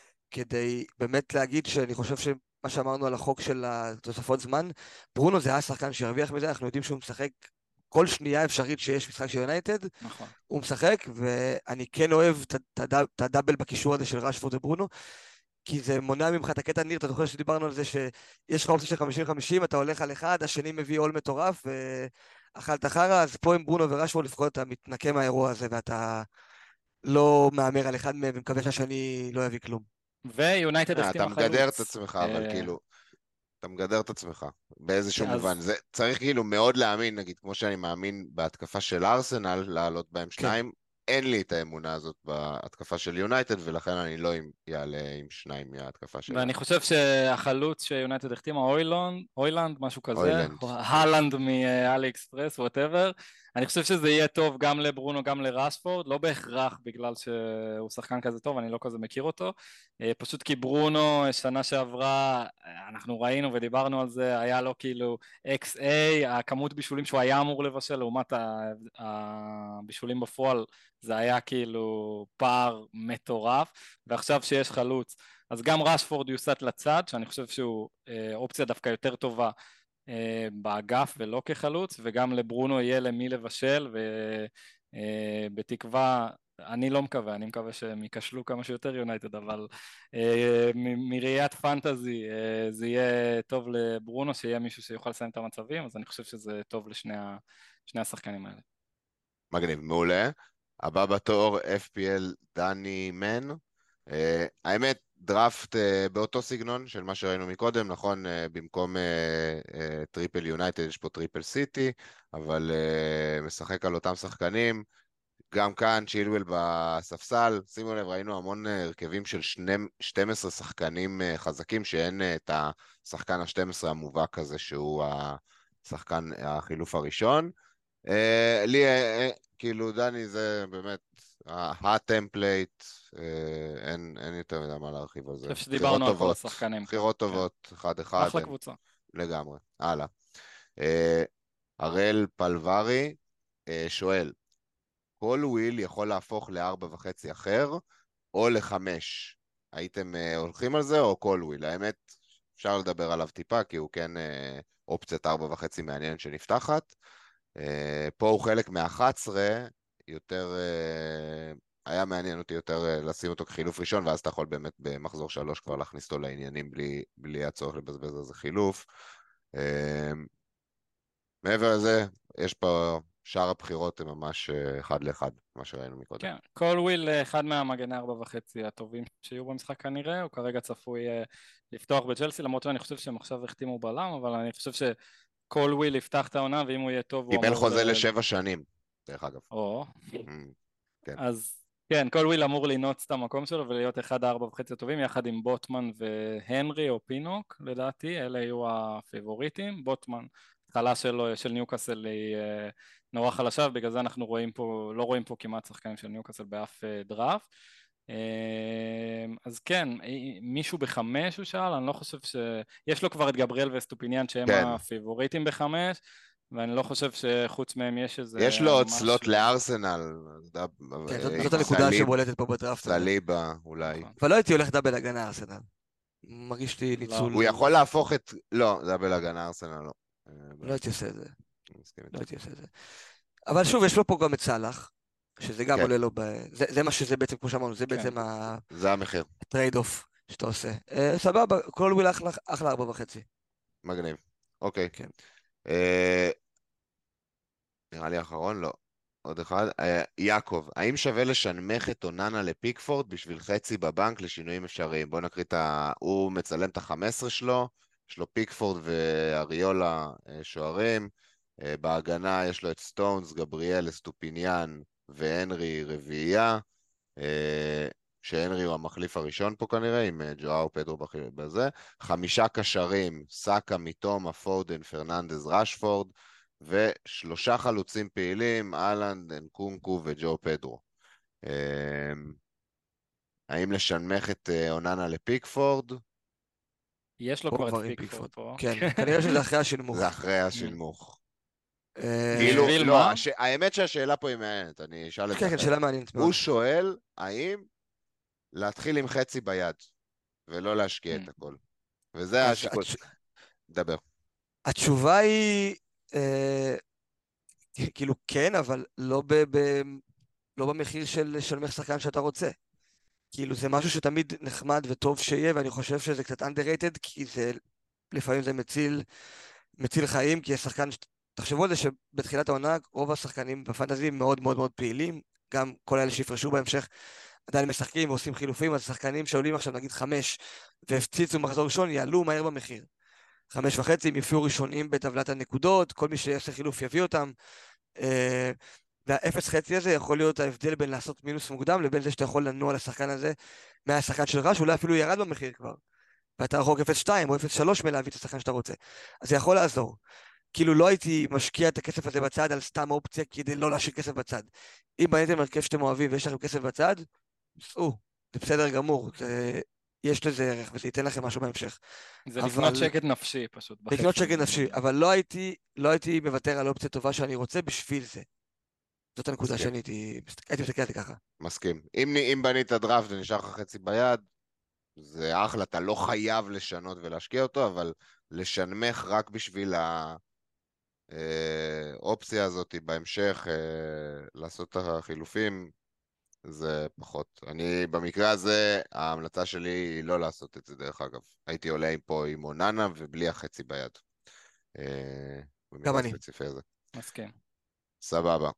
[SPEAKER 3] כדי באמת להגיד שאני חושב שמה שאמרנו על החוק של התוספות זמן, ברונו זה היה שחקן שירוויח מזה, אנחנו יודעים שהוא משחק כל שנייה אפשרית שיש משחק של יונייטד,
[SPEAKER 2] נכון.
[SPEAKER 3] הוא משחק, ואני כן אוהב את הדאבל בקישור הזה של רשפורד וברונו, כי זה מונע ממך את הקטע ניר, אתה זוכר שדיברנו על זה שיש לך אופציה של 50-50, אתה הולך על אחד, השני מביא עול מטורף, ואכלת חרא, אז פה עם ברונו ורשפורד לפחות אתה מתנקה מהאירוע הזה, ואתה לא מהמר על אחד מהם, ומקווה שהשני לא יביא כלום.
[SPEAKER 2] ויונייטד
[SPEAKER 1] אתה
[SPEAKER 2] החתימה
[SPEAKER 1] מגדר את
[SPEAKER 2] חלוץ.
[SPEAKER 1] עצמך, אבל כאילו, אתה מגדר את עצמך באיזשהו
[SPEAKER 2] אז
[SPEAKER 1] מובן. זה צריך כאילו מאוד להאמין, נגיד, כמו שאני מאמין בהתקפה של ארסנל, לעלות בהם
[SPEAKER 3] כן.
[SPEAKER 1] שניים, אין לי את האמונה הזאת בהתקפה של יונייטד, ולכן אני לא יעלה עם שניים מההתקפה שלהם.
[SPEAKER 2] ואני חושב שהחלוץ שיונייטד החתימה, אוילנד, משהו כזה,
[SPEAKER 1] אוילנד, כן.
[SPEAKER 2] הלנד מאלי אקספרס, ווטאבר, אני חושב שזה יהיה טוב גם לברונו, גם לרשפורד, לא בהכרח בגלל שהוא שחקן כזה טוב, אני לא כזה מכיר אותו, פשוט כי ברונו שנה שעברה, אנחנו ראינו ודיברנו על זה, היה לו כאילו XA, הכמות בישולים שהוא היה אמור לבשל, לעומת הבישולים בפועל, זה היה כאילו פער מטורף, ועכשיו שיש חלוץ, אז גם רשפורד יוסט לצד, שאני חושב שהוא אופציה דווקא יותר טובה באגף ולא כחלוץ, וגם לברונו יהיה למי לבשל, ובתקווה, אני לא מקווה, אני מקווה שהם ייכשלו כמה שיותר יונייטד, אבל מראיית פנטזי זה יהיה טוב לברונו, שיהיה מישהו שיוכל לסיים את המצבים, אז אני חושב שזה טוב לשני השחקנים האלה.
[SPEAKER 1] מגניב, מעולה. הבא בתור, FPL דני מן. האמת, דראפט באותו סגנון של מה שראינו מקודם, נכון, במקום טריפל יונייטד יש פה טריפל סיטי, אבל משחק על אותם שחקנים. גם כאן צ'ילואל בספסל, שימו לב, ראינו המון הרכבים של 12 שחקנים חזקים, שאין את השחקן ה-12 המובהק הזה, שהוא השחקן החילוף הראשון. לי, כאילו, דני, זה באמת הטמפלייט, אין יותר מדי מה להרחיב על זה.
[SPEAKER 2] אני חושב שדיברנו על כל השחקנים.
[SPEAKER 1] בחירות טובות, אחד-אחד.
[SPEAKER 2] אחלה קבוצה.
[SPEAKER 1] לגמרי, הלאה. הראל פלברי שואל, כל וויל יכול להפוך ל4.5 אחר, או ל5. הייתם הולכים על זה, או כל וויל? האמת, אפשר לדבר עליו טיפה, כי הוא כן אופציית 4.5 מעניין שנפתחת. פה הוא חלק מ11, יותר, היה מעניין אותי יותר לשים אותו כחילוף ראשון, ואז אתה יכול באמת במחזור 3 כבר להכניס אותו לעניינים, בלי הצורך לבזבז על זה חילוף. מעבר לזה, יש פה שאר הבחירות הם ממש אחד לאחד, מה שראינו מקודם.
[SPEAKER 2] כן, כל וויל אחד מהמגני 4.5 הטובים שיהיו במשחק כנראה, הוא כרגע צפוי לפתוח בצ'לסי, למרות שאני חושב שהם עכשיו החתימו בלם, אבל אני חושב שכל וויל יפתח את העונה, ואם הוא יהיה טוב הוא אמור...
[SPEAKER 1] קיבל חוזה ל7 שנים, דרך אגב.
[SPEAKER 2] כן. אז כן, כל וויל אמור לנעוץ את המקום שלו ולהיות אחד ה4.5 הטובים, יחד עם בוטמן והנרי או פינוק, לדעתי, אלה יהיו הפיבוריטים. בוטמן, התחלה של ניוקאסל היא נורא חלשה, ובגלל זה אנחנו לא רואים פה כמעט שחקנים של ניוקאסל באף דראפט. אז כן, מישהו ב5 הוא שאל, אני לא חושב יש לו כבר את גבריאל וסטופיניאן שהם הפיבוריטים ב5, ואני לא חושב שחוץ מהם יש איזה...
[SPEAKER 1] יש לו עוד סלוט לארסנל.
[SPEAKER 3] כן, זאת הנקודה שבולטת פה בדראפט הזה.
[SPEAKER 1] סליבה, אולי.
[SPEAKER 3] אבל לא הייתי הולך דאבל הגנה ארסנל. מרגיש לי ניצול...
[SPEAKER 1] הוא יכול להפוך את... לא, דאבל הגנה ארסנל לא.
[SPEAKER 3] לא הייתי עושה את זה. לא הייתי עושה את זה. אבל שוב, יש לו פה גם את סלאח, שזה גם עולה לו זה מה שזה בעצם, כמו שאמרנו, זה בעצם
[SPEAKER 1] זה המחיר.
[SPEAKER 3] הטרייד אוף שאתה עושה. סבבה, כל וויל אחלה 4.5.
[SPEAKER 1] מגניב. אוקיי.
[SPEAKER 3] כן.
[SPEAKER 1] נראה לי האחרון, לא. עוד אחד. יעקב, האם שווה לשנמך את אוננה לפיקפורד בשביל חצי בבנק לשינויים אפשריים? בוא נקריא הוא מצלם את ה-15 שלו, יש לו פיקפורד ואריולה שוערים, בהגנה יש לו את סטונס, גבריאל, אסטופיניאן והנרי רביעייה, שהנרי הוא המחליף הראשון פה כנראה, עם ג'ואאו פדרו בזה, 5 קשרים, סאקה, מיטומה, פודן, פרננדז, רשפורד, ו3 חלוצים פעילים, אהלנד, אנקונקו וג'ו פדרו. האם לשנמך את אוננה לפיקפורד?
[SPEAKER 2] יש לו
[SPEAKER 3] הוא
[SPEAKER 2] כבר
[SPEAKER 3] כבר
[SPEAKER 2] את
[SPEAKER 3] עם
[SPEAKER 2] פיקפורד פה.
[SPEAKER 3] כן, כנראה שזה אחרי השנמוך.
[SPEAKER 1] זה אחרי השנמוך.
[SPEAKER 3] כאילו,
[SPEAKER 2] בשביל
[SPEAKER 1] לא,
[SPEAKER 2] מה?
[SPEAKER 1] האמת שהשאלה פה היא מעניינת, אני אשאל את זה
[SPEAKER 3] כן,
[SPEAKER 1] אחרת.
[SPEAKER 3] שאלה מעניינת מאוד.
[SPEAKER 1] הוא שואל האם להתחיל עם חצי ביד, ולא להשקיע את הכל. וזה
[SPEAKER 3] אז
[SPEAKER 1] השיקול. דבר.
[SPEAKER 3] התשובה היא, כאילו כן, אבל לא במחיר של לשלמך שחקן שאתה רוצה. כאילו זה משהו שתמיד נחמד וטוב שיהיה, ואני חושב שזה קצת underrated, כי לפעמים זה מציל חיים, כי השחקן, תחשבו על זה שבתחילת העונה רוב השחקנים בפנטזי מאוד מאוד מאוד פעילים, גם כל אלה שיפרשו בהמשך עדיין משחקים ועושים חילופים, אז שחקנים שעולים עכשיו נגיד 5 והפציצו מחזור ראשון יעלו מהר במחיר. 5.5 הם יופיעו ראשונים בטבלת הנקודות, כל מי שיעשה חילוף יביא אותם, והאפס חצי הזה יכול להיות ההבדל בין לעשות מינוס מוקדם לבין זה שאתה יכול לנוע לשחקן הזה מהשחקן שלך, שאולי אפילו ירד במחיר כבר, ואתה רחוק 0.2 או 0.3 מלהביא את השחקן שאתה רוצה. אז זה יכול לעזור. כאילו לא הייתי משקיע את הכסף הזה בצד על סתם אופציה כדי לא להשאיר כסף בצד. אם בניתם הרכב שאתם אוהבים ויש לכם כסף בצד, סעו, זה בסדר גמור, יש לזה ערך וזה ייתן לכם משהו בהמשך.
[SPEAKER 2] זה לקנות שקט נפשי פשוט.
[SPEAKER 3] לקנות שקט נפשי, אבל לא הייתי מוותר על אופציה טובה שאני רוצה בשביל זה. זאת הנקודה שאני הייתי מסתכל על זה ככה.
[SPEAKER 1] מסכים. אם בנית דראפט ונשאר לך חצי ביד, זה אחלה, אתה לא חייב לשנות ולהשקיע אותו, אבל לשנמך רק בשביל האופציה הזאת בהמשך, לעשות את החילופים, זה פחות. במקרה הזה, ההמלצה שלי היא לא לעשות את זה דרך אגב. הייתי עולה פה עם אוננה ובלי החצי ביד.
[SPEAKER 3] גם אני.
[SPEAKER 1] הספציפי הזה.
[SPEAKER 2] מסכים.
[SPEAKER 1] סבבה.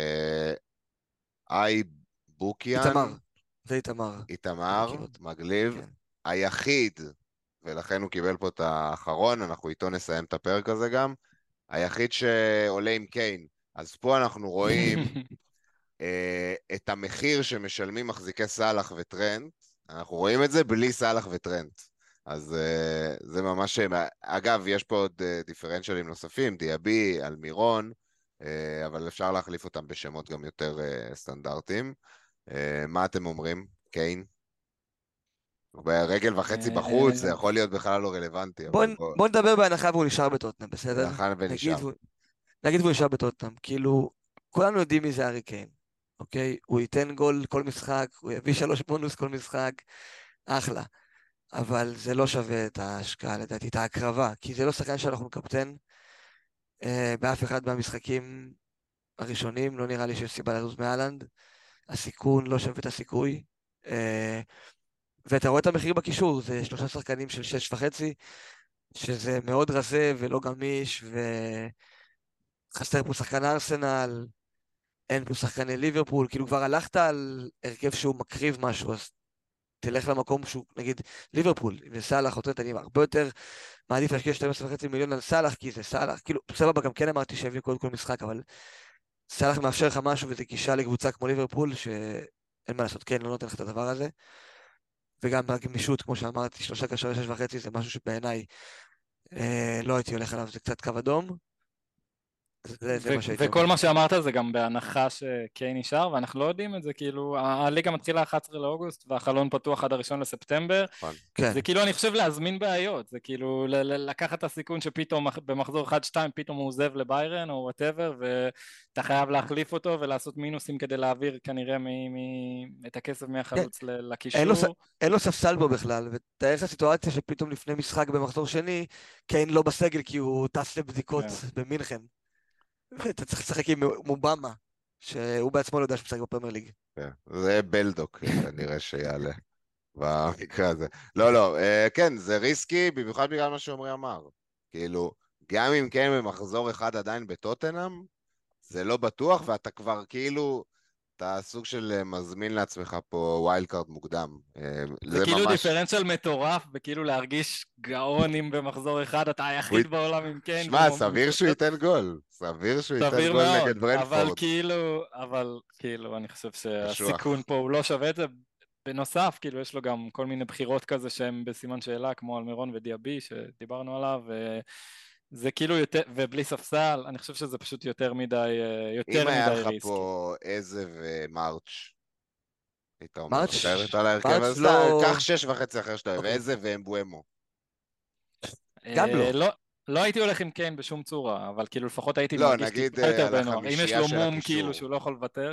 [SPEAKER 1] איי בוקיאן.
[SPEAKER 3] איתמר. זה איתמר.
[SPEAKER 1] איתמר, מגליב.
[SPEAKER 3] כן.
[SPEAKER 1] היחיד, ולכן הוא קיבל פה את האחרון, אנחנו איתו נסיים את הפרק הזה גם, היחיד שעולה עם קיין. אז פה אנחנו רואים את המחיר שמשלמים מחזיקי סלח וטרנט, אנחנו רואים את זה בלי סלח וטרנט. אז זה ממש, אגב, יש פה עוד דיפרנציאלים נוספים, דיאבי, אלמירון, אבל אפשר להחליף אותם בשמות גם יותר סטנדרטיים. מה אתם אומרים? קיין? ברגל וחצי בחוץ, זה יכול להיות בכלל לא רלוונטי.
[SPEAKER 3] בוא נדבר בהנחה והוא נשאר בטוטנאם, בסדר?
[SPEAKER 1] בהנחה ונשאר.
[SPEAKER 3] נגיד והוא נשאר בטוטנאם, כאילו, כולנו יודעים מי זה הארי קיין, אוקיי? הוא ייתן גול כל משחק, הוא יביא 3 בונוס כל משחק, אחלה. אבל זה לא שווה את ההשקעה, לדעתי, את ההקרבה, כי זה לא שחקן שאנחנו נקפטן באף אחד מהמשחקים הראשונים, לא נראה לי שיש סיבה לזוז מאלנד, הסיכון לא שווה את הסיכוי, ואתה רואה את המחיר בקישור, זה 3 שחקנים של 6.5, שזה מאוד רזה ולא גמיש, וחסר פה שחקן ארסנל, אין פה שחקני ליברפול, כאילו כבר הלכת על הרכב שהוא מקריב משהו, אז תלך למקום שהוא, נגיד, ליברפול, וסלח, אני הרבה יותר מעדיף להשקיע 12.5 מיליון על סלח, כי זה סלח, כאילו, סבבה, גם כן אמרתי שיביא כל משחק, אבל סלח מאפשר לך משהו, וזה גישה לקבוצה כמו ליברפול, שאין מה לעשות, כן, לא נותן לך את הדבר הזה, וגם בגמישות, כמו שאמרתי, 3 קשרי 6.5 זה משהו שבעיניי לא הייתי הולך עליו, זה קצת קו אדום.
[SPEAKER 2] וכל מה שאמרת זה גם בהנחה שקיין נשאר, ואנחנו לא יודעים את זה, כאילו, הליגה מתחילה 11 לאוגוסט, והחלון פתוח עד 1 לספטמבר, זה כאילו, אני חושב להזמין בעיות, זה כאילו, לקחת את הסיכון שפתאום במחזור 1-2 פתאום הוא עוזב לביירן או whatever, ואתה חייב להחליף אותו ולעשות מינוסים כדי להעביר כנראה את הכסף מהחלוץ לקישור.
[SPEAKER 3] אין לו ספסל בו בכלל, ותאר לך סיטואציה שפתאום לפני משחק במחזור שני, קיין לא בסגל כי הוא טס לבדיקות במינכן. אתה צריך לשחק עם מובמה, שהוא בעצמו לא יודע שמשחק בפרמייר ליג.
[SPEAKER 1] זה בלדוק, נראה שיעלה במקרה הזה. לא, כן, זה ריסקי, במיוחד בגלל מה שעומרי אמר. כאילו, גם אם כן במחזור אחד עדיין בטוטנהאם, זה לא בטוח, ואתה כבר כאילו, אתה סוג של מזמין לעצמך פה ווילד קארד מוקדם.
[SPEAKER 2] זה
[SPEAKER 1] זה
[SPEAKER 2] כאילו
[SPEAKER 1] ממש...
[SPEAKER 2] דיפרנציאל מטורף, וכאילו להרגיש גאון אם במחזור אחד אתה
[SPEAKER 1] הוא-
[SPEAKER 2] היחיד בעולם עם קיין,
[SPEAKER 1] שמע,
[SPEAKER 2] כמו
[SPEAKER 1] סביר שהוא ייתן גול. סביר שהוא ייתן
[SPEAKER 2] סביר
[SPEAKER 1] גול
[SPEAKER 2] מאוד,
[SPEAKER 1] נגד ברנפורד.
[SPEAKER 2] אבל כאילו, אני חושב שהסיכון
[SPEAKER 1] קשוח.
[SPEAKER 2] פה הוא לא שווה את זה. בנוסף, כאילו, יש לו גם כל מיני בחירות כזה שהן בסימן שאלה, כמו אלמירון ודיאבי, שדיברנו עליו, זה כאילו יותר, ובלי ספסל, אני חושב שזה פשוט יותר
[SPEAKER 1] אם היה לך
[SPEAKER 2] ריסקי.
[SPEAKER 1] פה איזה ומרץ', היית אומר
[SPEAKER 3] מרץ'
[SPEAKER 1] אחרת על ההרכב,
[SPEAKER 3] מרץ'
[SPEAKER 1] אז סתם,
[SPEAKER 3] לא...
[SPEAKER 1] קח 6.5 אחר שאתה אוהב,
[SPEAKER 3] אוקיי,
[SPEAKER 1] איזה ואמבואמו.
[SPEAKER 3] גם לא.
[SPEAKER 2] לא, לא הייתי הולך עם קיין בשום צורה, אבל כאילו לפחות הייתי
[SPEAKER 1] לא,
[SPEAKER 2] מרגיש
[SPEAKER 1] נגיד
[SPEAKER 2] טיפה יותר
[SPEAKER 1] על
[SPEAKER 2] בנוח. אם יש
[SPEAKER 1] החמישייה
[SPEAKER 2] לו
[SPEAKER 1] של
[SPEAKER 2] מום כאילו
[SPEAKER 1] הקישור.
[SPEAKER 2] שהוא לא יכול לוותר,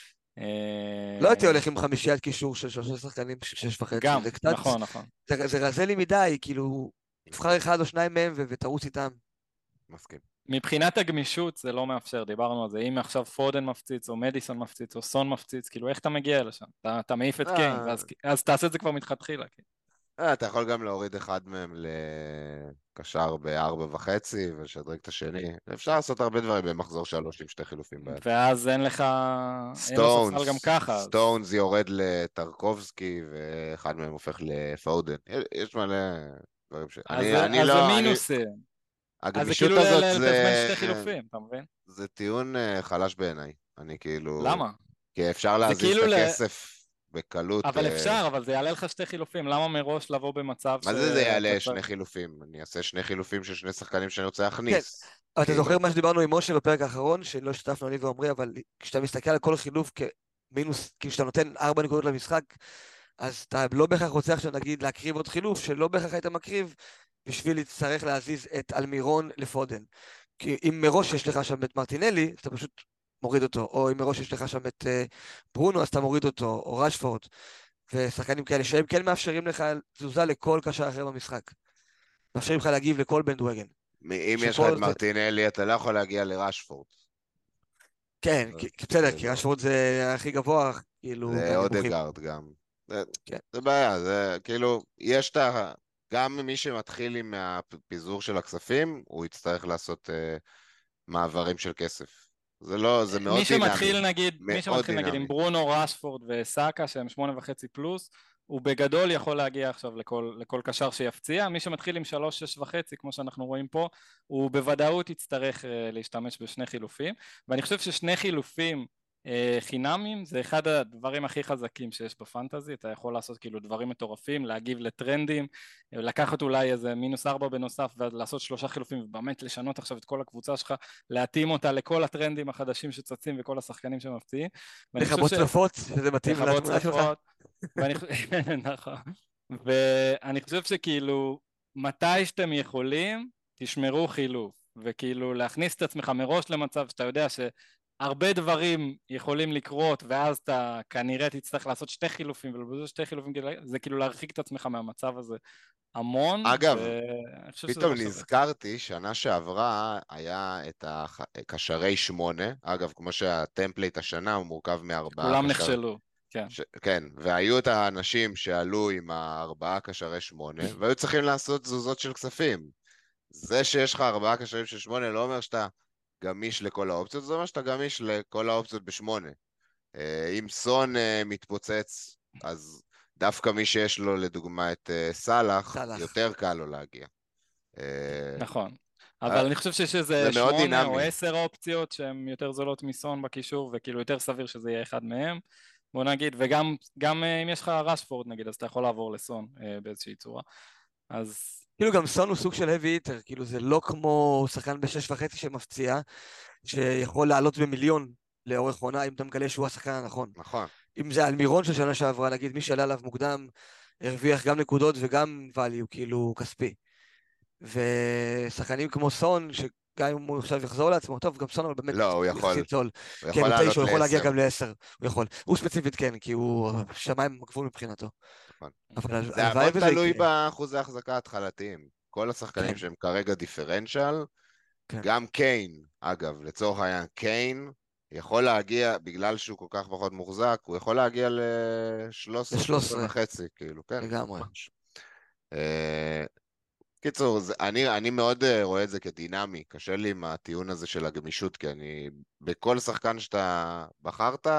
[SPEAKER 3] לא הייתי הולך עם חמישיית קישור של 3 שחקנים 6.5,
[SPEAKER 2] גם,
[SPEAKER 3] זה קצת,
[SPEAKER 2] נכון, נכון.
[SPEAKER 3] זה רזה לי מדי, כאילו, תבחר אחד או שניים מהם ותרוץ איתם.
[SPEAKER 1] מסכים.
[SPEAKER 2] מבחינת הגמישות זה לא מאפשר, דיברנו על זה, אם עכשיו פודן מפציץ, או מדיסון מפציץ, או סון מפציץ, כאילו איך אתה מגיע לשם? אתה מעיף את קיין, אז תעשה את זה כבר מתחתחילה. כאילו.
[SPEAKER 1] אתה יכול גם להוריד אחד מהם לקשר ב4.5 ולשדרג את השני. אפשר לעשות הרבה דברים במחזור 3 עם שתי חילופים ביד.
[SPEAKER 2] ואז אין לו ספסל גם ככה.
[SPEAKER 1] סטונס יורד לטרקובסקי, ואחד מהם הופך לפודן. יש מלא דברים ש... אני
[SPEAKER 2] אז זה
[SPEAKER 1] לא...
[SPEAKER 2] מינוסים. אז זה
[SPEAKER 1] הגמישות
[SPEAKER 2] כאילו
[SPEAKER 1] הזאת
[SPEAKER 2] לתזמן שתי חילופים, אתה מבין?
[SPEAKER 1] זה טיעון חלש בעיניי. אני כאילו...
[SPEAKER 2] למה?
[SPEAKER 1] כי אפשר
[SPEAKER 2] זה
[SPEAKER 1] להזיז את
[SPEAKER 2] כאילו
[SPEAKER 1] הכסף בקלות.
[SPEAKER 2] אבל אפשר, אבל זה יעלה לך שתי חילופים, למה מראש לבוא במצב
[SPEAKER 1] מה זה
[SPEAKER 2] שאתה
[SPEAKER 1] יעלה
[SPEAKER 2] צריך...
[SPEAKER 1] שני חילופים? אני אעשה שני חילופים של שני שחקנים שאני רוצה
[SPEAKER 3] כן,
[SPEAKER 1] להכניס.
[SPEAKER 3] אבל אתה זוכר
[SPEAKER 1] כאילו.
[SPEAKER 3] מה שדיברנו עם משה בפרק האחרון, שלא השתתפנו אני ועמרי, אבל כשאתה מסתכל על כל חילוף כמינוס, כאילו כשאתה נותן 4 נקודות למשחק, אז אתה לא בהכרח רוצה עכשיו נגיד להקריב עוד חילוף, שלא בהכרח היית מקריב, בשביל להצטרך להזיז את אלמירון לפודן. כי אם מראש יש לך שם את מרטינלי, אז אתה פשוט מוריד אותו, או אם מראש יש לך שם את ברונו, אז אתה מוריד אותו, או רשפורד, ושחקנים כאלה, שהם כן מאפשרים לך תזוזה לכל קשר אחר במשחק. מאפשרים לך להגיב לכל בנדווגן.
[SPEAKER 1] אם יש לך את מרטינלי, אתה לא יכול להגיע לרשפורד.
[SPEAKER 3] כן, בסדר, כי רשפורד זה הכי גבוה, כאילו,
[SPEAKER 1] זה אודגארד גם. זה בעיה, זה כאילו, יש את ה... גם מי שמתחיל עם הפיזור של הכספים, הוא יצטרך לעשות מעברים של כסף. זה לא, זה מאוד דינמי.
[SPEAKER 2] מי שמתחיל נגיד עם ברונו, רשפורד וסאקה, שהם 8.5 פלוס, הוא בגדול יכול להגיע עכשיו לכל קשר שיפציע. מי שמתחיל עם 3.6.5, כמו שאנחנו רואים פה, הוא בוודאות יצטרך להשתמש בשני חילופים, ואני חושב ששני חילופים חינמים זה אחד הדברים הכי חזקים שיש בפנטזי. אתה יכול לעשות כאילו דברים מטורפים, להגיב לטרנדים, לקחת אולי איזה -4 בנוסף ולעשות 3 חילופים ובאמת לשנות עכשיו את כל הקבוצה שלך, להתאים אותה לכל הטרנדים החדשים שצצים וכל השחקנים שמפציעים.
[SPEAKER 3] לכבות שרפות, שזה מתאים לתמונה שלך.
[SPEAKER 2] נכון. ואני חושב שכאילו מתי שאתם יכולים תשמרו חילוף, וכאילו להכניס את עצמך מראש למצב שאתה יודע הרבה דברים יכולים לקרות, ואז אתה כנראה תצטרך לעשות שתי חילופים, ולבזוז שתי חילופים, זה כאילו להרחיק את עצמך מהמצב הזה המון.
[SPEAKER 1] אגב, פתאום נזכרתי, שנה שעברה היה את הקשרי 8, אגב, כמו שהטמפלייט השנה הוא מורכב מארבעה
[SPEAKER 2] כולם נכשלו, כן.
[SPEAKER 1] כן, והיו את האנשים שעלו עם 4 קשרי 8, והיו צריכים לעשות תזוזות של כספים. זה שיש לך 4 קשרים של 8 לא אומר שאתה גמיש לכל האופציות, זה אומר שאתה גמיש לכל האופציות ב8. אם סון מתפוצץ, אז דווקא מי שיש לו לדוגמה את סלאח, יותר קל לו להגיע.
[SPEAKER 2] נכון, אבל אני חושב שיש איזה 8 או 10 אופציות שהן יותר זולות מסון בקישור, וכאילו יותר סביר שזה יהיה אחד מהם, בוא נגיד, וגם אם יש לך רשפורד נגיד, אז אתה יכול לעבור לסון באיזושהי צורה. אז...
[SPEAKER 3] כאילו גם סון הוא סוג של heavy hitter, כאילו זה לא כמו שחקן ב6.5 שמפציע, שיכול לעלות במיליון לאורך עונה, אם אתה מגלה שהוא השחקן הנכון.
[SPEAKER 1] נכון.
[SPEAKER 3] אם זה אלמירון של שנה שעברה, נגיד מי שעלה עליו מוקדם, הרוויח גם נקודות וגם value, כאילו כספי. ושחקנים כמו סון, שגם אם הוא עכשיו יחזור לעצמו, טוב, גם סון, אבל באמת...
[SPEAKER 1] לא, הוא יכול.
[SPEAKER 3] הוא יכול לעלות ל10. הוא יכול להגיע גם ל10. הוא יכול. הוא ספציפית כן, כי הוא שמיים גבול מבחינתו.
[SPEAKER 1] נכון. זה המון תלוי באחוזי החזקה התחלתיים. כל השחקנים שהם כרגע דיפרנציאל, גם קיין, אגב, לצורך העניין, קיין יכול להגיע, בגלל שהוא כל כך פחות מוחזק, הוא יכול להגיע ל-13.5, כאילו, כן.
[SPEAKER 3] לגמרי.
[SPEAKER 1] קיצור, אני מאוד רואה את זה כדינמי, קשה לי עם הטיעון הזה של הגמישות, כי בכל שחקן שאתה בחרת,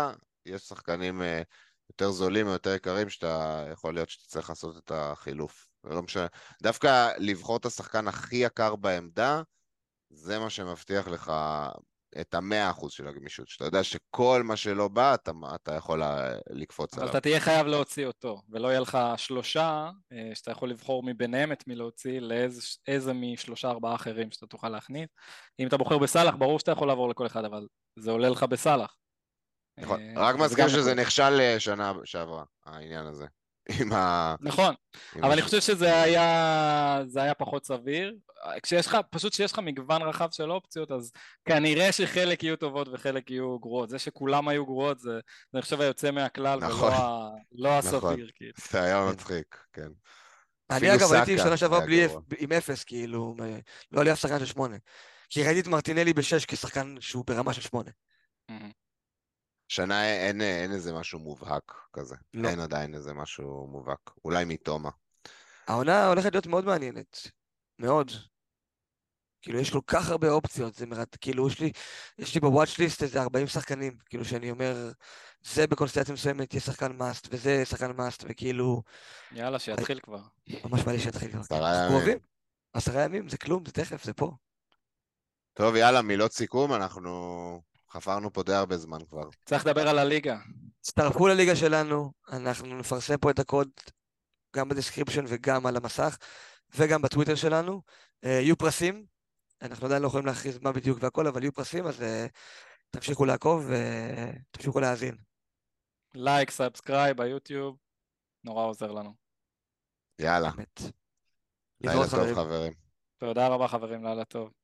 [SPEAKER 1] יש שחקנים יותר זולים או יותר יקרים שאתה יכול להיות שאתה צריך לעשות את החילוף. זה לא משנה. דווקא לבחור את השחקן הכי יקר בעמדה, זה מה שמבטיח לך את 100% של הגמישות. שאתה יודע שכל מה שלא בא, אתה יכול לקפוץ
[SPEAKER 2] אבל
[SPEAKER 1] עליו.
[SPEAKER 2] אתה תהיה חייב להוציא אותו, ולא יהיה לך שלושה שאתה יכול לבחור מביניהם את מי להוציא לאיזה משלושה ארבעה אחרים שאתה תוכל להכניס. אם אתה בוחר בסלח, ברור שאתה יכול לעבור לכל אחד, אבל זה עולה לך בסלח.
[SPEAKER 1] נכון. רק
[SPEAKER 2] וזה
[SPEAKER 1] מזכיר
[SPEAKER 2] גם
[SPEAKER 1] שזה
[SPEAKER 2] נקודה.
[SPEAKER 1] נכשל שנה שעברה, העניין הזה.
[SPEAKER 2] נכון,
[SPEAKER 1] עם
[SPEAKER 2] אבל אני חושב שזה היה פחות סביר. כשיש לך מגוון רחב של אופציות, אז כנראה שחלק יהיו טובות וחלק יהיו גרועות. זה שכולם היו גרועות, זה אני חושב היוצא מהכלל
[SPEAKER 1] נכון,
[SPEAKER 2] לא
[SPEAKER 1] נכון.
[SPEAKER 2] הסביר. כאילו.
[SPEAKER 1] זה היה
[SPEAKER 3] כן.
[SPEAKER 1] מצחיק, כן.
[SPEAKER 3] אני
[SPEAKER 1] אפילו
[SPEAKER 3] אגב הייתי
[SPEAKER 1] סאקה
[SPEAKER 3] שנה שעברה
[SPEAKER 1] היה גרוע.
[SPEAKER 3] עם אפס, כאילו, לא היה לי אף שחקן של 8. כי ראיתי את מרטינלי ב6 כשחקן שהוא ברמה של 8.
[SPEAKER 2] Mhm.
[SPEAKER 1] שנה אין איזה משהו מובהק כזה.
[SPEAKER 3] לא.
[SPEAKER 1] אין עדיין איזה משהו מובהק. אולי מתומה.
[SPEAKER 3] העונה הולכת להיות מאוד מעניינת. מאוד. כאילו, יש כל כך הרבה אופציות, כאילו, יש לי בוואץ' ליסט איזה 40 שחקנים, כאילו, שאני אומר, זה בקונסטלציה מסוימת, יש שחקן מאסט, וזה שחקן מאסט, וכאילו,
[SPEAKER 2] יאללה, שיתחיל כבר.
[SPEAKER 3] ממש בא לי שיתחיל כבר, כן.
[SPEAKER 1] 10
[SPEAKER 3] אנחנו
[SPEAKER 1] ימים.
[SPEAKER 3] קרובים. 10 ימים, זה כלום, זה תכף, זה פה.
[SPEAKER 1] טוב, יאללה, מילות סיכום, אנחנו חפרנו פה די הרבה זמן כבר.
[SPEAKER 2] צריך לדבר על הליגה.
[SPEAKER 3] הצטרפו לליגה שלנו, אנחנו נפרסם פה את הקוד גם בדסקריפשן וגם על המסך, וגם בטוויטר שלנו. יהיו פרסים, אנחנו עדיין לא יכולים להכריז מה בדיוק והכל, אבל יהיו פרסים, אז תמשיכו לעקוב ותמשיכו להאזין.
[SPEAKER 2] לייק, סאבסקרייב ביוטיוב, נורא עוזר לנו.
[SPEAKER 1] יאללה,
[SPEAKER 3] באמת.
[SPEAKER 1] לילה
[SPEAKER 3] להתראות,
[SPEAKER 1] טוב
[SPEAKER 3] חברים.
[SPEAKER 1] חברים.
[SPEAKER 2] תודה רבה חברים, לילה טוב.